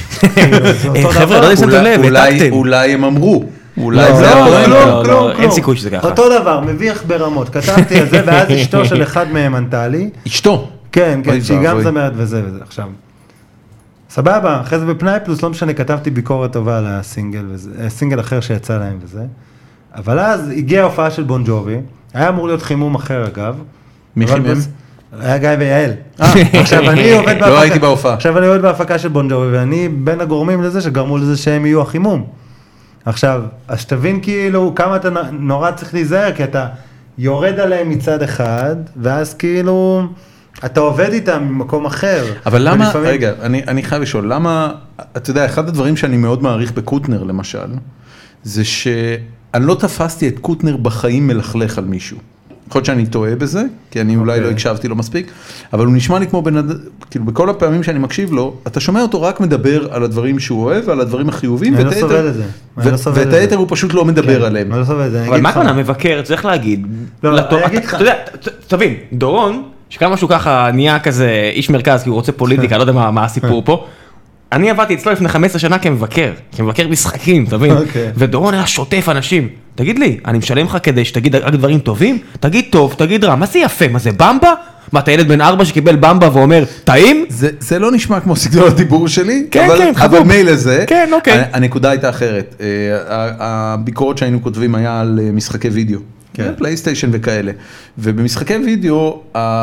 חבר'ה, לא נסתם לב, אולי הם אמרו. אולי זה לא, לא, לא, אין סיכוי שזה ככה. אותו דבר, מביך ברמות, כתבתי על זה, ואז אשתו של אחד מהם ענתה לי. אשתו? כן, כן, שהיא גם זמרת וזה וזה, עכשיו. סבבה, אחרי זה בפנאי פלוס, לא משנה, כתבתי ביקורת טובה על הסינגל, סינגל אחר שיצא להם וזה. אבל אז הגיעה ההופעה של בון ג'ובי, היה אמור להיות חימום אחר אגב. מי חימם? היה גיא ויעל. עכשיו אני עובד בהפקה. לא הייתי בהופעה. עכשיו אני עובד בהפקה של בון ג'ובי, ואני בין הגורמים לזה שגרמו לזה שהם יהיו החימום. עכשיו, אז שתבין כאילו כמה אתה נורא צריך להיזהר, כי אתה יורד עליהם מצד אחד, ואז כאילו אתה עובד איתם ממקום אחר. אבל למה, ולפעמים... רגע, אני, אני חייב לשאול, למה, אתה יודע, אחד הדברים שאני מאוד מעריך בקוטנר למשל, זה שאני לא תפסתי את קוטנר בחיים מלכלך על מישהו. יכול להיות שאני טועה בזה, כי אני אולי לא הקשבתי לו מספיק, אבל הוא נשמע לי כמו בן אדם, כאילו בכל הפעמים שאני מקשיב לו, אתה שומע אותו רק מדבר על הדברים שהוא אוהב, על הדברים החיובים, ואת היתר הוא פשוט לא מדבר עליהם. אבל מה כאן המבקר, צריך להגיד, אתה יודע, תבין, דורון, שכמה שהוא ככה נהיה כזה איש מרכז, כי הוא רוצה פוליטיקה, לא יודע מה הסיפור פה, אני עבדתי אצלו לפני חמש עשרה שנה כמבקר, כמבקר משחקים, תבין? ודורון היה שוטף אנשים. תגיד לי, אני משלם לך כדי שתגיד רק דברים טובים? תגיד טוב, תגיד רע. מה זה יפה? מה זה במבה? מה, אתה ילד בן ארבע שקיבל במבה ואומר, טעים? זה לא נשמע כמו סגנון הדיבור שלי, כן, כן, אבל מילא זה. כן, אוקיי. הנקודה הייתה אחרת. הביקורת שהיינו כותבים היה על משחקי וידאו. פלייסטיישן וכאלה. ובמשחקי וידאו,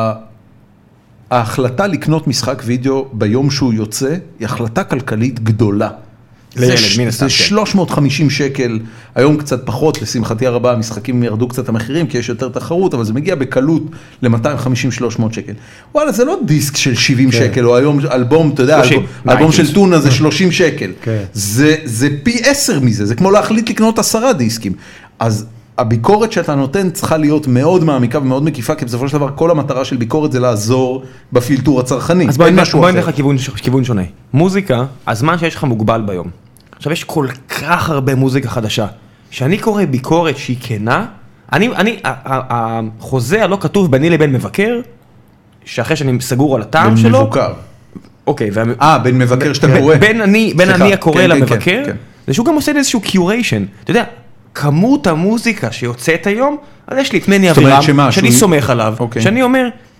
ההחלטה לקנות משחק וידאו ביום שהוא יוצא, היא החלטה כלכלית גדולה. לילד, מן הסתם, זה שלוש מאות וחמישים שקל, היום קצת פחות, לשמחתי הרבה, המשחקים ירדו קצת המחירים, כי יש יותר תחרות, אבל זה מגיע בקלות ל-מאתיים וחמישים עד שלוש מאות שקל. וואלה, זה לא דיסק של שבעים שקל, או היום אלבום, אתה יודע, אלבום של טונה זה שלושים שקל. זה פי עשר מזה, זה כמו להחליט לקנות עשרה דיסקים. אז הביקורת שאתה נותן צריכה להיות מאוד מעמיקה ומאוד מקיפה, כי בסופו של דבר כל המטרה של ביקורת זה לעזור בפילטור הצרכני. אז בואי נלך לכיוון שונה. מוזיקה, הזמן שיש לך מוגבל ביום. עכשיו יש כל כך הרבה מוזיקה חדשה. כשאני קורא ביקורת שהיא כנה, אני, אני, החוזה הלא כתוב ביני לבין מבקר, שאחרי שאני סגור על הטעם שלו. בין מבוקר. אוקיי. אה, בין מבקר שאתה קורא. בין אני הקורא למבקר, זה שהוא גם עושה איזשהו קיוריישן. אתה יודע, כמות המוזיקה שיוצאת היום, אז יש לי את מני אבירם, שאני סומך עליו, שאני אומר,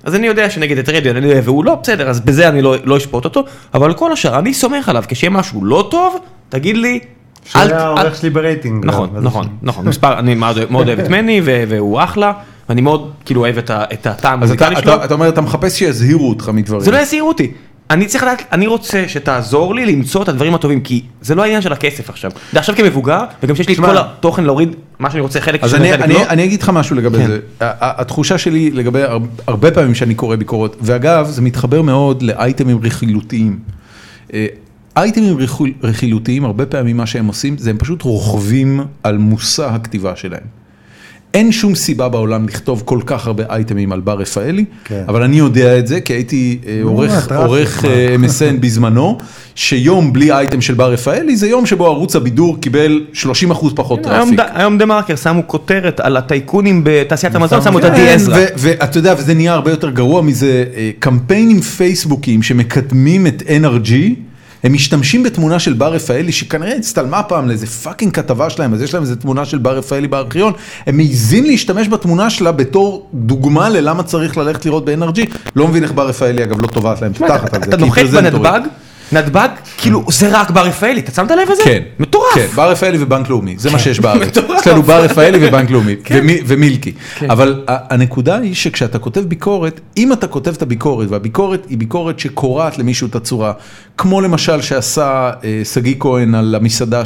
אז אני יודע שנגיד את רדיו, אני אוהב, והוא לא בסדר, אז בזה אני לא, לא אשפוט אותו, אבל על כל השאר, אני סומך עליו, כשיהיה משהו לא טוב, תגיד לי, שהיה העורך שלי ברייטינג. נכון, נכון, נכון, מספר, אני מאוד אוהב את מני, והוא אחלה, ואני מאוד כאילו אוהב את הטעם המוזיקלי שלו. אתה אומר, אתה מחפש שיזהירו אותך מדברים. זה לא יזהירו אותי. אני צריך לדעת, אני רוצה שתעזור לי למצוא את הדברים הטובים, כי זה לא העניין של הכסף עכשיו. זה עכשיו כמבוגר, וגם שיש לי את כל התוכן להוריד מה שאני רוצה, חלק אז אני אגיד לך משהו לגבי זה. התחושה שלי לגבי הרבה פעמים שאני קורא ביקורות, ואגב, זה מתחבר מאוד לאייטמים רכילותיים. אייטמים רכילותיים, הרבה פעמים מה שהם עושים, זה הם פשוט רוכבים על מושא הכתיבה שלהם. אין שום סיבה בעולם לכתוב כל כך הרבה אייטמים על בר רפאלי, אבל אני יודע את זה, כי הייתי עורך אם אס אן בזמנו, שיום בלי אייטם של בר רפאלי, זה יום שבו ערוץ הבידור קיבל שלושים אחוז פחות טראפיק. היום דה מרקר שמו כותרת על הטייקונים בתעשיית המזון, שמו את עדי עזרא. ואתה יודע, וזה נהיה הרבה יותר גרוע מזה, קמפיינים פייסבוקים שמקדמים את אן אר ג'י, הם משתמשים בתמונה של בר רפאלי, שכנראה הצטלמה פעם לאיזה פאקינג כתבה שלהם, אז יש להם איזה תמונה של בר רפאלי בארכיון, הם מעיזים להשתמש בתמונה שלה בתור דוגמה ללמה צריך ללכת לראות ב-אן אר ג'י, לא מבין איך בר רפאלי, אגב, לא טובעת להם פותחת על זה. אתה נוחת בנתב"ג? נתב"ג, כאילו, זה רק בר רפאלי, אתה שמת לב לזה? כן. מטורף. כן, בר רפאלי ובנק לאומי, זה מה שיש בארץ. יש לנו בר רפאלי ובנק לאומי, ומילקי. אבל הנקודה היא שכשאתה כותב ביקורת, אם אתה כותב את הביקורת, והביקורת היא ביקורת שקוראת למישהו את הצורה, כמו למשל שעשה סגי כהן על המסעדה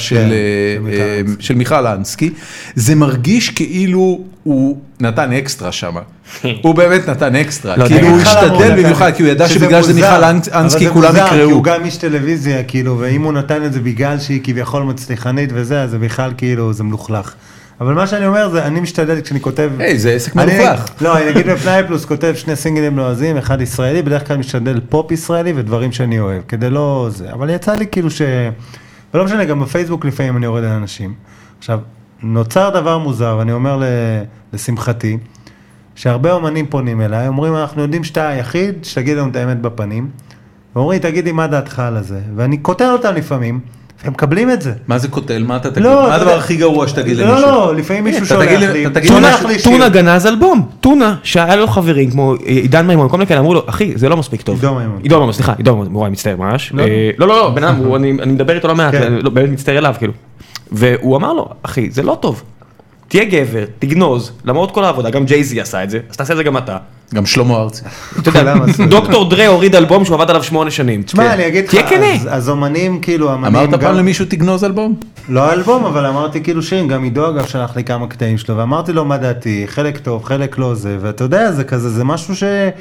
של מיכל אנסקי, זה מרגיש כאילו הוא נתן אקסטרה שם. הוא באמת נתן אקסטרה, כאילו הוא השתדל במיוחד, כי הוא ידע שבגלל שזה מיכל אנסקי כולם יקראו. כי הוא גם איש טלוויזיה, כאילו, ואם הוא נתן את זה בגלל שהיא כביכול מצליחנית וזה, אז זה בכלל כאילו, זה מלוכלך. אבל מה שאני אומר זה, אני משתדל כשאני כותב... היי, זה עסק מלוכלך. לא, אני אגיד בפנאי פלוס, כותב שני סינגלים לועזים, אחד ישראלי, בדרך כלל משתדל פופ ישראלי ודברים שאני אוהב, כדי לא זה. אבל יצא לי כאילו ש... ולא משנה, גם בפייסבוק לפעמים אני יורד על אנשים. עכשיו, נוצר דבר מוזר, ואני אומר לשמחתי, שהרבה אומנים פונים אליי, אומרים, אנחנו יודעים שאתה היחיד, שתגיד לנו את האמת בפנים, ואומרים, תגידי מה דעתך על זה, ואני כותל אותם לפעמים, והם מקבלים את זה. מה זה כותל? מה אתה תגיד? מה הדבר הכי גרוע שתגיד למישהו? לא, לא, לפעמים מישהו שולח לי, שולח לי שיר. טונה גנז אלבום, טונה, שהיה לו חברים, כמו עידן מימון, כל מיני כאלה, אמרו לו, אחי, זה לא מספיק טוב. עידו מימון. עידו מימון, סליחה, עידו מימון, וואי, מצטער ממש. לא, לא, לא, בן אדם, אני מדבר איתו לא מעט, באמת מצטער אליו, כאילו. והוא אמר לו, אחי, זה לא טוב. תהיה גבר, תגנוז, למרות כל העבודה, גם ג'ייזי עשה את זה, אז תעשה את זה גם אתה. גם שלמה ארצי. אתה יודע, דוקטור דרי הוריד אלבום שהוא עבד עליו שמונה שנים. תשמע, אני אגיד לך, אז אומנים כאילו, אמרת פעם למישהו תגנוז אלבום? לא אלבום, אבל אמרתי כאילו שירים, גם עידו אגב שלח לי כמה קטעים שלו, ואמרתי לו מה דעתי, חלק טוב, חלק לא זה, ואתה יודע, זה כזה, זה משהו ש...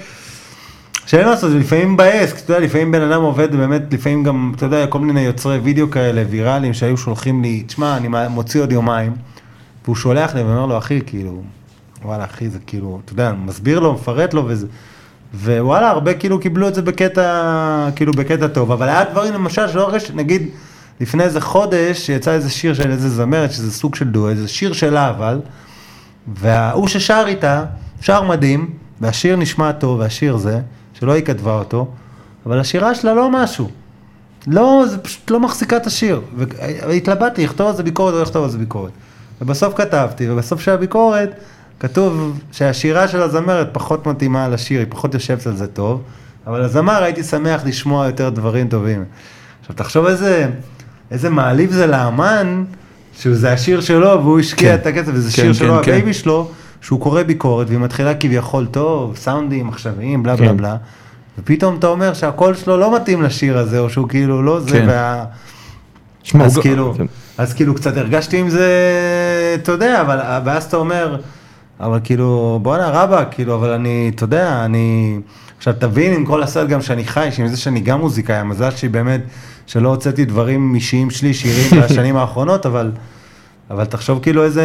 שאין לעשות, זה לפעמים מבאס, אתה יודע, לפעמים בן אדם עובד, באמת, לפעמים גם, אתה יודע, כל מיני יוצרי וידאו כאלה, ויראליים, שהיו שולחים לי, תשמע, אני מוציא עוד יומיים, והוא שולח לי ואומר לו, אחי, כאילו, וואלה, אחי, זה כאילו, אתה יודע, מסביר לו, מפרט לו, וזה, ווואלה, הרבה כאילו קיבלו את זה בקטע, כאילו, בקטע טוב, אבל היה דברים, למשל, שלא רש, נגיד, לפני איזה חודש, יצא איזה שיר של איזה זמרת, שזה סוג של דו, איזה שיר שלה, אבל, והוא ששר איתה, שר מדהים, והשיר נשמע טוב, והשיר זה, שלא היא כתבה אותו, אבל השירה שלה לא משהו. לא, זה פשוט לא מחזיקה את השיר. והתלבטתי, לכתוב על זה ביקורת או לכתוב על זה ביקורת. ובסוף כתבתי, ובסוף של הביקורת, כתוב שהשירה של הזמרת פחות מתאימה לשיר, היא פחות יושבת על זה טוב, אבל הזמר הייתי שמח לשמוע יותר דברים טובים. עכשיו, תחשוב איזה, איזה מעליב זה לאמן, שזה השיר שלו, והוא השקיע כן. את הכסף, וזה כן, שיר כן, שלו, כן. הבייבי שלו, שהוא קורא ביקורת, והיא מתחילה כביכול טוב, סאונדים, מחשבים, בלה בלה בלה, ופתאום אתה אומר שהקול שלו לא מתאים לשיר הזה, או שהוא כאילו לא זה, כן. וה... שמה, אז, כאילו, כן. אז כאילו קצת הרגשתי עם זה, אתה יודע, אבל ואז אתה אומר, אבל כאילו, בוא נה רבה, כאילו, אבל אני, אתה יודע, אני... עכשיו תבין עם כל הסרט גם שאני חי, שעם זה שאני גם מוזיקאי, המזל שלי באמת, שלא הוצאתי דברים אישיים שלי, שירים בשנים האחרונות, אבל... אבל תחשוב כאילו איזה,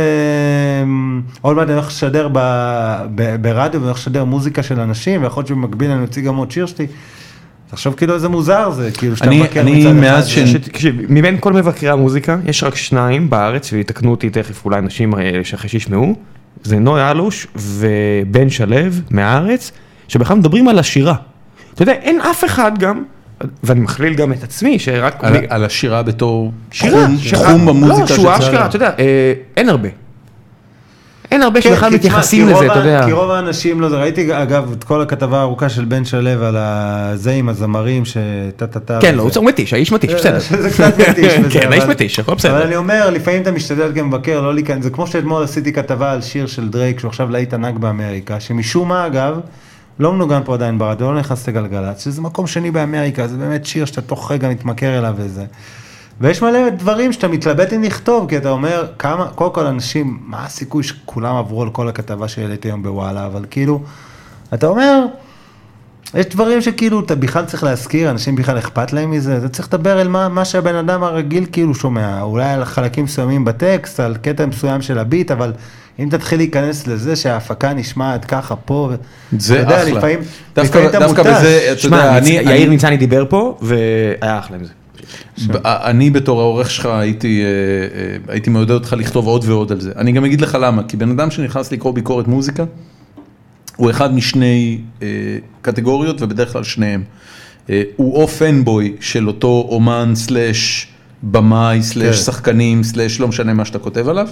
עוד מעט אני הולך לשדר ברדיו, ואני הולך לשדר מוזיקה של אנשים, ויכול להיות שבמקביל אני אוציא גם עוד שיר שלי, תחשוב כאילו איזה מוזר זה, כאילו שאתה מבקר מצד אחד. מבין כל מבקרי המוזיקה, יש רק שניים בארץ, ויתקנו אותי תכף אולי אנשים שאחרי שישמעו, זה נוי אלוש ובן שלב מהארץ, שבכלל מדברים על השירה. אתה יודע, אין אף אחד גם, ואני מכליל גם את עצמי, שרק... על, על, על השירה בתור שירה, תחום, תחום במוזיקה לא, שהוא אשכרה, אתה יודע, אה, אין הרבה. אין הרבה שבכלל מתייחסים לזה, אתה יודע. כי רוב האנשים לא זה, ראיתי אגב את כל הכתבה הארוכה של בן שלו על זה עם הזמרים שטטטה. כן, לא, הוא מתיש, האיש מתיש, בסדר. זה קצת מתיש. כן, האיש מתיש, הכל בסדר. אבל אני אומר, לפעמים אתה משתדל כמבקר, לא להיכנס, זה כמו שאתמול עשיתי כתבה על שיר של דרייק, שהוא עכשיו להיט ענק באמריקה, שמשום מה אגב, לא מנוגן פה עדיין ברדיו, לא נכנס לגלגלצ, שזה מקום שני באמריקה, זה באמת שיר שאתה תוך רגע מתמכר אליו וזה. ויש מלא דברים שאתה מתלבט אם לכתוב, כי אתה אומר, כמה, קודם כל אנשים, מה הסיכוי שכולם עברו על כל הכתבה שהעליתי היום בוואלה, אבל כאילו, אתה אומר, יש דברים שכאילו, אתה בכלל צריך להזכיר, אנשים בכלל אכפת להם מזה, אתה צריך לדבר על מה, מה שהבן אדם הרגיל כאילו שומע, אולי על חלקים מסוימים בטקסט, על קטע מסוים של הביט, אבל אם תתחיל להיכנס לזה שההפקה נשמעת ככה פה, זה יודע, אחלה. לפעמים, דווקא, לפעמים דווקא בזה, אתה יודע, אני... יאיר ניצני דיבר פה, והיה אחלה עם זה. אני בתור העורך שלך הייתי, הייתי מעודד אותך לכתוב עוד ועוד על זה. אני גם אגיד לך למה, כי בן אדם שנכנס לקרוא ביקורת מוזיקה, הוא אחד משני קטגוריות, ובדרך כלל שניהם. הוא או פנבוי של אותו אומן סלש במאי סלש שחקנים סלש לא משנה מה שאתה כותב עליו,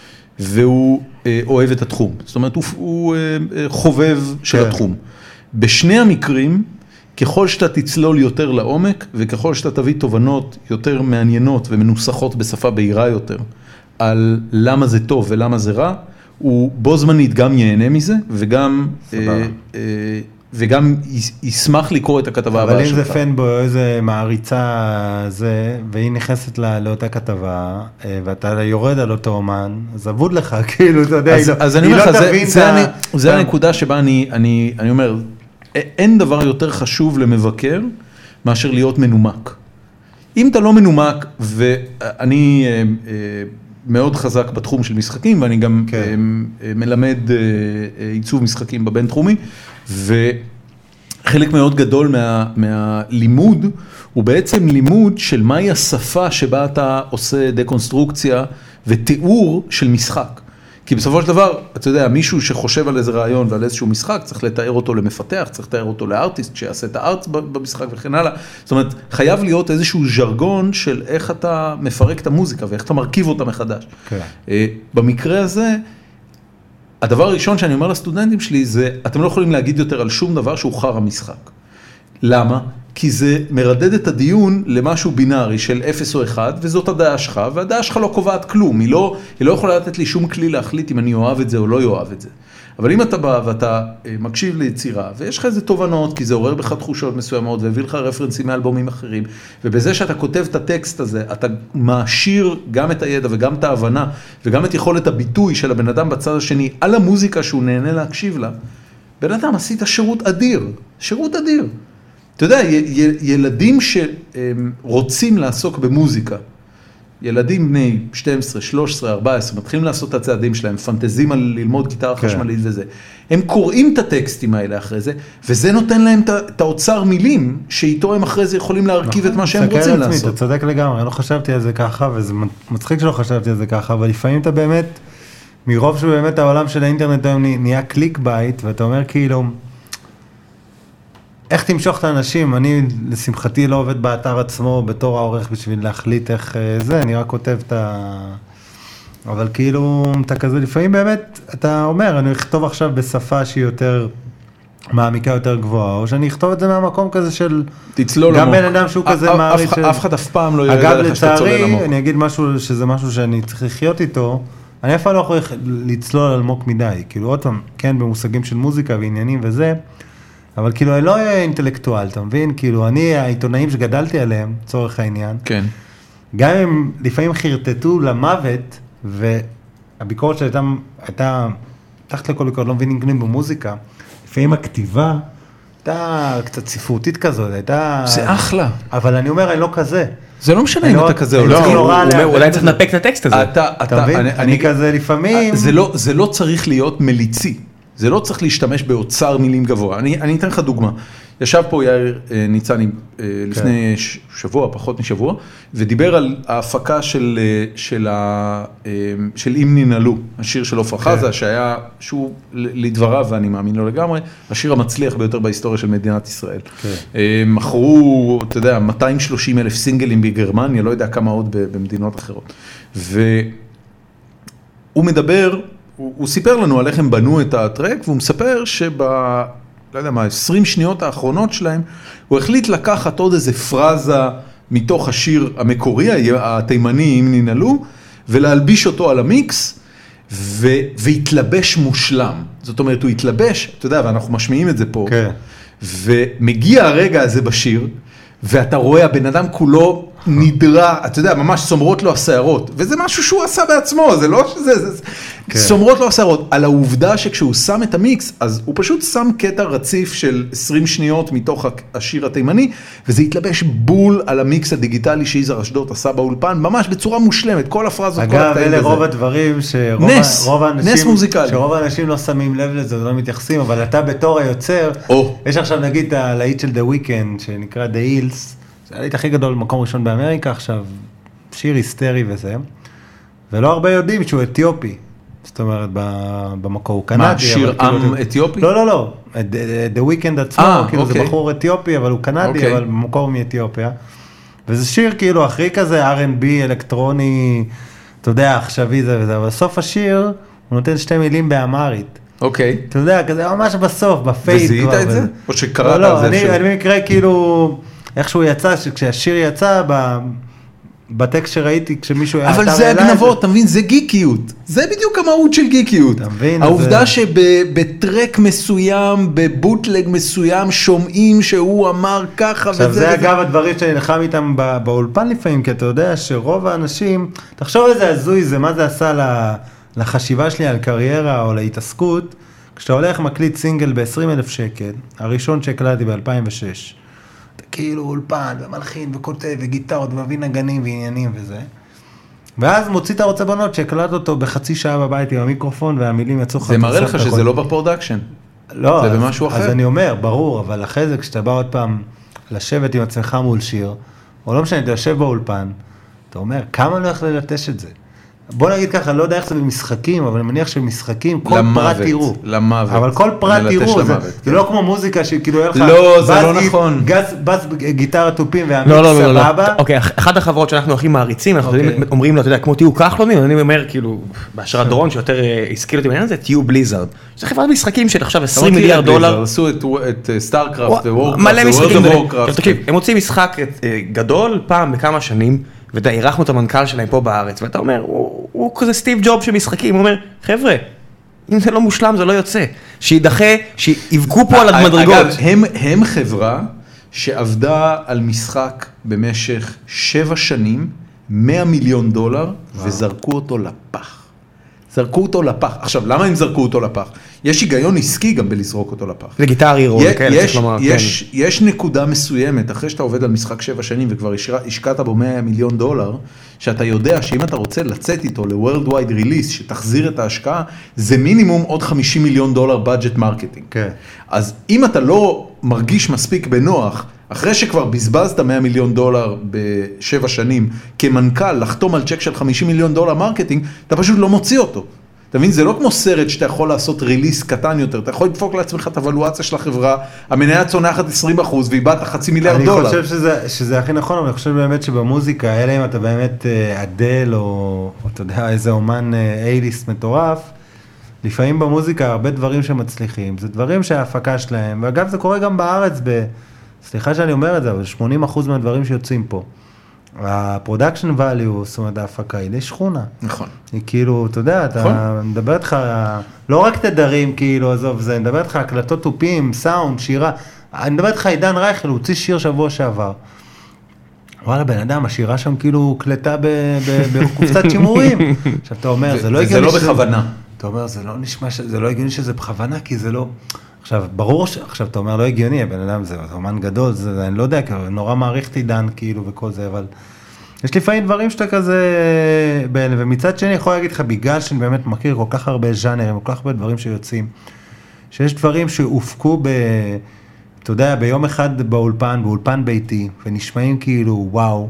והוא אוהב את התחום. זאת אומרת, הוא חובב של התחום. בשני המקרים, ככל שאתה תצלול יותר לעומק, וככל שאתה תביא תובנות יותר מעניינות ומנוסחות בשפה בהירה יותר, על למה זה טוב ולמה זה רע, הוא בו זמנית גם ייהנה מזה, וגם, אה, אה, וגם ישמח לקרוא את הכתבה הבאה שלך. אבל אם זה פנבוי או איזה מעריצה זה, והיא נכנסת לא, לאותה כתבה, ואתה יורד על אותו אומן, אז עבוד לך, כאילו, אתה יודע, אז, היא אז לא, אני אומר לך, לא זה, תבין זה, את אני, ה... זה הנקודה שבה אני, אני, אני אומר, אין דבר יותר חשוב למבקר, מאשר להיות מנומק. אם אתה לא מנומק, ואני מאוד חזק בתחום של משחקים, ואני גם מלמד עיצוב משחקים בבין-תחומי, וחלק מאוד גדול מה, מהלימוד, הוא בעצם לימוד של מהי השפה שבה אתה עושה דקונסטרוקציה ותיאור של משחק. כי בסופו של דבר, אתה יודע, מישהו שחושב על איזה רעיון ועל איזשהו משחק, צריך לתאר אותו למפתח, צריך לתאר אותו לארטיסט, שיעשה את הארט במשחק וכן הלאה. זאת אומרת, חייב להיות איזשהו ז'רגון של איך אתה מפרק את המוזיקה, ואיך אתה מרכיב אותה מחדש. Okay. במקרה הזה, הדבר הראשון שאני אומר לסטודנטים שלי, זה, אתם לא יכולים להגיד יותר על שום דבר שהוא חר המשחק. למה? כי זה מרדד את הדיון למשהו בינארי של אפס או אחד, וזאת הדעה שלך, והדעה שלך לא קובעת כלום, היא לא, היא לא יכולה לתת לי שום כלי להחליט אם אני אוהב את זה או לא אוהב את זה. אבל אם אתה בא ואתה מקשיב ליצירה, ויש לך איזה תובנות, כי זה עורר בך תחושות מסוימות, והביא לך רפרנסים מאלבומים אחרים, ובזה שאתה כותב את הטקסט הזה, אתה מעשיר גם את הידע וגם את ההבנה, וגם את יכולת הביטוי של הבן אדם בצד השני, על המוזיקה שהוא נהנה להקשיב לה. בן אדם, עשית שירות אדיר, שירות אדיר. אתה יודע, ילדים שרוצים לעסוק במוזיקה, ילדים בני שתים עשרה, שלוש עשרה, ארבע עשרה, מתחילים לעשות את הצעדים שלהם, פנטזים על ללמוד גיטרה חשמלית וזה. הם קוראים את הטקסטים האלה אחרי זה, וזה נותן להם את האוצר מילים, שאיתו הם אחרי זה יכולים להרכיב את מה שהם רוצים לעשות. אתה צודק לגמרי, אני לא חשבתי על זה ככה, וזה מצחיק שלא חשבתי על זה ככה, אבל לפעמים אתה באמת, מרוב שבאמת העולם של האינטרנט היום נהיה קליק בייט, ואתה אומר כאילו, איך תמשוך את האנשים? אני, לשמחתי, לא עובד באתר עצמו בתור העורך בשביל להחליט איך זה, אני רק כותב את ה... אבל כאילו, אתה כזה, לפעמים באמת, אתה אומר, אני אכתוב עכשיו בשפה שהיא יותר מעמיקה, יותר גבוהה, או שאני אכתוב את זה מהמקום כזה של... תצלול גם עמוק. בן אדם שהוא כזה מעריץ... אף אחד אף פעם לא יראה לך שאתה צולל עמוק. אגב, לצערי, אני אגיד משהו, שזה משהו שאני צריך לחיות איתו, אני אף פעם לא יכול לצלול עמוק מדי, כאילו, עוד פעם, כן, במושגים של מוזיקה ועניינים וזה, אבל כאילו, אני לא אינטלקטואל, אתה מבין? כאילו, אני, העיתונאים שגדלתי עליהם, צורך העניין, כן. גם אם לפעמים חרטטו למוות, והביקורת שהייתה, הייתה, תחת לכל ביקורת, לא מבינים כלום במוזיקה, לפעמים הכתיבה, הייתה קצת ספרותית כזאת, הייתה... זה אחלה. אבל אני אומר, אני לא כזה. זה לא משנה אם אתה כזה או לא. אולי צריך לנפק את הטקסט הזה. אתה מבין? אני כזה לפעמים... זה לא צריך להיות מליצי. זה לא צריך להשתמש באוצר מילים גבוה. אני, אני אתן לך דוגמה. ישב פה יאיר ניצני לפני שבוע, פחות משבוע, ודיבר על ההפקה של, של, ה, של אם ננעלו, השיר של עופרה חזה, שהיה, שהוא לדבריו, ואני מאמין לו לגמרי, השיר המצליח ביותר בהיסטוריה של מדינת ישראל. מכרו, אתה יודע, מאתיים ושלושים אלף סינגלים בגרמניה, לא יודע כמה עוד במדינות אחרות. והוא מדבר, הוא, הוא סיפר לנו על איך הם בנו את הטרק, והוא מספר שב, לא יודע מה, עשרים שניות האחרונות שלהם, הוא החליט לקחת עוד איזה פרזה מתוך השיר המקורי, התימני, אם ננעלו, ולהלביש אותו על המיקס, ו, והתלבש מושלם. זאת אומרת, הוא התלבש, אתה יודע, ואנחנו משמיעים את זה פה, כן. ומגיע הרגע הזה בשיר, ואתה רואה, הבן אדם כולו נדרה, אתה יודע, ממש סומרות לו השערות, וזה משהו שהוא עשה בעצמו, זה לא שזה, זה, כן. סומרות לו השערות, על העובדה שכשהוא שם את המיקס, אז הוא פשוט שם קטע רציף של עשרים שניות מתוך השיר התימני, וזה התלבש בול על המיקס הדיגיטלי שיזהר אשדוד עשה באולפן, ממש בצורה מושלמת, כל הפרזות, כל אגב, אלה רוב הדברים שרוב נס, רוב האנשים, נס מוזיקלי. שרוב האנשים לא שמים לב לזה, לא מתייחסים, אבל אתה בתור היוצר, או. יש עכשיו נגיד את הלהיט של The Weeknd, שנקרא The Hills, זה הלהיט הכי גדול, מקום ראשון באמריקה, עכשיו שיר היסטרי וזה, ולא הרבה יודעים שהוא אתיופי, זאת אומרת, במקור הוא קנדי. מה, שיר עם אתיופי? לא, לא, לא, The Weeknd עצמו, כאילו זה בחור אתיופי, אבל הוא קנדי, אבל במקור מאתיופיה, וזה שיר כאילו אחרי כזה אר אנד בי, אלקטרוני, אתה יודע, עכשווי זה וזה, אבל בסוף השיר, הוא נותן שתי מילים באמרית. אוקיי. אתה יודע, כזה ממש בסוף, בפייט. וזיהית את זה? או שקראת על זה? לא, אני במקרה כאילו, איכשהו יצא, כשהשיר יצא, בטקסט שראיתי, כשמישהו היה... אבל זה הגנבות, אתה מבין? זה גיקיות. זה בדיוק המהות של גיקיות. אתה מבין? העובדה שבטרק מסוים, בבוטלג מסוים, שומעים שהוא אמר ככה וזה... עכשיו, זה אגב הדברים שאני נלחם איתם באולפן לפעמים, כי אתה יודע שרוב האנשים... תחשוב איזה הזוי זה, מה זה עשה לחשיבה שלי על קריירה או להתעסקות, כשאתה הולך מקליט סינגל ב-עשרים אלף שקל, הראשון שהקלטתי ב-אלפיים ושש, אתה כאילו אולפן ומלחין וכותב וגיטרות ומביא נגנים ועניינים וזה, ואז מוציא את הרוצה בנות שהקלט אותו בחצי שעה בבית עם המיקרופון והמילים יצאו לך... זה מראה לך שזה לא בפרודקשן. לא, זה במשהו אחר. אז אני אומר, ברור, אבל אחרי זה כשאתה בא עוד פעם לשבת עם עצמך מול שיר, או לא משנה, אתה יושב באולפן, אתה אומר, כמה אני הולך ללטש את זה? בוא נגיד ככה, לא יודע איך זה במשחקים, אבל אני מניח שבמשחקים, כל פרט תראו. למוות. אבל כל פרט תראו, זה לא כמו מוזיקה שכאילו יהיה לך... לא, זה לא נכון. בס גיטרה טופים והמיקס סבבה. אוקיי, אחת החברות שאנחנו הכי מעריצים, אנחנו אומרים לו, אתה יודע, כמו תהיו כחלונים, אני אומר כאילו, בהשראת דורון שיותר השכיל אותי בעניין הזה, תהיו בליזארד. זה חברת משחקים של עכשיו עשרים מיליארד דולר. עשו את סטארקראפט ווורקראפט. מלא משחקים. הם מוצאים משחק גדול פעם בכמה שנים, ואתה, אירחנו את המנכ"ל שלהם פה בארץ, ואתה אומר, הוא, הוא כזה סטיב ג'וב שמשחקים, הוא אומר, חבר'ה, אם זה לא מושלם, זה לא יוצא. שידחה, שיבקו פה על המדרגות. אגב, הם, הם חברה שעבדה על משחק במשך שבע שנים, מאה מיליון דולר, וזרקו אותו לפח. זרקו אותו לפח. עכשיו, למה הם זרקו אותו לפח? יש היגיון עסקי גם בלזרוק אותו לפח. זה גיטר הירו, כאלה יש, לומר, יש, כן. יש נקודה מסוימת, אחרי שאתה עובד על משחק שבע שנים, וכבר השקעת בו מאה מיליון דולר, שאתה יודע שאם אתה רוצה לצאת איתו ל-World Wide Release, שתחזיר את ההשקעה, זה מינימום עוד חמישים מיליון דולר budget marketing. כן. אז אם אתה לא מרגיש מספיק בנוח, אחרי שכבר בזבזת מאה מיליון דולר בשבע שנים, כמנכ"ל לחתום על צ'ק של חמישים מיליון דולר מרקטינג, אתה פשוט לא מוציא אותו. אתה מבין? זה לא כמו סרט שאתה יכול לעשות ריליס קטן יותר, אתה יכול לדפוק לעצמך את הוולואציה של החברה, המניה צונחת עשרים אחוז ואיבדת חצי מיליארד דולר. אני חושב שזה, שזה הכי נכון, אבל אני חושב באמת שבמוזיקה, אלא אם אתה באמת אדל או, או אתה יודע, איזה אומן אייליסט מטורף, לפעמים במוזיקה הרבה דברים שמצליחים, זה דברים שההפקה שלהם, ואגב זה קורה גם בארץ, ב, סליחה שאני אומר את זה, אבל שמונים אחוז מהדברים שיוצאים פה. הפרודקשן ואליו, זאת אומרת, ההפקה היא די שכונה. נכון. היא כאילו, אתה יודע, אתה מדבר איתך, לא רק תדרים, כאילו, עזוב, זה, אני מדבר איתך הקלטות טופים, סאונד, שירה, אני מדבר איתך עידן רייכל, הוא הוציא שיר שבוע שעבר. וואלה, בן אדם, השירה שם כאילו קלטה בקופסת שימורים. עכשיו, אתה אומר, זה לא הגיוני שזה... וזה לא בכוונה. אתה אומר, זה לא נשמע, זה לא הגיוני שזה בכוונה, כי זה לא... עכשיו, ברור ש... עכשיו, אתה אומר, לא הגיוני, הבן אדם זה אומן גדול, זה, אני לא יודע, נורא מעריך עידן, כאילו, וכל זה, אבל יש לפעמים דברים שאתה כזה, ומצד שני, יכול להגיד לך, בגלל שאני באמת מכיר כל כך הרבה ז'אנרים, כל כך הרבה דברים שיוצאים, שיש דברים שהופקו ב... אתה יודע, ביום אחד באולפן, באולפן ביתי, ונשמעים כאילו, וואו,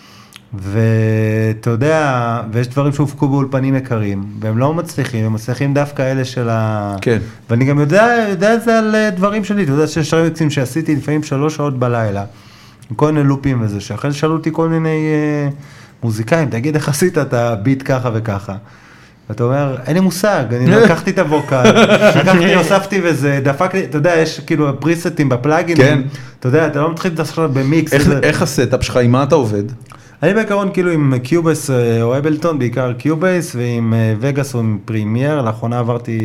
ואתה יודע, ויש דברים שהופקו באולפנים יקרים, והם לא מצליחים, הם מצליחים דווקא אלה של ה... כן. ואני גם יודע, יודע את זה על דברים שלי, אתה יודע שיש רמיקסים שעשיתי לפעמים שלוש שעות בלילה, עם כל מיני לופים וזה, שאחרי שאלו אותי כל מיני אה, מוזיקאים, תגיד איך עשית את הביט ככה וככה, ואתה אומר, אין לי מושג, אני לקחתי את הווקל, לקחתי, הוספתי וזה, דפקתי, אתה יודע, יש כאילו פריסטים בפלאגינים, אתה יודע, אתה לא מתחיל עכשיו במיקס. איך הסטאפ שלך, עם מה אתה עובד? אני בעיקרון כאילו עם קיובייס או אבלטון, בעיקר קיובייס, ועם וגאס או עם פרימייר, לאחרונה עברתי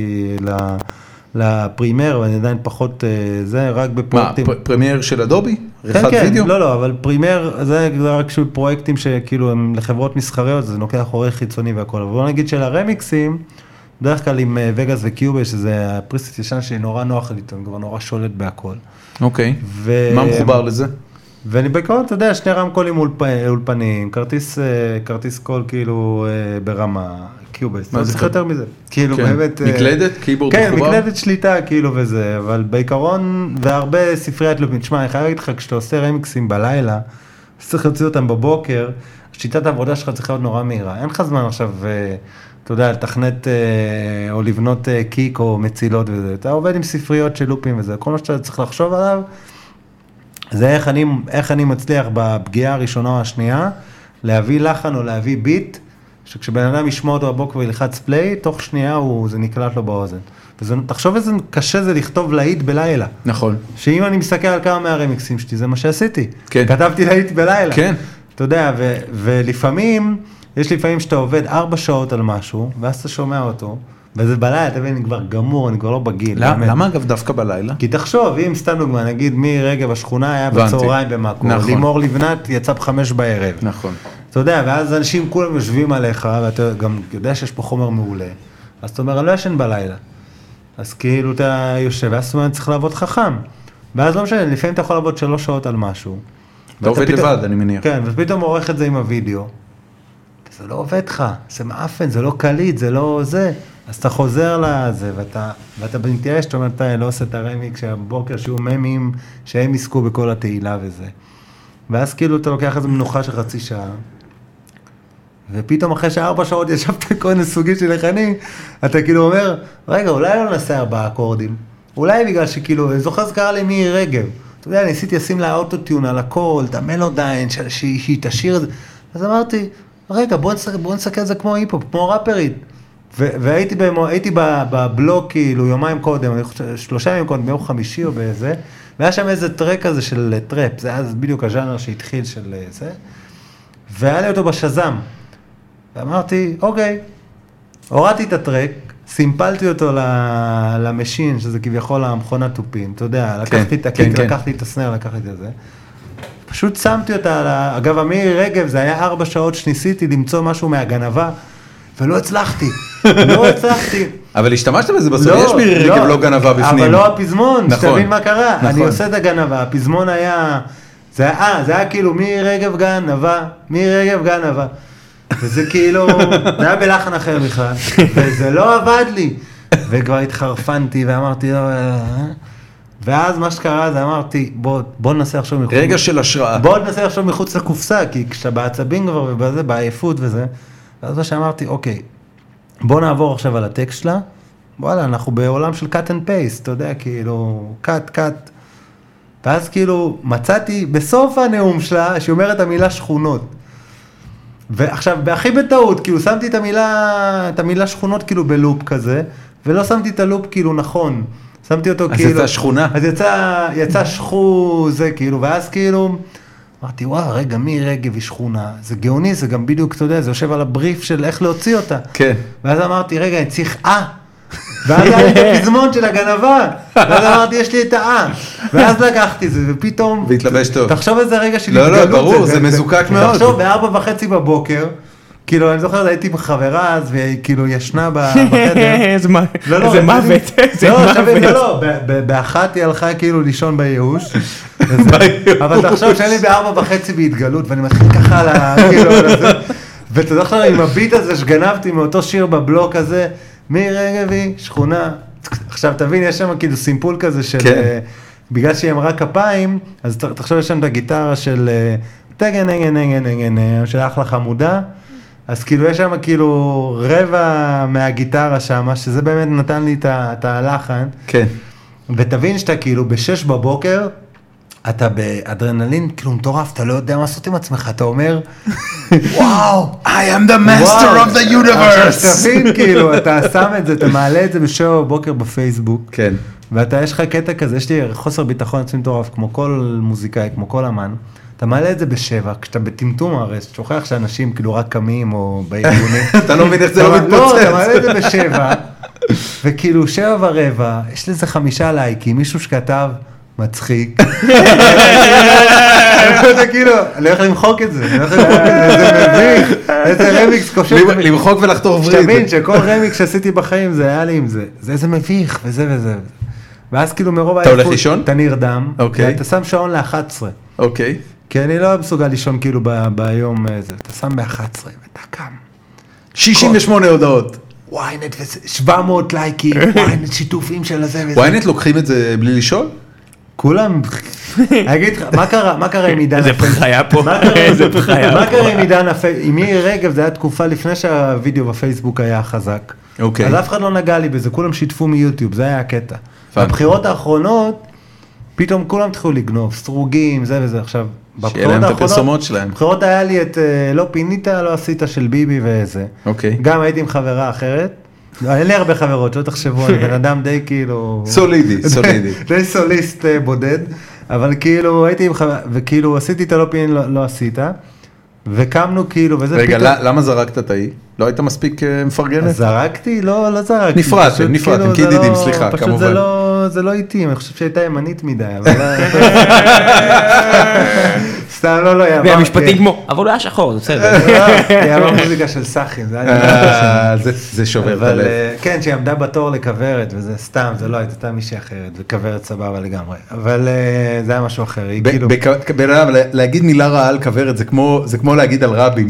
לפרימייר, ואני עדיין פחות זה, רק בפרויקטים. מה, פרימייר של אדובי? כן, כן, לא, לא, אבל פרימייר זה רק פרויקטים שכאילו הם לחברות מסחריות, זה נוקח עורך חיצוני והכל, אבל בוא נגיד של הרמיקסים, בדרך כלל עם וגאס וקיובייס, שזה הפריסט ישן שלי נורא נוח לי, אני כבר נורא שולט בהכל. אוקיי, מה מחובר לזה? ואני בעיקרון, אתה יודע, שני רמקולים אולפנים, כרטיס, כרטיס קול כאילו ברמה, קיובייס, לא צריך יותר מזה. כאילו באמת... מקלדת? קיבורד מחובר? כן, מקלדת שליטה כאילו וזה, אבל בעיקרון, והרבה ספריית לופים. תשמע, אני חייב להגיד לך, כשאתה עושה רמיקסים בלילה, צריך להוציא אותם בבוקר, שיטת העבודה שלך צריכה להיות נורא מהירה. אין לך זמן עכשיו, אתה יודע, לתכנת או לבנות קיק או מצילות וזה. אתה עובד עם ספריות של לופים וזה. כל מה שאתה צריך לחשוב עליו, זה איך אני, איך אני מצליח בפגיעה הראשונה או השנייה, להביא לחן או להביא ביט, שכשבן אדם ישמע אותו בבוקר וילחץ פליי, תוך שנייה הוא, זה נקלט לו באוזן. וזה, תחשוב איזה קשה זה לכתוב להיט בלילה. נכון. שאם אני מסתכל על כמה מהרמיקסים שלי, זה מה שעשיתי. כן. כתבתי להיט בלילה. כן. אתה יודע, ו, ולפעמים, יש לפעמים שאתה עובד ארבע שעות על משהו, ואז אתה שומע אותו, וזה בלילה, אתה מבין, אני כבר גמור, אני כבר לא בגיל. למה, למה אגב דווקא בלילה? כי תחשוב, אם סתם דוגמה, נגיד מי רגב השכונה היה בצהריים במקום, נכון. לימור לבנת יצא בחמש בערב. נכון. אתה יודע, ואז אנשים כולם יושבים עליך, ואתה גם יודע שיש פה חומר מעולה, אז אתה אומר, אני לא ישן בלילה. אז כאילו אתה יושב, ואז אתה אומר, צריך לעבוד חכם. ואז לא משנה, לפעמים אתה יכול לעבוד שלוש שעות על משהו. אתה עובד פתאום, לבד, אני מניח. כן, ופתאום עורך את זה עם הוידאו. זה לא עובד לך, זה מאפן, זה לא קליט, זה לא זה. אז אתה חוזר לזה, ואתה, ואתה מתייאש, אתה אומר, אתה לא עושה את הרמיק שהבוקר שיהיו ממים, שהם יזכו בכל התהילה וזה. ואז כאילו אתה לוקח איזו מנוחה של חצי שעה, ופתאום אחרי שארבע שעות ישבת כל מיני סוגים של לחנים, אתה כאילו אומר, רגע, אולי לא נעשה ארבעה אקורדים. אולי בגלל שכאילו, אני זוכר זה קרה לי מי רגב. אתה יודע, ניסיתי לשים לה אוטוטיון על הכל, את המלודיין, שהיא תשאיר את זה. אז אמרתי, רגע, בוא נסתכל את זה כמו היפ-הופ, כמו ראפרית. והייתי הייתי בבלוג כאילו יומיים קודם, שלושה ימים קודם, ביום חמישי או באיזה, והיה שם איזה טרק כזה של טראפ, זה היה בדיוק הז'אנר שהתחיל של זה, והיה לי אותו בשזם, ואמרתי, אוקיי, הורדתי את הטרק, סימפלתי אותו למשין, שזה כביכול המכונת טופין, אתה יודע, לקחתי את הקיק, לקחתי את הסנר, לקחתי את זה, פשוט שמתי אותה, אגב, אמיר רגב, זה היה ארבע שעות שניסיתי למצוא משהו מהגנבה, ולא הצלחתי, לא הצלחתי. אבל השתמשת בזה בסוף, יש מירי רגב לא גנבה בפנים. אבל לא הפזמון, שתבין מה קרה, אני עושה את הגנבה, הפזמון היה, זה היה, זה היה כאילו מירי רגב גנבה, מירי רגב גנבה, וזה כאילו, זה היה בלחן אחר בכלל, וזה לא עבד לי, וכבר התחרפנתי ואמרתי, ואז מה שקרה זה אמרתי, בוא ננסה עכשיו מחוץ. רגע של השראה. בוא ננסה עכשיו מחוץ לקופסה, כי כשאתה בעצבים כבר ובזה, בעייפות וזה, ואז מה שאמרתי, אוקיי, בוא נעבור עכשיו על הטקסט שלה, וואלה, אנחנו בעולם של cut and paste, אתה יודע, כאילו, cut, cut, ואז כאילו, מצאתי בסוף הנאום שלה, שהיא אומרת המילה שכונות, ועכשיו, בהכי בטעות, כאילו, שמתי את המילה, את המילה שכונות כאילו בלופ כזה, ולא שמתי את הלופ כאילו נכון, שמתי אותו אז כאילו... אז יצא שכונה. אז יצא, יצא שכו, זה כאילו, ואז כאילו... אמרתי, וואו, רגע, מי רגב היא שכונה? זה גאוני, זה גם בדיוק, אתה יודע, זה יושב על הבריף של איך להוציא אותה. כן. ואז אמרתי, רגע, אני צריך אה. ואז היה לי את הפזמון של הגנבה. ואז אמרתי, יש לי את האה. ואז לקחתי זה, ופתאום... והתלבש טוב. תחשוב איזה רגע של התגלות. לא, לא, ברור, זה מזוקק מאוד. תחשוב, בארבע וחצי בבוקר, כאילו, אני זוכר, הייתי בחברה אז, והיא כאילו ישנה בחדר. איזה מוות, איזה מוות. לא, לא, באחת היא הלכה כאילו לישון בייאוש. אבל תחשוב שאני בארבע וחצי בהתגלות, ואני מתחיל ככה על ה... ואתה זוכר עם הביט הזה שגנבתי מאותו שיר בבלוק הזה, מי רגבי, שכונה. עכשיו תבין, יש שם כאילו סימפול כזה של... בגלל שהיא אמרה כפיים, אז תחשוב יש שם את הגיטרה של... תגן, נגן, נגן, נגן, של אחלה חמודה. אז כאילו יש שם כאילו רבע מהגיטרה שם, שזה באמת נתן לי את הלחן. כן. ותבין שאתה כאילו בשש בבוקר, אתה באדרנלין כאילו מטורף, אתה לא יודע מה לעשות עם עצמך, אתה אומר, וואו, I am the master of the universe. עכשיו תבין, כאילו, אתה שם את זה, אתה מעלה את זה בשבע בבוקר בפייסבוק. כן. ואתה, יש לך קטע כזה, יש לי חוסר ביטחון עצמי מטורף, כמו כל מוזיקאי, כמו כל אמן. אתה מעלה את זה בשבע, כשאתה בטמטום הרי, שוכח שאנשים כאילו רק קמים או בארגונים. אתה לא מבין איך זה לא מתפוצץ. לא, אתה מעלה את זה בשבע, וכאילו שבע ורבע, יש לזה חמישה לייקים, מישהו שכתב מצחיק. אתה כאילו, אני הולך למחוק את זה, אני הולך למחוק את זה, זה מביך, איזה רמיקס קושר. למחוק ולחתור וריד. שתבין שכל רמיקס שעשיתי בחיים זה היה לי עם זה, זה איזה מביך וזה וזה. ואז כאילו מרוב אתה הולך לישון? אתה נרדם, אוקיי. אתה שם שעון ל-אחת עשרה. אוקיי. כי אני לא מסוגל לישון כאילו ביום הזה, אתה שם ב-אחת עשרה ואתה קם. שישים ושמונה הודעות. וויינט ו-שבע מאות לייקים, וויינט שיתופים של הזה וזה. וויינט לוקחים את זה בלי לשאול? כולם, אני אגיד לך, מה קרה, מה קרה עם עידן איזה הפייסבוק? בחיה פה, איזה בחיה מה פה. קרה עם עידן הפייסבוק? עם מירי רגב, זה היה תקופה לפני שהווידאו בפייסבוק היה חזק. אוקיי. אז אף אחד לא נגע לי בזה, כולם שיתפו מיוטיוב, זה היה הקטע. הבנתי. בבחירות האחרונות, פתאום כולם התחילו לגנוב, סרוגים, זה וזה. עכשיו, שיהיה להם את הפרסומות שלהם. בבחירות היה לי את לא פינית, לא עשית של ביבי וזה. אוקיי. גם הייתי עם חברה אחרת. אין לי הרבה חברות, שלא תחשבו, אני בן אדם די כאילו... סולידי, סולידי. די סוליסט בודד, אבל כאילו הייתי עם חברה, וכאילו עשיתי את הלא פינית, לא עשית, וקמנו כאילו, וזה רגע, למה זרקת את האי? לא היית מספיק מפרגנת? זרקתי? לא, לא זרקתי. נפרדתם, נפרדתם, כידידים, סליחה, כמובן. פשוט זה לא, זה לא איתי, אני חושב שהייתה ימנית מדי, אבל... סתם, לא, לא, יעבר. והמשפטים כמו, אבל הוא היה שחור, זה בסדר. יעבר מוזיקה של סאחים, זה היה... זה שובר את הלב. כן, שהיא עמדה בתור לכוורת, וזה סתם, זה לא הייתה, הייתה מישהי אחרת, וכוורת סבבה לגמרי. אבל זה היה משהו אחר, היא כאילו... להגיד מילה רעה על כוורת, זה כמו להגיד על רבין.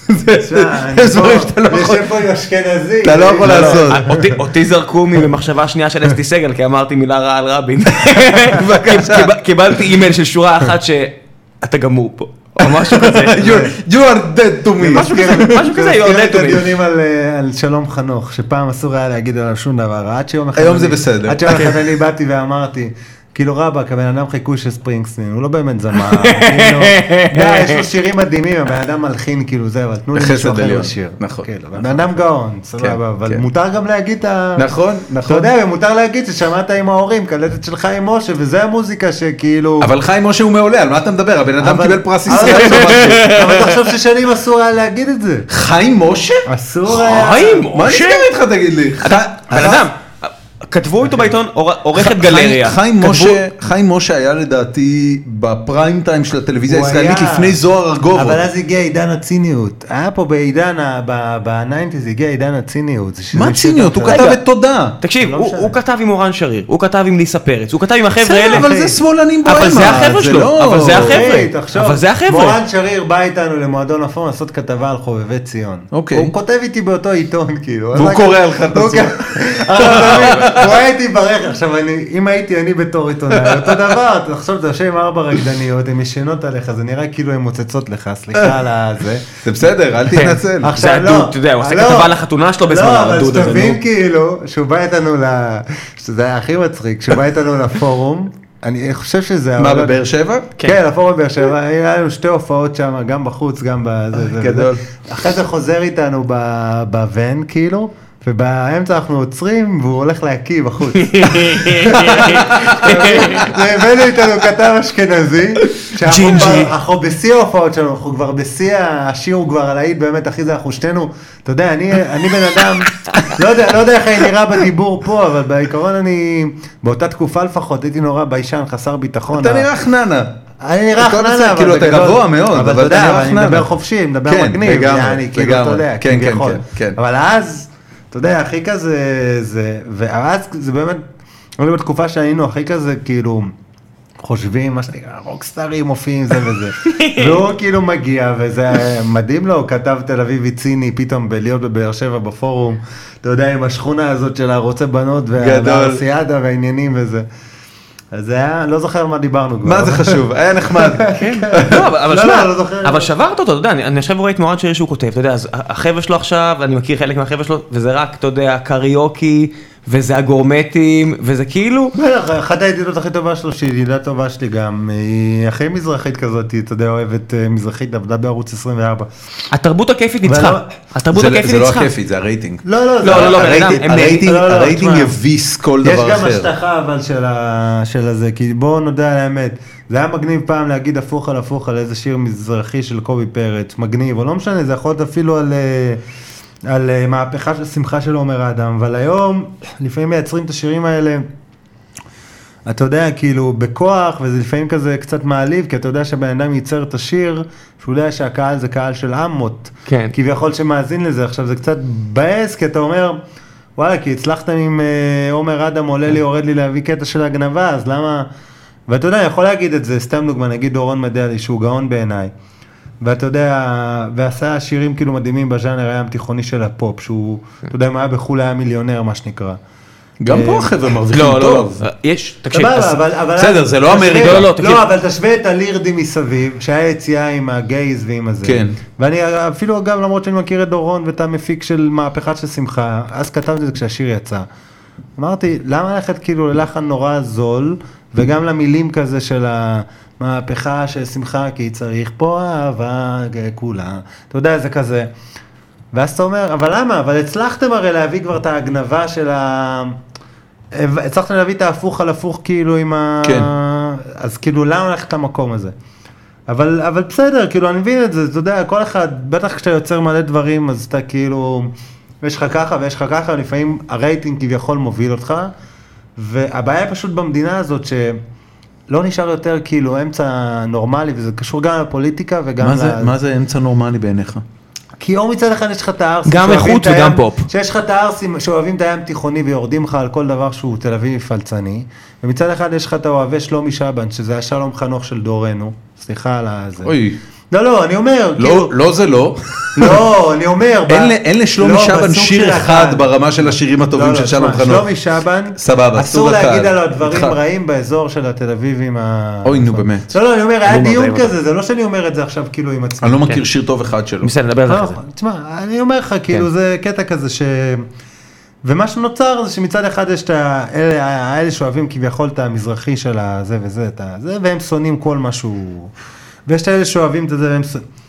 יושב פה עם אשכנזי. אתה לא יכול לעשות. אותי זרקו ממחשבה שנייה של אסתי סגל, כי אמרתי מילה רעה על רבין. קיבלתי אימייל של שורה אחת שאתה גמור פה. או משהו כזה. You are dead to me. משהו כזה, you are dead to me. הדיונים על שלום חנוך, שפעם אסור היה להגיד עליו שום דבר. היום זה בסדר. עד שיום אחד אני באתי ואמרתי, כאילו רבק, הבן אדם חיקוי של ספרינגסטין, הוא לא באמת זמר, די, יש לו שירים מדהימים, הבן אדם מלחין כאילו זה, אבל תנו לי משהו אחר לשיר. נכון. הבן אדם גאון, סבבה, אבל מותר גם להגיד את ה... נכון, נכון. אתה יודע, ומותר להגיד ששמעת עם ההורים, קלטת של חיים משה, וזה המוזיקה שכאילו... אבל חיים משה הוא מעולה, על מה אתה מדבר? הבן אדם קיבל פרס ישראל. אבל תחשוב ששנים אסור היה להגיד את זה. חיים משה? אסור היה... חיים משה? מה נסגר איתך, תגיד לי? בן אדם. כתבו איתו בעיתון עורכת גלריה. חיים משה היה לדעתי בפריים טיים של הטלוויזיה הישראלית לפני זוהר ארגוב. אבל אז הגיע עידן הציניות. היה פה בעידן, בניינטיז הגיע עידן הציניות. מה ציניות? הוא כתב את תודה. תקשיב, הוא כתב עם אורן שריר, הוא כתב עם ליסה פרץ, הוא כתב עם החבר'ה האלה. אבל זה שמאלנים בוהמה. אבל זה החבר'ה שלו. אבל זה החבר'ה. אבל זה החבר'ה. אורן שריר בא איתנו למועדון הפורום לעשות כתבה על חובבי ציון. הוא כותב איתי באותו עיתון, כאילו. והוא קורא לך את עצמו. הוא הייתי ברכב, עכשיו אם הייתי אני בתור עיתונאי, אותו דבר, תחשוב, אתה יושב עם ארבע רקדניות, הן ישנות עליך, זה נראה כאילו הן מוצצות לך, סליחה על הזה. זה בסדר, אל תתנצל. זה הדוד, אתה יודע, הוא עושה כתבה על החתונה שלו בזמן, לא, אבל שתבין כאילו, שהוא בא איתנו, שזה היה הכי מצחיק, שהוא בא איתנו לפורום, אני חושב שזה... מה, בבאר שבע? כן, לפורום בבאר שבע, היה לנו שתי הופעות שם, גם בחוץ, גם בזה. גדול. אחרי זה חוזר איתנו בוון, כאילו, ובאמצע אנחנו עוצרים, והוא הולך להקיא בחוץ. והבאנו איתנו כתב אשכנזי, שאנחנו בשיא ההופעות שלנו, אנחנו כבר בשיא, השיר הוא כבר על העיד, באמת, אחי זה, אנחנו שתינו, אתה יודע, אני בן אדם, לא יודע איך אני נראה בדיבור פה, אבל בעיקרון אני, באותה תקופה לפחות, הייתי נורא ביישן, חסר ביטחון. אתה נראה חננה. אני נראה חננה, אבל כאילו אתה גבוה מאוד, אבל אתה יודע, אני מדבר חופשי, אני מדבר מגניב, כאילו, אתה יודע, כביכול. אבל אז, אתה יודע, הכי כזה, זה, ואז זה באמת, אני בתקופה שהיינו, הכי כזה, כאילו, חושבים, מה שנקרא, רוקסטרים מופיעים, זה וזה. והוא כאילו מגיע, וזה מדהים לו, כתב תל אביבי ציני, פתאום בלהיות בבאר שבע בפורום, אתה יודע, עם השכונה הזאת של הרוצה בנות, והארסיאדה והעניינים וזה. אז זה היה, לא זוכר מה דיברנו כבר. מה זה חשוב? היה נחמד. אבל שברת אותו, אתה יודע, אני עכשיו רואה את מורן שיר שהוא כותב, אתה יודע, אז החבר'ה שלו עכשיו, אני מכיר חלק מהחבר'ה שלו, וזה רק, אתה יודע, קריוקי, וזה הגורמטים, וזה כאילו... אחת הידידות הכי טובה שלו, שהיא ידידה טובה שלי גם, היא הכי מזרחית כזאת, אתה יודע, אוהבת מזרחית, עבדה בערוץ עשרים וארבע. התרבות הכיפית ניצחה. התרבות הכיפית ניצחה. זה לא הכיפית, זה הרייטינג. לא, לא, לא, לא, הרייטינג יביס כל דבר אחר. יש גם השטחה אבל של הזה, כי בואו נודע על האמת, זה היה מגניב פעם להגיד הפוך על הפוך על איזה שיר מזרחי של קובי פרץ, מגניב, או לא משנה, זה יכול להיות אפילו על... על מהפכה של שמחה של עומר אדם, אבל היום לפעמים מייצרים את השירים האלה, אתה יודע, כאילו בכוח, וזה לפעמים כזה קצת מעליב, כי אתה יודע שהבן אדם ייצר את השיר, שהוא יודע שהקהל זה קהל של עמות, כן. כביכול שמאזין לזה, עכשיו זה קצת בייס, כי אתה אומר, וואלה, כי הצלחתם עם עומר אדם, עולה לי, יורד לי להביא קטע של הגנבה, אז למה, ואתה יודע, יכול להגיד את זה, סתם דוגמה, נגיד דורון מדלי, שהוא גאון בעיניי, ואתה יודע, ועשה שירים כאילו מדהימים בז'אנר הים תיכוני של הפופ, שהוא, אתה יודע, אם היה בחול היה מיליונר, מה שנקרא. גם פה החבר'ה מרוויחים טוב. לא, לא, יש, תקשיב. בסדר, זה לא אמריקה. לא, לא, תקשיב. לא, אבל תשווה את הלירדי מסביב, שהיה יציאה עם הגייז ועם הזה. כן. ואני אפילו, אגב, למרות שאני מכיר את דורון ואת המפיק של מהפכה של שמחה, אז כתבתי את זה כשהשיר יצא. אמרתי, למה ללכת כאילו ללחן נורא זול, וגם למילים כזה של ה... מהפכה של שמחה, כי צריך פה אהבה כולה, אתה יודע, זה כזה. ואז אתה אומר, אבל למה? אבל הצלחתם הרי להביא כבר את ההגנבה של ה... הצלחתם להביא את ההפוך על הפוך כאילו עם ה... כן. אז כאילו, למה ללכת למקום הזה? אבל, אבל בסדר, כאילו, אני מבין את זה, אתה יודע, כל אחד, בטח כשאתה יוצר מלא דברים, אז אתה כאילו, יש לך ככה ויש לך ככה, לפעמים הרייטינג כביכול מוביל אותך, והבעיה פשוט במדינה הזאת ש... לא נשאר יותר כאילו אמצע נורמלי, וזה קשור גם לפוליטיקה וגם... מה זה, מה זה אמצע נורמלי בעיניך? כי או מצד אחד יש לך את הארסים... גם איכות וגם פופ. שיש לך את הארסים שאוהבים את הים תיכוני ויורדים לך על כל דבר שהוא תל אביבי פלצני, ומצד אחד יש לך את האוהבי שלומי שבן, שזה השלום חנוך של דורנו, סליחה על הזה. אוי. לא, לא, אני אומר, לא, לא זה לא. לא, אני אומר, אין לשלומי שבן שיר אחד ברמה של השירים הטובים של שלום חנוך. שלומי שבן, סבבה, אסור להגיד עליו דברים רעים באזור של התל אביבים. אוי, נו באמת. לא, לא, אני אומר, היה דיון כזה, זה לא שאני אומר את זה עכשיו כאילו עם עצמי. אני לא מכיר שיר טוב אחד שלו. בסדר, נדבר על זה. תשמע, אני אומר לך, כאילו, זה קטע כזה ש... ומה שנוצר זה שמצד אחד יש את האלה שאוהבים כביכול את המזרחי של הזה וזה, והם שונאים כל משהו... ויש את האלה שאוהבים את זה, והם...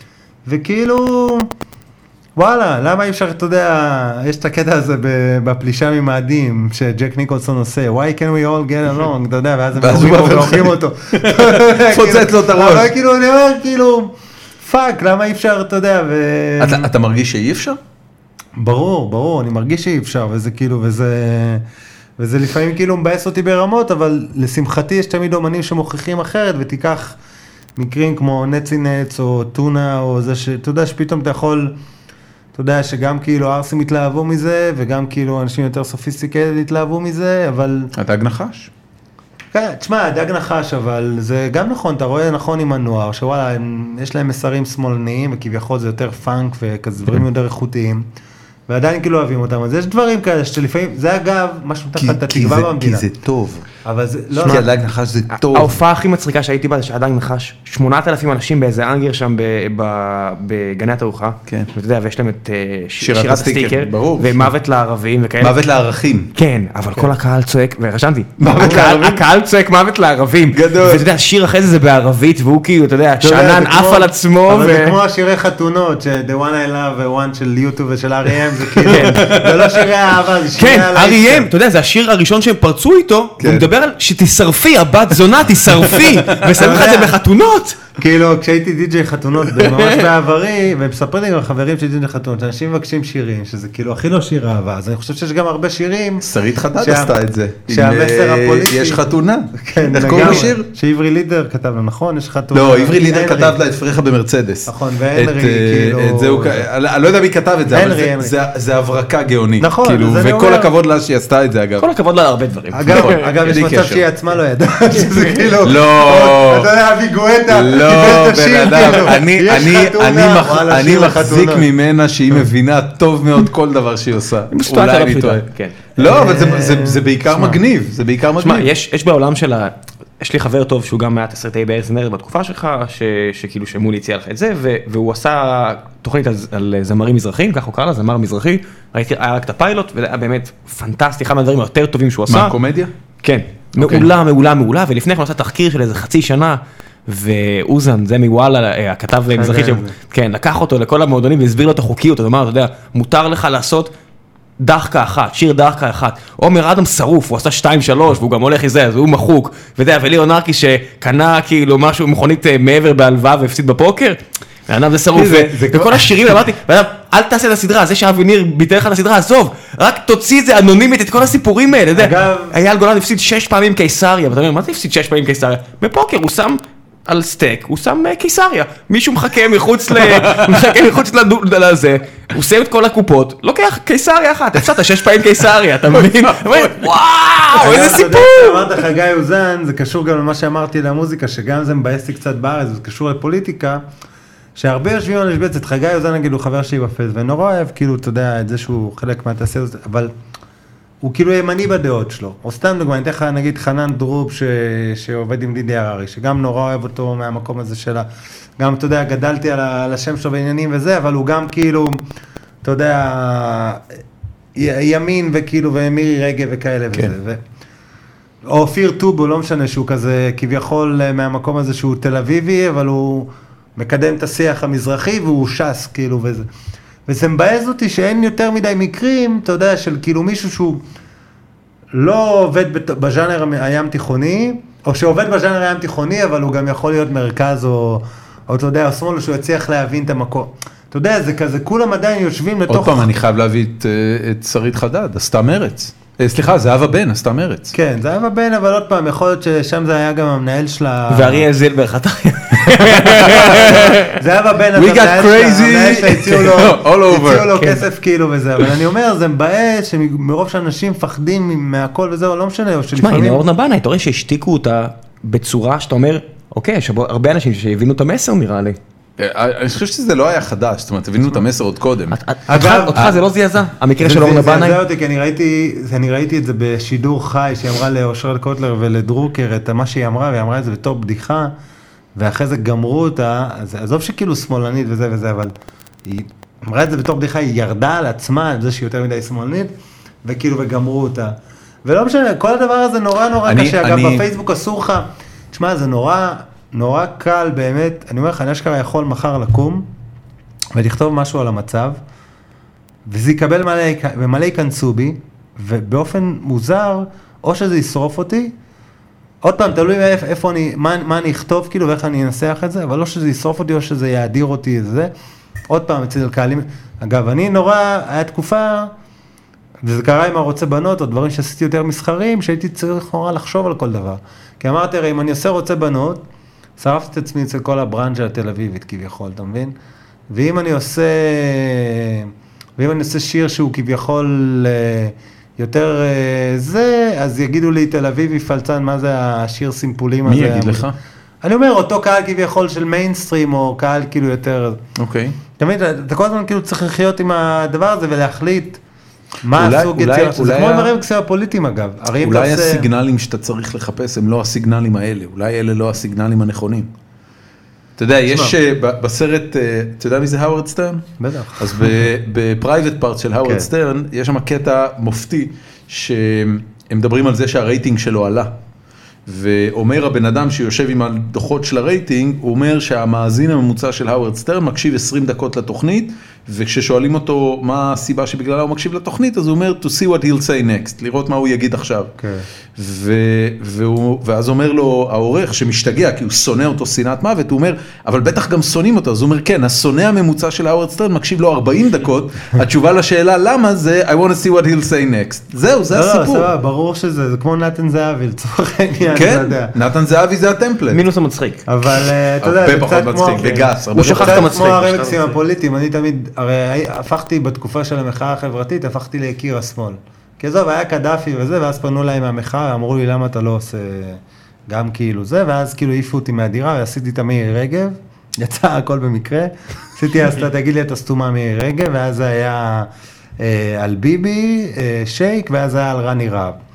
וכאילו, וואלה, למה אי אפשר, אתה יודע, יש את הקטע הזה בפלישה ממאדים, שג'ק ניקולסון עושה, why can we all get along, אתה יודע, ואז הם אוהבים אותו. פוצץ לו את הראש. אבל כאילו, אני אומר, כאילו, פאק, למה אי אפשר, אתה יודע, ו... אתה מרגיש שאי אפשר? ברור, ברור, אני מרגיש שאי אפשר, וזה כאילו, וזה... וזה לפעמים כאילו מבאס אותי ברמות, אבל לשמחתי יש תמיד אומנים שמוכיחים אחרת, ותיקח... מקרים כמו נצי נץ או טונה או זה שאתה יודע שפתאום אתה יכול, אתה יודע שגם כאילו ארסים התלהבו מזה וגם כאילו אנשים יותר סופיסטיקליים התלהבו מזה, אבל... הדג נחש? כן, תשמע, הדג נחש, אבל זה גם נכון, אתה רואה נכון עם הנוער, שוואלה, יש להם מסרים שמאלניים וכביכול זה יותר פאנק וכזה דברים יותר איכותיים. ועדיין כאילו אוהבים אותם, אז יש דברים כאלה שלפעמים, זה אגב, משהו מתחת את התקווה במדינה. כי זה טוב. אבל זה, לא... כי הדג נחש זה טוב. ההופעה הכי מצחיקה שהייתי בה זה שהדג נחש, שמונת אלפים אנשים באיזה אנגר שם בגני התערוכה. כן. ואתה יודע, ויש להם את שירת הסטיקר. ברור. ומוות לערבים וכאלה. מוות לערכים. כן, אבל כל הקהל צועק, ורשמתי, הקהל צועק מוות לערבים. גדול. ואתה יודע, השיר אחרי זה זה בערבית, והוא כאילו, אתה יודע, שענן עף על עצמו. אבל זה כמו השירי חתונות, ש-The One I Love ו-One של יוטיוב ושל אר אי אם, זה כאילו, זה לא שירי אהבה, זה שירי כן, על אר אי אם, אתה יודע, זה השיר הראשון שהם פרצו איתו, הוא מדבר על שתשרפי, הבת זונה, תשרפי, ושמים לך את זה בחתונות. כאילו, כשהייתי די-ג'יי חתונות, ממש בעברי, ומספרים לי גם חברים של די-ג'יי חתונות, אנשים מבקשים שירים, שזה כאילו הכי לא שיר אהבה, אז אני חושב שיש גם הרבה שירים. שרית חדד עשתה את זה. שהמסר הפוליטי. יש חתונה. כן, איך קוראים לשיר? שעברי לידר כתב לו, נכון? יש חתונה. לא, עברי לידר כתב לה את פרחה במרצדס. נכון, והנרי, כאילו... אני לא יודע מי כתב את זה, אבל זה הברקה גאונית. נכון, וכל הכבוד לה שהיא עשתה את זה, אגב. כל הכבוד לה הרבה דברים. אגב, יש מצב שהיא עצמה לא ידעה, שזה כאילו... לא. אתה יודע, אבי גואטה, לא, בן אדם, אני מחזיק ממנה שהיא מבינה טוב מאוד כל דבר שהיא עושה. אולי אני טועה. לא, אבל זה בעיקר מגניב, זה בעיקר מגניב. יש בעולם של ה... יש לי חבר טוב שהוא גם היה תסריטאי בארץ נהדרת בתקופה שלך, שכאילו שמולי הציע לך את זה, והוא עשה תוכנית על זמרים מזרחים, כך הוא קרא לה, זמר מזרחי, ראיתי, היה רק את הפיילוט, וזה היה באמת פנטסטי, אחד מהדברים היותר טובים שהוא עשה. מה, קומדיה? כן, מעולה, מעולה, מעולה, ולפני כן הוא עשה תחקיר של איזה חצי שנה, ואוזן, זה מוואלה, הכתב מזרחי, כן, לקח אותו לכל המועדונים והסביר לו את החוקיות, זאת אומרת, אתה יודע, מותר לך לעשות דחקה אחת, שיר דחקה אחת, עומר אדם שרוף, הוא עשה שתיים שלוש, והוא גם הולך איזה, אז הוא מחוק, ואתה, וליאון נרקי שקנה כאילו משהו, מכונית מעבר בהלוואה והפסיד בפוקר, ואדם זה שרוף, וכל השירים, אמרתי, אל תעשה את הסדרה, זה שאבי ניר ביטל לך לסדרה, עזוב, רק תוציא את זה אנונימית, את כל הסיפורים האלה, אתה יודע, אייל גולן הפסיד שש פעמים קיסריה, ואתה אומר, מה זה הפסיד שש פעמים קיסריה? בפוקר הוא שם על סטייק, הוא שם קיסריה, מישהו מחכה מחוץ לזה, הוא שם את כל הקופות, לוקח קיסריה אחת, הפסדת שש פעמים קיסריה, אתה מבין? וואו, איזה סיפור! אמרת חגי אוזן, זה קשור גם למה שאמרתי למוזיקה, שגם זה מבאס לי קצת בארץ, זה קשור לפוליטיקה, שהרבה יושבים על משבצת, חגי אוזן נגיד הוא חבר שלי בפייס, ונורא אוהב כאילו, אתה יודע, את זה שהוא חלק מהתעשייה הזאת, אבל הוא כאילו ימני בדעות שלו, או סתם דוגמא, אני אתן לך נגיד חנן דרוב ש... שעובד עם דידי הררי, שגם נורא אוהב אותו מהמקום הזה שלה, גם אתה יודע, גדלתי על, ה... על השם שלו בעניינים וזה, אבל הוא גם כאילו, אתה יודע, י... ימין וכאילו, ומירי רגב וכאלה כן. וזה, ו... או אופיר טובו, לא משנה שהוא כזה כביכול מהמקום הזה שהוא תל אביבי, אבל הוא מקדם את השיח המזרחי והוא שס כאילו וזה. וזה מבאז אותי שאין יותר מדי מקרים, אתה יודע, של כאילו מישהו שהוא לא עובד בז'אנר הים תיכוני, או שעובד בז'אנר הים תיכוני, אבל הוא גם יכול להיות מרכז או, או אתה יודע, או שמאל, שהוא יצליח להבין את המקום. אתה יודע, זה כזה, כולם עדיין יושבים לתוך... עוד פעם, אני חייב להביא את, את שרית חדד, עשתה מרץ. סליחה, זהבה בן, עשתה מרץ. כן, זהבה בן, אבל עוד פעם, יכול להיות ששם זה היה גם המנהל שלה... ואריאל זילבר חתך. זהבה בן, המנהל שלה, הציעו לו כסף כאילו וזה, אבל אני אומר, זה מבאס שמרוב שאנשים מפחדים מהכל וזהו, לא משנה, או שלפעמים... תשמע, הנה אורנה בנה, אתה רואה שהשתיקו אותה בצורה שאתה אומר, אוקיי, יש הרבה אנשים שהבינו את המסר נראה לי. אני חושב שזה לא היה חדש, זאת אומרת, הבינו את המסר עוד קודם. אותך זה לא זעזע, המקרה של אורנה בנאי? זה זעזע אותי, כי אני ראיתי את זה בשידור חי, שהיא אמרה לאושרת קוטלר ולדרוקר את מה שהיא אמרה, והיא אמרה את זה בתור בדיחה, ואחרי זה גמרו אותה, אז עזוב שכאילו שמאלנית וזה וזה, אבל היא אמרה את זה בתור בדיחה, היא ירדה על עצמה, על זה שהיא יותר מדי שמאלנית, וכאילו וגמרו אותה. ולא משנה, כל הדבר הזה נורא נורא קשה, אגב בפייסבוק אסור לך, תשמע, זה נורא... נורא קל באמת, אני אומר לך, אני אשכרה יכול מחר לקום, ולכתוב משהו על המצב, וזה יקבל מלא, ומלא ייכנסו בי, ובאופן מוזר, או שזה ישרוף אותי, עוד פעם, תלוי איפה, איפה אני, מה, מה אני אכתוב, כאילו, ואיך אני אנסח את זה, אבל לא שזה ישרוף אותי, או שזה יאדיר אותי, זה, עוד פעם, אצל קהלים, אגב, אני נורא, היה תקופה, וזה קרה עם הרוצה בנות, או דברים שעשיתי יותר מסחרים, שהייתי צריך נורא לחשוב על כל דבר. כי אמרתי, הרי, אם אני עושה רוצה בנות, שרפתי את עצמי אצל כל הברנז'ה התל אביבית כביכול, אתה מבין? ואם אני עושה, ואם אני עושה שיר שהוא כביכול יותר זה, אז יגידו לי תל אביבי פלצן, מה זה השיר סימפולים הזה? מי יגיד לך? אני אומר, אותו קהל כביכול של מיינסטרים, או קהל כאילו יותר... אוקיי. אתה מבין, אתה כל הזמן כאילו צריך לחיות עם הדבר הזה ולהחליט מה הסוג יצירה, זה כמו עם הרי קצה הפוליטיים אגב. אולי הסיגנלים שאתה צריך לחפש הם לא הסיגנלים האלה, אולי אלה לא הסיגנלים הנכונים. אתה יודע, יש בסרט, אתה יודע מי זה האוורד סטרן? בטח. אז בפרייבט פארט של האוורד סטרן, יש שם קטע מופתי, שהם מדברים על זה שהרייטינג שלו עלה. ואומר הבן אדם שיושב עם הדוחות של הרייטינג, הוא אומר שהמאזין הממוצע של האוורד סטרן מקשיב עשרים דקות לתוכנית, וכששואלים אותו מה הסיבה שבגללה הוא מקשיב לתוכנית, אז הוא אומר, to see what he'll say next, לראות מה הוא יגיד עכשיו. Okay. ו- והוא, ואז אומר לו העורך שמשתגע, כי הוא שונא אותו שנאת מוות, הוא אומר, אבל בטח גם שונאים אותו, אז הוא אומר, כן, השונא הממוצע של האוורד סטרן מקשיב לו ארבעים דקות, התשובה לשאלה למה זה, I want to see what he'll say next. זהו, זה הסיפור. לא, ברור שזה, זה כמו נתן זהבי, לצורך העניין. כן, נתן זהבי זה הטמפלט. מינוס המצחיק. אבל אתה יודע, זה קצת כמו... הוא שכח את המצחיק. כמו הרמקסים הפוליטיים, אני תמיד, הרי הפכתי בתקופה של המחאה החברתית, הפכתי להכיר השמאל. כי זו, היה קדאפי וזה, ואז פנו להם מהמחאה, אמרו לי למה אתה לא עושה גם כאילו זה, ואז כאילו העיפו אותי מהדירה, ועשיתי את מירי רגב, יצא הכל במקרה, עשיתי אז, תגיד לי את הסתומה מירי רגב, ואז זה היה אה, על ביבי, אה, שייק, ואז היה על רני רב. אז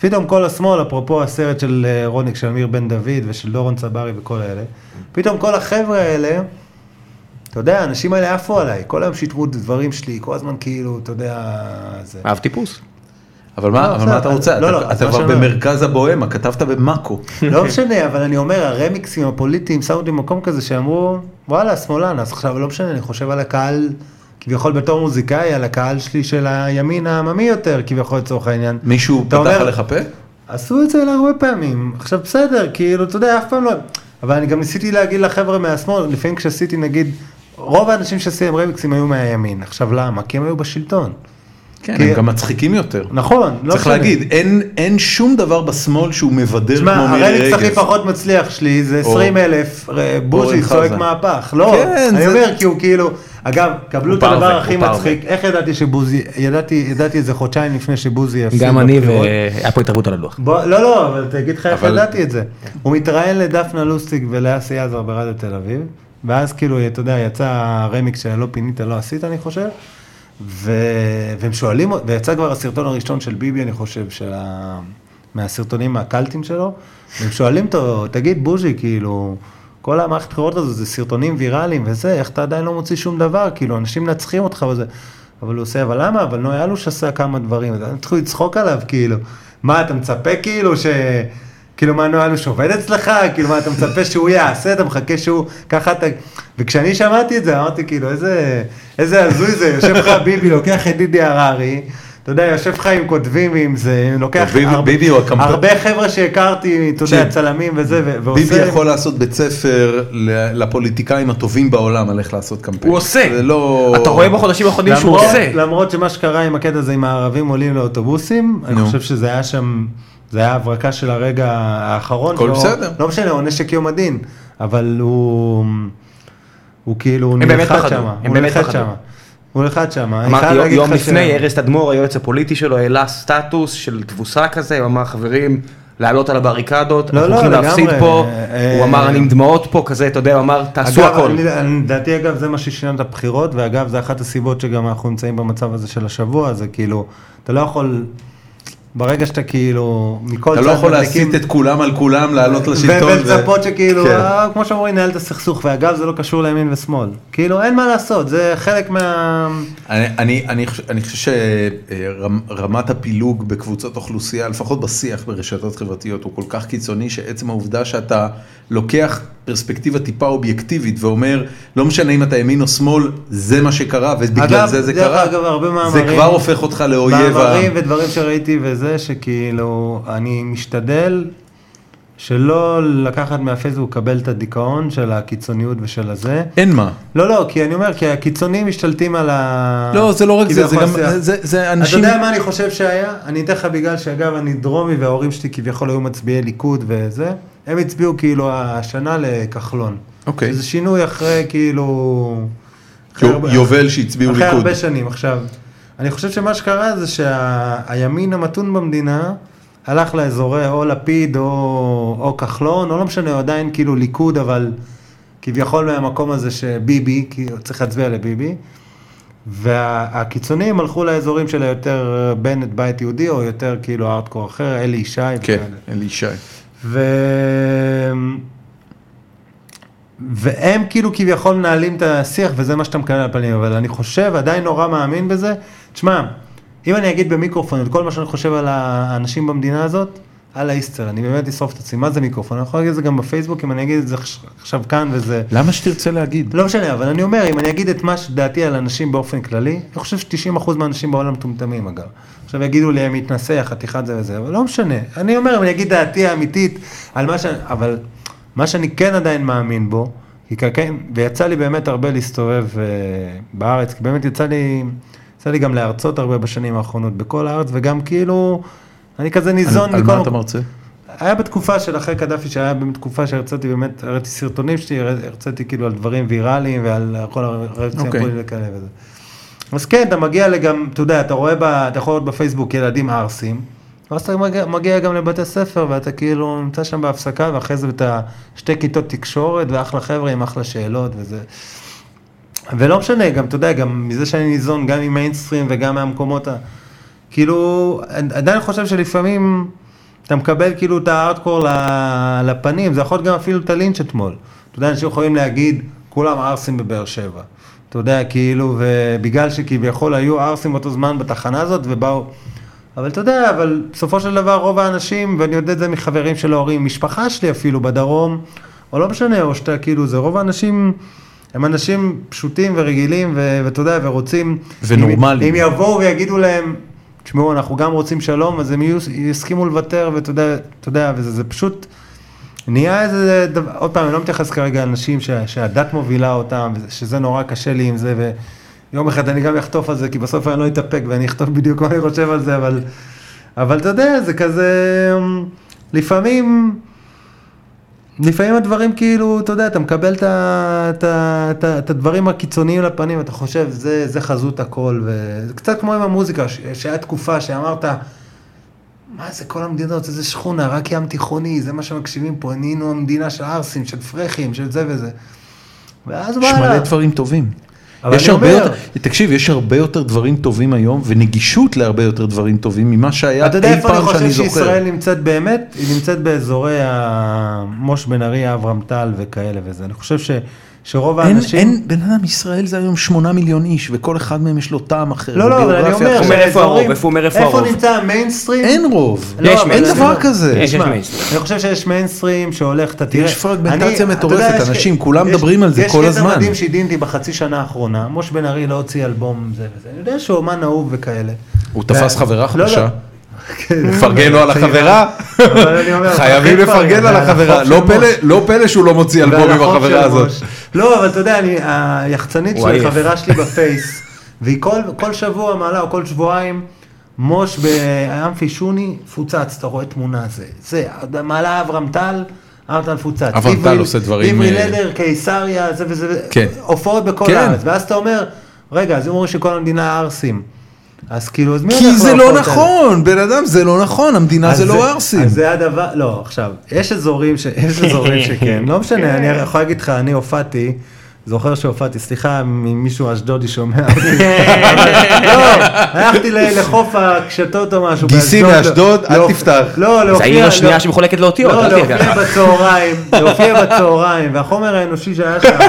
פתאום כל השמאל, אפרופו הסרט של רוניק, של אמיר בן דוד ושל דורון צברי וכל האלה, פתאום כל החבר'ה האלה, אתה יודע, האנשים האלה עפו עליי, כל היום שיתפו דברים שלי, כל הזמן כאילו, אתה יודע, זה... אהב טיפוס. אבל מה אתה רוצה? אתה כבר במרכז הבוהמה, כתבת במאקו. לא משנה, אבל אני אומר, הרמיקסים הפוליטיים, שמו אותי במקום כזה שאמרו, וואלה, שמאלן, אז עכשיו לא משנה, אני חושב על הקהל, כביכול בתור מוזיקאי, על הקהל שלי של הימין העממי יותר, כביכול לצורך העניין. מישהו פתח עליך פה? עשו את זה הרבה פעמים, עכשיו בסדר, כאילו, אתה יודע, אף פעם לא... אבל אני גם ניסיתי להגיד לחבר'ה מהשמאל, לפעמים כשעשיתי, נגיד, רוב האנשים שעשיתם רמיקסים היו מהימין. עכשיו למה? כי הם היו בשלטון. כן, הם גם מצחיקים יותר. נכון, לא צריך להגיד, אין שום דבר בשמאל שהוא מבדר כמו מירי רגב. הרמיקס הכי פחות מצליח שלי זה עשרים אלף, בוז'י צועק מהפך. לא, אני אומר כי הוא כאילו, אגב, קבלו את הדבר הכי מצחיק, איך ידעתי שבוזי, ידעתי איזה חודשיים לפני שבוזי יפסיד. גם אני והיה פה התערבות על הלוח. לא, לא, אבל תגיד לך איך ידעתי את זה. הוא מתראיין לדפנה לוסטיג ולאסי עזר ברדיו תל אביב, ואז כאילו, אתה יודע, יצא הרמיקס שלא פינית, לא עשית, אני חושב. והם שואלים, ויצא כבר הסרטון הראשון של ביבי, אני חושב, מהסרטונים מהקלטים שלו, והם שואלים אותו, תגיד בוז'י, כאילו, כל המערכת בחירות הזו זה סרטונים ויראליים וזה, איך אתה עדיין לא מוציא שום דבר, כאילו, אנשים נצחים אותך וזה, אבל הוא עושה, אבל למה? אבל נוי אלוש עשה כמה דברים, אז אני צריך לצחוק עליו, כאילו, מה, אתה מצפה כאילו ש... כאילו מה נוי אלוש עובד אצלך, כאילו מה אתה מצפה שהוא יעשה, אתה מחכה שהוא, ככה אתה, וכשאני שמעתי את זה, אמרתי כאילו, איזה, איזה הזוי זה, יושב לך ביבי, לוקח את דידי הררי, אתה יודע, יושב לך עם כותבים ועם זה, לוקח הרבה חבר'ה שהכרתי, אתה יודע, צלמים וזה, ועושה... ביבי יכול לעשות בית ספר לפוליטיקאים הטובים בעולם, על איך לעשות קמפיין. הוא עושה. אתה רואה בחודשים האחרונים שהוא עושה. למרות שמה שקרה עם הקטע הזה, עם הערבים עולים לאוטובוסים, אני חושב שזה היה שם... זה היה הברקה של הרגע האחרון. כל בסדר. לא משנה, הוא נשק יום הדין, אבל הוא, הוא כאילו, הוא נלחד שם. הם באמת פחדו. הוא נלחד שם. אמרתי, יום לפני, ארז תדמור, היועץ הפוליטי שלו, העלה סטטוס של תבוסה כזה, הוא אמר, חברים, לעלות על הבריקדות, אנחנו הולכים להפסיד פה, הוא אמר, אני עם דמעות פה, כזה, אתה יודע, הוא אמר, תעשו הכל. לדעתי, אגב, זה מה ששינה את הבחירות, ואגב, זה אחת הסיבות שגם אנחנו נמצאים במצב הזה של השבוע, זה כאילו, אתה לא יכול... ברגע שאתה כאילו, מכל אתה לא יכול להסיט את כולם על כולם, לעלות לשלטון. ולצפות שכאילו, כמו שאומרים, נהל את הסכסוך, ואגב, זה לא קשור לימין ושמאל. כאילו, אין מה לעשות, זה חלק מה... אני חושב שרמת הפילוג בקבוצות אוכלוסייה, לפחות בשיח ברשתות חברתיות, הוא כל כך קיצוני, שעצם העובדה שאתה לוקח פרספקטיבה טיפה אובייקטיבית, ואומר, לא משנה אם אתה ימין או שמאל, זה מה שקרה, ובגלל זה זה קרה. אגב, הרבה מאמרים, זה כבר הופך אותך לאויב. מאמרים ודברים שראיתי וזה, שכאילו, אני משתדל שלא לקחת מהפייסבוק, לקבל את הדיכאון של הקיצוניות ושל הזה. אין מה. לא, לא, כי אני אומר, כי הקיצונים משתלטים על ה... לא, זה לא רק זה, זה גם, זה, זה אנשים... אתה יודע מה אני חושב שהיה? אני אתן לך בגלל שאגב, אני דרומי וההורים שלי כביכול היו מצביעי ליכוד וזה, הם הצביעו כאילו השנה לכחלון. אוקיי. שזה שינוי אחרי כאילו... יובל שהצביעו ליכוד. אחרי הרבה שנים. עכשיו, אני חושב שמה שקרה זה שהימין המתון במדינה הלך לאזורי או לפיד או, או כחלון, או לא משנה, עדיין כאילו ליכוד, אבל כביכול מהמקום הזה שביבי, כי צריך להצביע לביבי, והקיצונים הלכו לאזורים של היותר בנט בית יהודי, או יותר כאילו ארטקור אחר, אלי ישי. כן, אלי ישי. ו... והם כאילו כביכול מנהלים את השיח, וזה מה שאתה מקבל על הפנים, אבל אני חושב, עדיין נורא מאמין בזה. תשמע, אם אני אגיד במיקרופון את כל מה שאני חושב על האנשים במדינה הזאת, על האיסטר, אני באמת אשרוף את עצמי, מה זה מיקרופון? אני יכול להגיד את זה גם בפייסבוק, אם אני אגיד את זה עכשיו כאן וזה... למה שתרצה להגיד? לא משנה, אבל אני אומר, אם אני אגיד את מה שדעתי על אנשים באופן כללי, אני חושב ש-תשעים אחוז מהאנשים בעולם מטומטמים, אגב. עכשיו יגידו לי, הם מתנסח, חתיכת זה וזה, אבל לא משנה. אני אומר, אם אני אגיד דעתי האמיתית על מה ש... אבל מה שאני כן עדיין מאמין בו, כן, ויצא לי באמת הרבה להסתובב בארץ, כי באמת יצא לי... יצא לי גם להרצות הרבה בשנים האחרונות בכל הארץ, וגם כאילו, אני כזה ניזון מכל... על מה אתה מרצה? היה בתקופה של אחרי קדאפי, שהיה בתקופה שהרציתי באמת, הראיתי סרטונים שלי, הרציתי כאילו על דברים ויראליים, ועל כל הרצים הפוליטיים וכאלה וזה. אז כן, אתה מגיע לגם, אתה יודע, אתה רואה, אתה יכול לראות בפייסבוק ילדים ערסים, ואז אתה מגיע, מגיע גם לבתי ספר, ואתה כאילו נמצא שם בהפסקה, ואחרי זה אתה שתי כיתות תקשורת, ואחלה חבר'ה עם אחלה שאלות וזה. ולא משנה, גם, אתה יודע, גם מזה שאני ניזון, גם עם מיינסטרים וגם מהמקומות ה... כאילו, עדיין חושב שלפעמים, אתה מקבל כאילו את הארדקור לפנים, זה יכול להיות גם אפילו את הלינץ' אתמול. אתה יודע, אנשים יכולים להגיד, כולם ארסים בבאר שבע. אתה יודע, כאילו, ובגלל שכביכול היו ארסים באותו זמן בתחנה הזאת, ובאו... אבל אתה יודע, אבל בסופו של דבר רוב האנשים, ואני יודע את זה מחברים של ההורים, משפחה שלי אפילו בדרום, או לא משנה, או שאתה כאילו, זה רוב האנשים, הם אנשים פשוטים ורגילים, ואתה יודע, ורוצים... ונורמליים. אם יבואו ויגידו להם, תשמעו, אנחנו גם רוצים שלום, אז הם יסכימו לוותר, ואתה יודע, אתה יודע, וזה זה פשוט... נהיה איזה דבר, עוד פעם, אני לא מתייחס כרגע על אנשים שהדת מובילה אותם, שזה נורא קשה לי עם זה, ויום אחד אני גם אחטוף על זה, כי בסוף אני לא אתאפק, ואני אכתוב בדיוק מה אני חושב על זה, אבל, אבל אתה יודע, זה כזה, לפעמים, לפעמים הדברים כאילו, אתה יודע, אתה מקבל את, את, את, את הדברים הקיצוניים לפנים, אתה חושב, זה, זה חזות הכל, וזה קצת כמו עם המוזיקה, שהיה תקופה שאמרת, מה זה כל המדינות, איזה שכונה, רק ים תיכוני, זה מה שמקשיבים פה, נהיינו המדינה של ארסים, של פרחים, של זה וזה. ואז יש מלא דברים טובים. יש הרבה יותר, תקשיב, יש הרבה יותר דברים טובים היום, ונגישות להרבה יותר דברים טובים, ממה שהיה אי פעם שאני זוכר. אתה יודע איפה אני חושב שישראל נמצאת באמת? היא נמצאת באזורי המוש בן ארי, אברהם טל וכאלה וזה. אני חושב ש... שרוב האנשים... אין, בן אדם, ישראל זה היום שמונה מיליון איש, וכל אחד מהם יש לו טעם אחר. לא, לא, אבל אני אומר, איפה הרוב? איפה הוא אומר איפה הרוב? איפה נמצא המיינסטרים? אין רוב. אין דבר כזה. יש מיינסטרים. אני חושב שיש מיינסטרים שהולך, אתה תראה... יש פרגמנטציה מטורפת, אנשים, כולם מדברים על זה כל הזמן. יש קטע מדהים שהדינתי בחצי שנה האחרונה, מוש בן ארי לא הוציא אלבום זה וזה. אני יודע שהוא אומן אהוב וכאלה. הוא תפס חברה חדשה. לפרגן לו על החברה, חייבים לפרגן על החברה, לא פלא שהוא לא מוציא אלבום עם החברה הזאת. לא, אבל אתה יודע, היחצנית של חברה שלי בפייס, והיא כל שבוע מעלה או כל שבועיים, מוש באמפי שוני, פוצץ, אתה רואה תמונה, זה, מעלה אברהם טל, אברהם טל פוצץ. אברהם טל עושה דברים... עברי לדר, קיסריה, זה וזה, הופעות בכל הארץ, ואז אתה אומר, רגע, אז אומרים שכל המדינה ארסים. אז כאילו, אז מי כי זה לא נכון, בן אדם, זה לא נכון, המדינה זה לא ארסים. אז זה הדבר, לא, עכשיו, יש אזורים שכן, לא משנה, אני יכול להגיד לך, אני הופעתי, זוכר שהופעתי, סליחה, מישהו אשדודי שומע אותי, לא, הלכתי לחוף הקשתות או משהו, גיסי מאשדוד, אל תפתח. זה העיר השנייה שמחולקת לאותיות, לא, להופיע בצהריים, להופיע בצהריים, והחומר האנושי שהיה שם,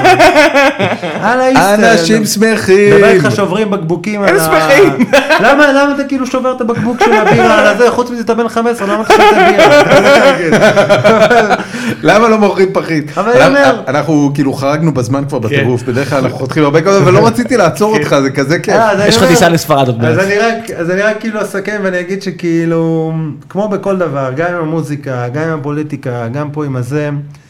על האיסטר. אנשים שמחים. דבר איתך שוברים בקבוקים. הם שמחים. למה אתה כאילו שובר את הבקבוק של הבירה על הזה, חוץ מזה אתה בן חמש עשרה, למה אתה שובר את הבירה? למה לא מוכרים פחית? אנחנו כאילו חרגנו בזמן כבר בטירוף, בדרך כלל אנחנו חותכים הרבה קודם, ולא רציתי לעצור אותך, זה כזה כיף. יש לך טיסה לספרד עוד בערך. אז אני רק כאילו אסכם ואני אגיד שכאילו, כמו בכל דבר, גם עם המוזיקה, גם עם הפוליטיקה, גם פה עם הזה,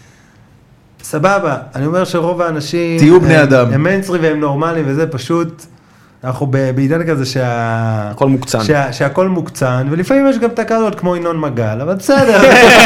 סבבה, אני אומר שרוב האנשים, תהיו בני אדם. הם מיינסטרים והם נורמליים וזה פשוט, אנחנו בעידן כזה הכל מוקצן. שהכל מוקצן, ולפעמים יש גם תקלות כמו ינון מגל, אבל בסדר.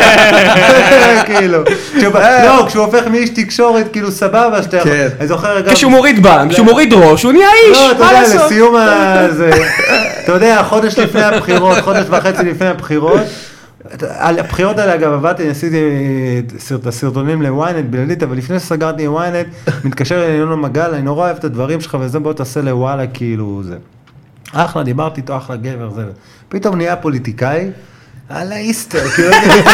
כאילו, לא, כשהוא הופך מאיש תקשורת, כאילו סבבה, אני זוכר גם... כשהוא מוריד בנק, כשהוא מוריד ראש, הוא נהיה איש, לא, אתה יודע, לסיום הזה, אתה יודע, חודש לפני הבחירות, חודש וחצי לפני הבחירות, על הבחירות האלה, אגב, עבדתי, עשיתי את הסרטונים לוויינט בלעדית, אבל לפני שסגרתי לוויינט, מתקשר לינון מגל, אני נורא אוהב את הדברים שלך, וזה בוא תעשה לוואלה, כאילו זה. אחלה, דיברתי איתו, אחלה גבר, זה. פתאום נהיה פוליטיקאי, על האיסטר, כאילו,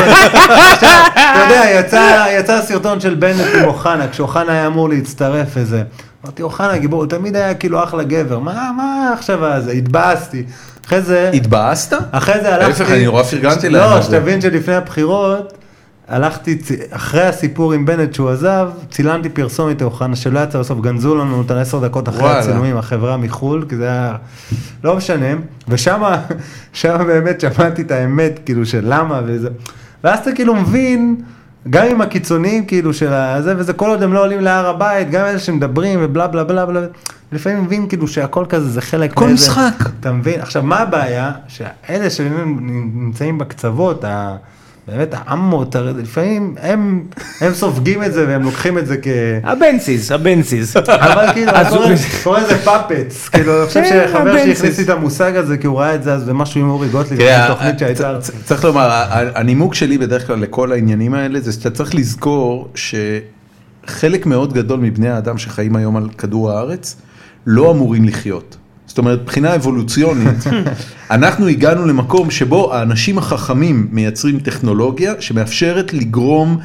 אתה יודע, יצא הסרטון של בנט עם אוחנה, כשאוחנה היה אמור להצטרף וזה. אמרתי, אוחנה, גיבור, הוא תמיד היה כאילו אחלה גבר, מה, מה עכשיו הזה? התבאסתי. אחרי זה... התבאסת? אחרי זה הלכתי... להפך, אני נורא פרגנתי להם. לא, שתבין שלפני הבחירות, הלכתי, אחרי הסיפור עם בנט שהוא עזב, צילמתי פרסומת אוחנה, שלא יצא בסוף, גנזו לנו אותן עשר דקות אחרי הצילומים, החברה מחול, כי זה היה... לא משנה. ושמה, שמה באמת שמעתי את האמת, כאילו, של למה וזה... ואז אתה כאילו מבין... גם עם הקיצונים, כאילו, של זה, וזה כל עוד הם לא עולים להר הבית, גם אלה שמדברים ובלה בלה בלה בלה, לפעמים מבין כאילו שהכל כזה זה חלק כל משחק. אתה מבין? עכשיו, מה הבעיה? שאלה שנמצאים בקצוות, באמת העמות, לפעמים הם, הם סופגים את זה והם לוקחים את זה כ... הבנסיס, הבנסיס. אבל כאילו, קורא לזה פאפץ, כאילו, אני חושב שחבר שהכניס לי את המושג הזה, כי הוא ראה את זה אז במשהו עם אורי גוטליב, בתוכנית שהייתה... צריך לומר, הנימוק שלי בדרך כלל לכל העניינים האלה, זה שאתה צריך לזכור שחלק מאוד גדול מבני האדם שחיים היום על כדור הארץ, לא אמורים לחיות. זאת אומרת, מבחינה אבולוציונית, אנחנו הגענו למקום שבו האנשים החכמים מייצרים טכנולוגיה שמאפשרת לגרום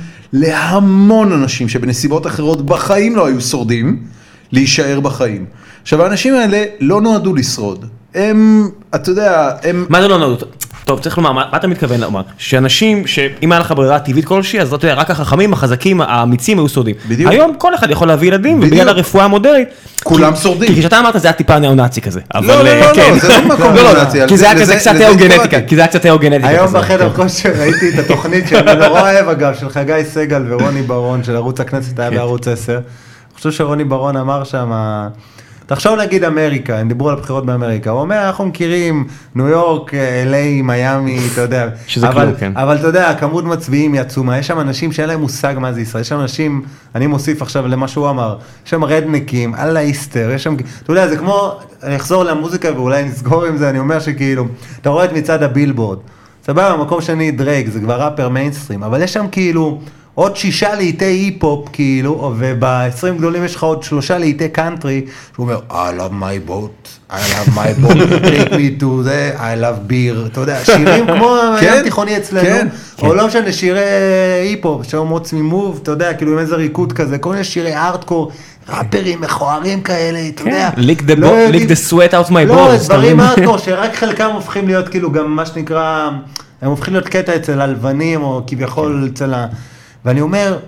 להמון אנשים שבנסיבות אחרות בחיים לא היו שורדים, להישאר בחיים. עכשיו, האנשים האלה לא נועדו לשרוד. הם, אתה יודע, הם... מה זה לא נועדו? טוב, צריך לומר, מה אתה מתכוון לומר? שאנשים, שאם היה לך ברירה טבעית כלשהי, אז לא יודע, רק החכמים, החזקים, האמיצים היו שורדים. בדיוק. היום כל אחד יכול להביא ילדים, ובגלל הרפואה המודרנית, כולם שורדים. כי כשאתה אמרת, זה היה טיפה נאו-נאצי כזה. לא, לא, לא, זה לא מקום נאו-נאצי. כי זה היה כזה קצת תיאוגנטיקה, כי זה היה קצת תיאוגנטיקה. היום בחדר כושר ראיתי את התוכנית שאני נורא אוהב אגב, של חגי סגל ורוני ברון, של ערוץ הכנסת, היה בערוץ עשר. אני חושב שרוני ברון אמר שם, תחשוב נגיד אמריקה, הם דיברו על הבחירות באמריקה, הוא אומר, אנחנו מכירים ניו יורק, אל איי, מיאמי, אתה יודע, שזה אבל, כלום, כן. אבל אתה יודע, כמות מצביעים היא עצומה, יש שם אנשים שאין להם מושג מה זה ישראל, יש שם אנשים, אני מוסיף עכשיו למה שהוא אמר, יש שם רדניקים, אללה איסטר, יש שם, אתה יודע, זה כמו, אני אחזור למוזיקה ואולי נסגור עם זה, אני אומר שכאילו, אתה רואה את מצעד הבילבורד, סבבה, המקום שני דרייק, זה כבר ראפר מיינסטרים, אבל יש שם כאילו, עוד שישה לעיתי היפ-הופ, כאילו, וב-עשרים גדולים יש לך עוד שלושה לעיתי קאנטרי, שהוא אומר, I love my boat, I love my boat, take me to the, I love beer, אתה יודע, שירים כמו הים תיכוני אצלנו, או לא משנה, שירי היפ-הופ, שאומרות צמימוב, אתה יודע, כאילו עם איזה ריקוד כזה, כל מיני שירי ארטקור, ראפרים מכוערים כאלה, אתה יודע. lick the sweat out my balls. לא, דברים ארטקור, שרק חלקם הופכים להיות, כאילו, גם מה שנקרא, הם הופכים להיות קטע אצל הלבנים, או כביכול אצל ה... ואני אומר,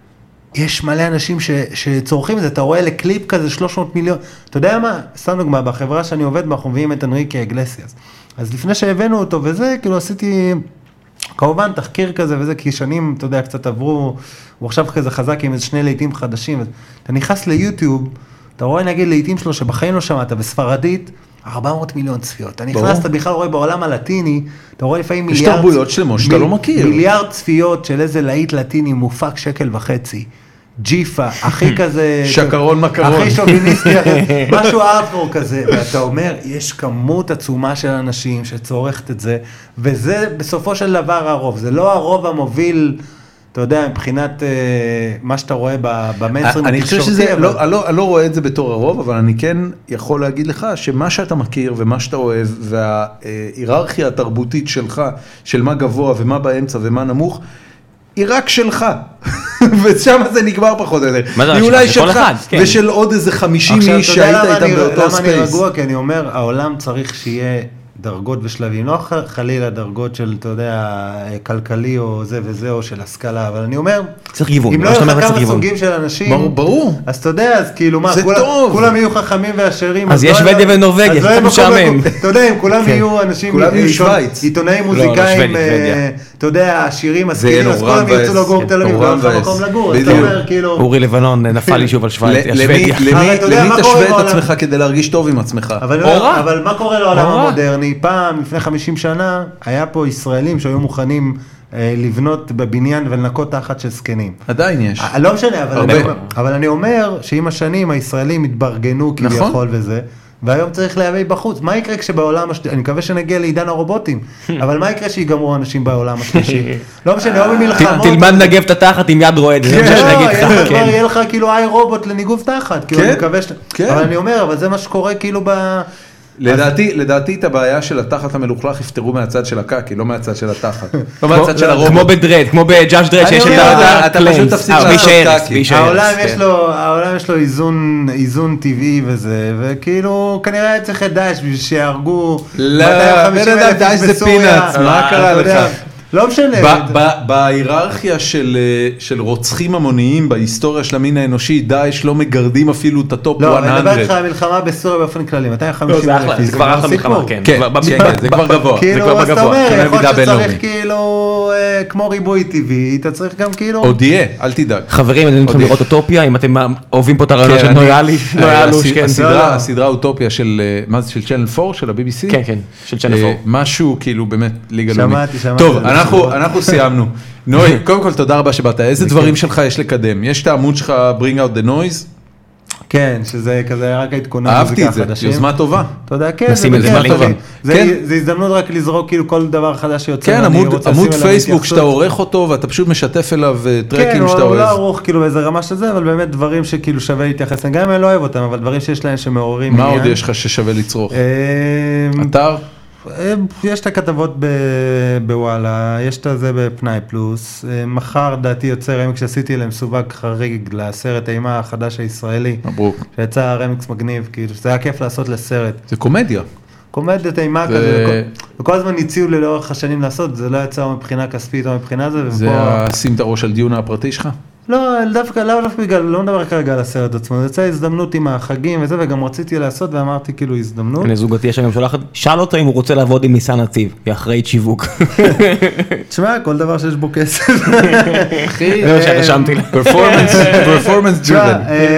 יש מלא אנשים ש, שצורכים את זה, אתה רואה לקליפ כזה שלוש מאות מיליון, אתה יודע מה? סתם דוגמה, בחברה שאני עובד בה, אנחנו מביאים את אנריקה אגלסיאס. אז לפני שהבאנו אותו וזה, כאילו עשיתי, כמובן תחקיר כזה וזה, כי שנים, אתה יודע, קצת עברו, הוא עכשיו כזה חזק עם איזה שני לעיתים חדשים, אתה נכנס ליוטיוב, אתה רואה נגיד לעיתים שלו שבחיים לא שמעת, בספרדית, ארבע מאות מיליון צפיות. אתה נכנס, אתה בכלל רואה בעולם הלטיני, אתה רואה לפעמים מיליארד... יש תרבויות שלמות שאתה לא מכיר. מיליארד צפיות של איזה להיט לטיני מופק שקל וחצי. ג'יפה, הכי כזה... שקרון מקרון. הכי שוביניסטי, משהו ארטקור כזה. ואתה אומר, יש כמות עצומה של אנשים שצורכת את זה, וזה בסופו של דבר הרוב. זה לא הרוב המוביל... אתה יודע, מבחינת מה שאתה רואה במיינסטרים אני חושב שזה, אני לא רואה את זה בתור הרוב, אבל אני כן יכול להגיד לך שמה שאתה מכיר ומה שאתה אוהב, וההיררכיה התרבותית שלך, של מה גבוה ומה באמצע ומה נמוך, היא רק שלך. ושם זה נגמר פחות או יותר. היא אולי שלך, ושל עוד איזה חמישים איש שהיית איתם באותו ספייס. למה אני רגוע? כי אני אומר, העולם צריך שיהיה... דרגות ושלבים, לא חלילה דרגות של, אתה יודע, כלכלי או זה וזה, או של השכלה, אבל אני אומר, צריך גיוון, אם לא יהיו לך כמה סוגים של אנשים, ברור, אז אתה יודע, אז כאילו מה, כולם יהיו חכמים ועשירים, אז יש שוודיה ונורווגיה, אתה משעמם. אתה יודע, אם כולם יהיו אנשים, עיתונאים מוזיקאים, אתה יודע, עשירים, משכילים, אז כולם ירצו לגור תל אביב, לא לך מקום לגור, אז אתה אומר, כאילו... אורי לבנון נפל לי שוב על שוודיה. למי תשווה את עצמך כדי להרגיש טוב עם עצמך? אבל מה קורה לעולם המודרני? פעם, לפני חמישים שנה, היה פה ישראלים שהיו מוכנים אה, לבנות בבניין ולנקות תחת של סקנים. עדיין יש. 아, לא משנה, אבל אני, אומר, אבל אני אומר שעם השנים הישראלים התברגנו כביכול נכון. וזה, והיום צריך להביא בחוץ. מה יקרה כשבעולם השלישי? אני מקווה שנגיע לעידן הרובוטים, אבל מה יקרה שיגמרו אנשים בעולם השלישי? לא משנה, או במלחמות... תלמד לנגב את התחת עם יד רועד, זה מה שאני אגיד לך. יהיה לך כאילו איי רובוט לניגוב תחת, כאילו אני מקווה ש... אבל אני אומר, אבל זה מה שקורה כאילו ב... לדעתי, לדעתי את הבעיה של התחת המלוכלך יפתרו מהצד של הקקי, לא מהצד של התחת. לא מהצד של הרובוט. כמו בדרד, כמו בג'אש דרד, שיש את ה... אתה פשוט תפסיק לעשות קקי. העולם יש לו איזון טבעי וזה, וכאילו כנראה צריך את דאעש בשביל שיהרגו מאתיים וחמישים אלף דאעש זה פינאץ, מה קרה לך? לא משנה. בהיררכיה של רוצחים המוניים בהיסטוריה של המין האנושי, דאעש לא מגרדים אפילו את הטופ מאה. לא, אני מדבר איתך על מלחמה בסוריה באופן כללי, מאתיים וחמישים אלף. זה כבר אחלה מלחמה, כן. זה כבר גבוה. כאילו, אז אתה אומר, יכול להיות שצריך כאילו, כמו ריבוי טבעי, אתה צריך גם כאילו... עוד יהיה, אל תדאג. חברים, אני נותן לראות אוטופיה, אם אתם אוהבים פה את הרעיונות של נויאלי. הסדרה אוטופיה של, מה זה, של צ'אנל פור, של ה-בי בי סי? כן, כן, של צ'אנל פור. משהו כאילו באמת ליגה לאומית. שמעתי, שמעתי. טוב, אנחנו, אנחנו סיימנו. נוי, קודם כל תודה רבה שבאת. איזה דברים שלך יש לקדם? יש את העמוד שלך Bring Out the Noise? כן, שזה כזה רק העדכוני אהבתי את זה, יוזמה טובה. תודה, כן, נשים את זה בלינקים. זה הזדמנות רק לזרוק כאילו כל דבר חדש שיוצא. כן, עמוד פייסבוק שאתה עורך אותו, ואתה פשוט משתף אליו טרקים שאתה כן, הוא אוהב. לא ערוך כאילו באיזה רמה של זה, אבל באמת דברים שכאילו שווה להתייחס, גם אם אני לא אוהב אותם, אבל דברים שיש להם שמעוררים. מה עוד יש לך ששווה לצרוך? אתר? יש את הכתבות בוואלה, יש את זה בפנאי פלוס, מחר דעתי יוצא רמיקס שעשיתי להם סווג חריג לסרט אימה החדש הישראלי, מברוק. שיצא רמיקס מגניב, כאילו זה היה כיף לעשות לסרט. זה קומדיה. קומדיית אימה כזה, וכל הזמן הציעו לי לאורך השנים לעשות, זה לא יצא מבחינה כספית או מבחינה זה, זה שים את הראש על דיון הפרטי שלך? לא, דווקא, לא דווקא בגלל, לא מדבר כרגע על הסרט עצמו, זה יצא הזדמנות עם החגים וזה, וגם רציתי לעשות ואמרתי כאילו הזדמנות. הנה זוגתי יש גם שולחת, שאל אותו אם הוא רוצה לעבוד עם ניסן נתיב, היא אחראית שיווק. תשמע, כל דבר שיש בו כסף. אחי, זה מה שרשמתי לה. פרפורמנס ג'ריבן.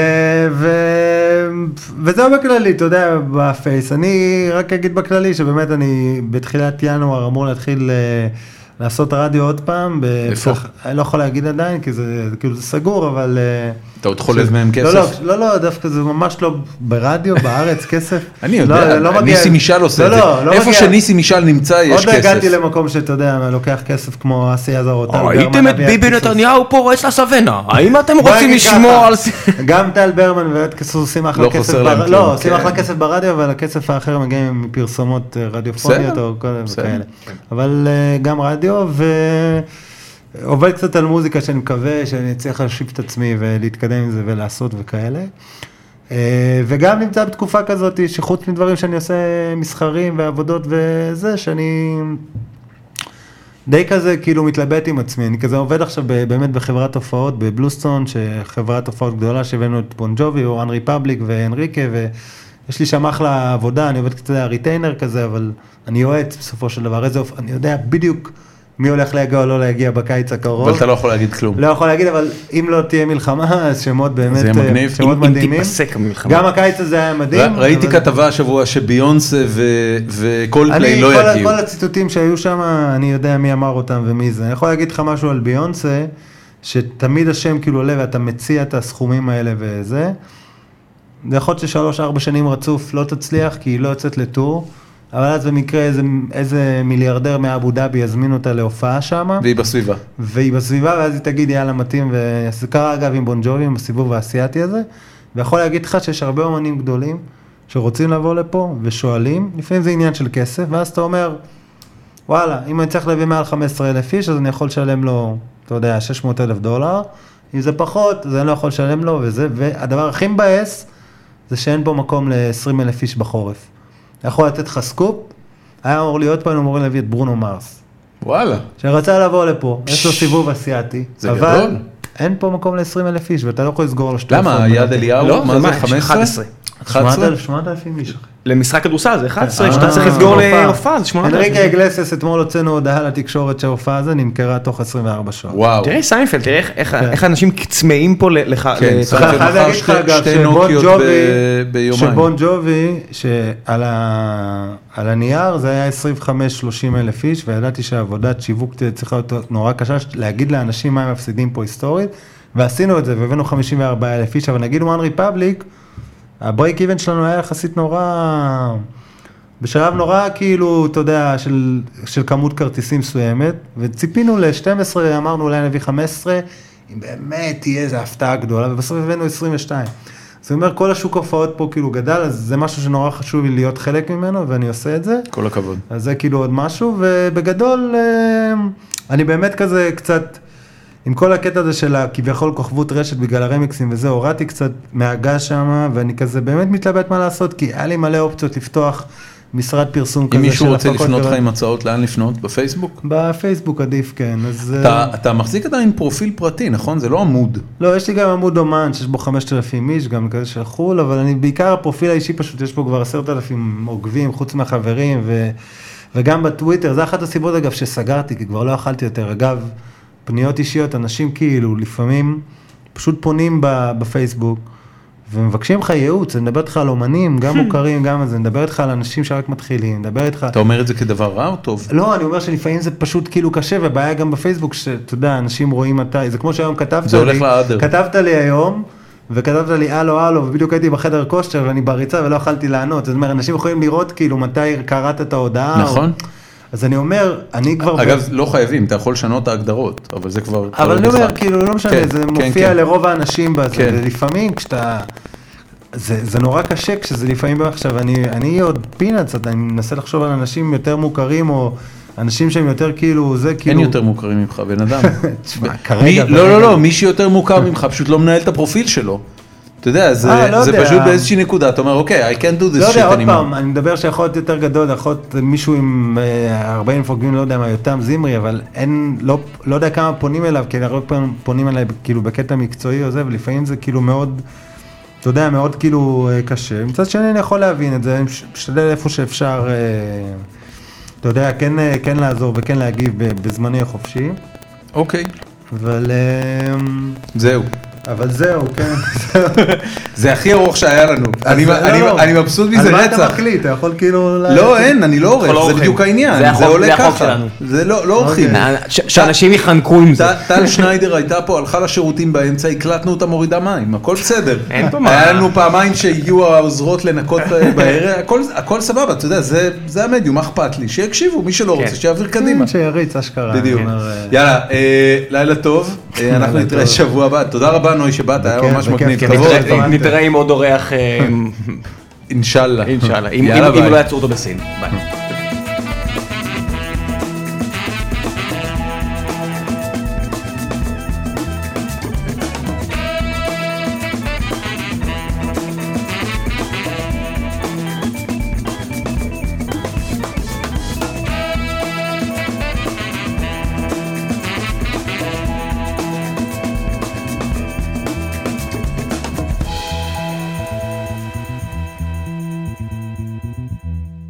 וזהו בכללי, אתה יודע, בפייס, אני רק אגיד בכללי שבאמת אני בתחילת ינואר אמור להתחיל לעשות רדיו עוד פעם. איפה? אני לא יכול להגיד עדיין, כי זה כאילו זה סגור, אבל... אתה עוד חולב מהם כסף? לא, לא, דווקא זה ממש לא ברדיו, בארץ, כסף. אני יודע, ניסי מישל עושה את זה. איפה שניסי מישל נמצא, יש כסף. עוד הגעתי למקום שאתה יודע, לוקח כסף כמו אסי עזרות. ראיתם את ביבי נתניהו פורץ לסוונה, האם אתם רוצים לשמוע על... גם טל ברמן ועד כסף עושים אחלה כסף, לא, עושים אחלה כסף ברדיו, אבל הכסף האחר מגיע מפרסומות רדיופוניות או כאלה. אבל גם רדיו ו... עובד קצת על מוזיקה שאני מקווה שאני אצליח להשיב את עצמי ולהתקדם עם זה ולעשות וכאלה. וגם נמצא בתקופה כזאת שחוץ מדברים שאני עושה מסחרים ועבודות וזה, שאני די כזה כאילו מתלבט עם עצמי. אני כזה עובד עכשיו באמת בחברת הופעות בבלוסטון, שחברת הופעות גדולה שהבאנו את בון ג'ובי או אנרי פאבליק ואנריקה, ויש לי שם אחלה עבודה, אני עובד קצת ריטיינר כזה, אבל אני יועץ בסופו של דבר, איזה אופן, אני יודע בדיוק מי הולך להגיע או לא להגיע בקיץ הקרוב. אבל אתה לא יכול להגיד כלום. לא יכול להגיד, אבל אם לא תהיה מלחמה, אז שמות באמת, שמות מדהימים. אם תיפסק המלחמה. גם הקיץ הזה היה מדהים. ראיתי כתבה השבוע שביונסה וקולפליי לא יגיעו. כל הציטוטים שהיו שם, אני יודע מי אמר אותם ומי זה. אני יכול להגיד לך משהו על ביונסה, שתמיד השם כאילו עולה ואתה מציע את הסכומים האלה וזה. זה יכול להיות ששלוש, ארבע שנים רצוף לא תצליח, כי היא לא יוצאת לטור. אבל אז במקרה איזה, איזה מיליארדר מאבו דאבי יזמין אותה להופעה שם. והיא בסביבה. והיא בסביבה, ואז היא תגיד, יאללה מתאים, וזה קרה אגב עם בון ג'ובי, עם הסיבוב האסייתי הזה, ויכול להגיד לך שיש הרבה אומנים גדולים, שרוצים לבוא לפה, ושואלים, לפעמים זה עניין של כסף, ואז אתה אומר, וואלה, אם אני צריך להביא מעל חמישה עשר אלף איש, אז אני יכול לשלם לו, אתה יודע, שש מאות אלף דולר, אם זה פחות, אז אני לא יכול לשלם לו, וזה, והדבר הכי מבאס, זה שאין פה מקום ל-עשרים אלף איש בחורף. יכול לתת לך סקופ, היה אמור להיות פה, אני אמור להביא את ברונו מרס. וואלה. שרצה לבוא לפה, יש לו סיבוב אסיאטי. זה גדול. אבל אין פה מקום ל-עשרים אלף איש, ואתה לא יכול לסגור לו שתי הופעות. למה? יד אליהו? מה זה? חמש עשרה? שמונת אלפים איש. למשחק כדורסל זה אחד עשרה, שאתה צריך לסגור להופעה, זה שמונת אלפים. אנריקה אגלסיאס, אתמול הוצאנו הודעה לתקשורת שההופעה הזו נמכרה תוך עשרים וארבע שעות. וואו. תראה סיינפלד, תראה איך אנשים צמאים פה לך. כן, סיינפלד מחר שתי נוקיות ביומיים. שבון ג'ובי, שעל הנייר זה היה עשרים וחמש שלושים אלף איש, וידעתי שהעבודת שיווק צריכה להיות נורא קשה, להגיד לאנשים מה הם מפסידים פה היסטורית, ועשינו את זה, והבאנו חמישים וארבעה אלף איש, אבל נגיד וואן ריפבליק, הברייק איבנט שלנו היה יחסית נורא, בשלב נורא כאילו, אתה יודע, של, של כמות כרטיסים מסוימת, וציפינו ל-שתים עשרה, אמרנו אולי נביא חמש עשרה, אם באמת תהיה איזו הפתעה גדולה, ובסוף הבאנו עשרים ושתיים. זאת אומרת, כל השוק הופעות פה כאילו גדל, אז זה משהו שנורא חשוב לי להיות חלק ממנו, ואני עושה את זה. כל הכבוד. אז זה כאילו עוד משהו, ובגדול, אני באמת כזה קצת, עם כל הקטע הזה של כביכול כוכבות רשת בגלל הרמיקסים וזה, הורדתי קצת מהגה שם, ואני כזה באמת מתלבט מה לעשות, כי היה לי מלא אופציות לפתוח משרד פרסום כזה. אם מישהו רוצה לפנות לך עם הצעות, לאן לפנות? בפייסבוק? בפייסבוק עדיף, כן. אתה מחזיק עדיין פרופיל פרטי, נכון? זה לא עמוד. לא, יש לי גם עמוד אומן, שיש בו חמשת אלפים איש, גם כזה של חול, אבל אני בעיקר הפרופיל האישי פשוט, יש פה כבר עשרת אלפים עוקבים, חוץ מהחברים, וגם בטוויטר, זה אחת הסיבות אגב שסגרתי, כי כבר לא אכלתי יותר. אגב, פניות אישיות, אנשים כאילו, לפעמים פשוט פונים בפייסבוק, ומבקשים לך ייעוץ, אני מדבר איתך על אומנים, גם מוכרים, גם על זה, אני מדבר איתך על אנשים שרק מתחילים, אני מדבר איתך... אתה אומר את זה כדבר רע או טוב? לא, אני אומר שלפעמים זה פשוט כאילו קשה, ובעיה גם בפייסבוק, שאתה יודע, אנשים רואים מתי, זה כמו שהיום כתבת לי... זה הולך לעדר. כתבת לי היום, וכתבת לי הלו הלו, ובדיוק הייתי בחדר כושר ואני בריצה ולא יכלתי לענות, זאת אומרת, אנשים יכולים לראות כאילו מתי קראת את ההודעה. נכון. אז אני אומר, אני כבר... אגב, לא חייבים, אתה יכול לשנות את ההגדרות, אבל זה כבר... אבל אני אומר, כאילו, לא משנה, זה מופיע לרוב האנשים בזה, ולפעמים כשאתה... זה נורא קשה כשזה לפעמים, עכשיו, אני עוד פינאץ, אני מנסה לחשוב על אנשים יותר מוכרים, או אנשים שהם יותר כאילו, זה כאילו... אין יותר מוכרים ממך, בן אדם. תשמע, כרגע... לא, לא, לא, מי שיותר מוכר ממך פשוט לא מנהל את הפרופיל שלו. אתה יודע, זה פשוט באיזושהי נקודה, אתה אומר, אוקיי, I can't do this shit anymore. לא יודע, עוד פעם, אני מדבר שיכול להיות יותר גדול, יכול להיות מישהו עם ארבעים מפוגעים, לא יודע מה, יותם זמרי, אבל אין, לא יודע כמה פונים אליו, כי הרבה פעמים פונים אליי כאילו בקטע מקצועי או זה, ולפעמים זה כאילו מאוד, אתה יודע, מאוד כאילו קשה. מצד שני אני יכול להבין את זה, אני משתדל איפה שאפשר, אתה יודע, כן לעזור וכן להגיב בזמני החופשי. אוקיי. אבל... זהו. אבל זהו, כן. זה הכי ארוך שהיה לנו. אני מבסוט מזה רצח. על מה אתה מחליט? אתה יכול כאילו... לא, אין, אני לא עורך, זה בדיוק העניין. זה עולה ככה. זה לא עורכים. שאנשים יחנקו עם זה. טל שניידר הייתה פה, הלכה לשירותים באמצע, הקלטנו אותה מורידה מים, הכל בסדר. אין פה מה. היה לנו פעמיים שהגיעו העוזרות לנקות בערב, הכל סבבה, אתה יודע, זה המדיום, מה אכפת לי? שיקשיבו, מי שלא רוצה, שיעביר קדימה. שיריץ, אשכרה. בדיוק. יאללה, לילה טוב, אנחנו נתראה שבוע הבא. תודה רבה נוי שבאת, היה ממש מגניב. נתראה עם עוד אורח, אינשאללה. אינשאללה, אם לא יצאו אותו בסין. ביי.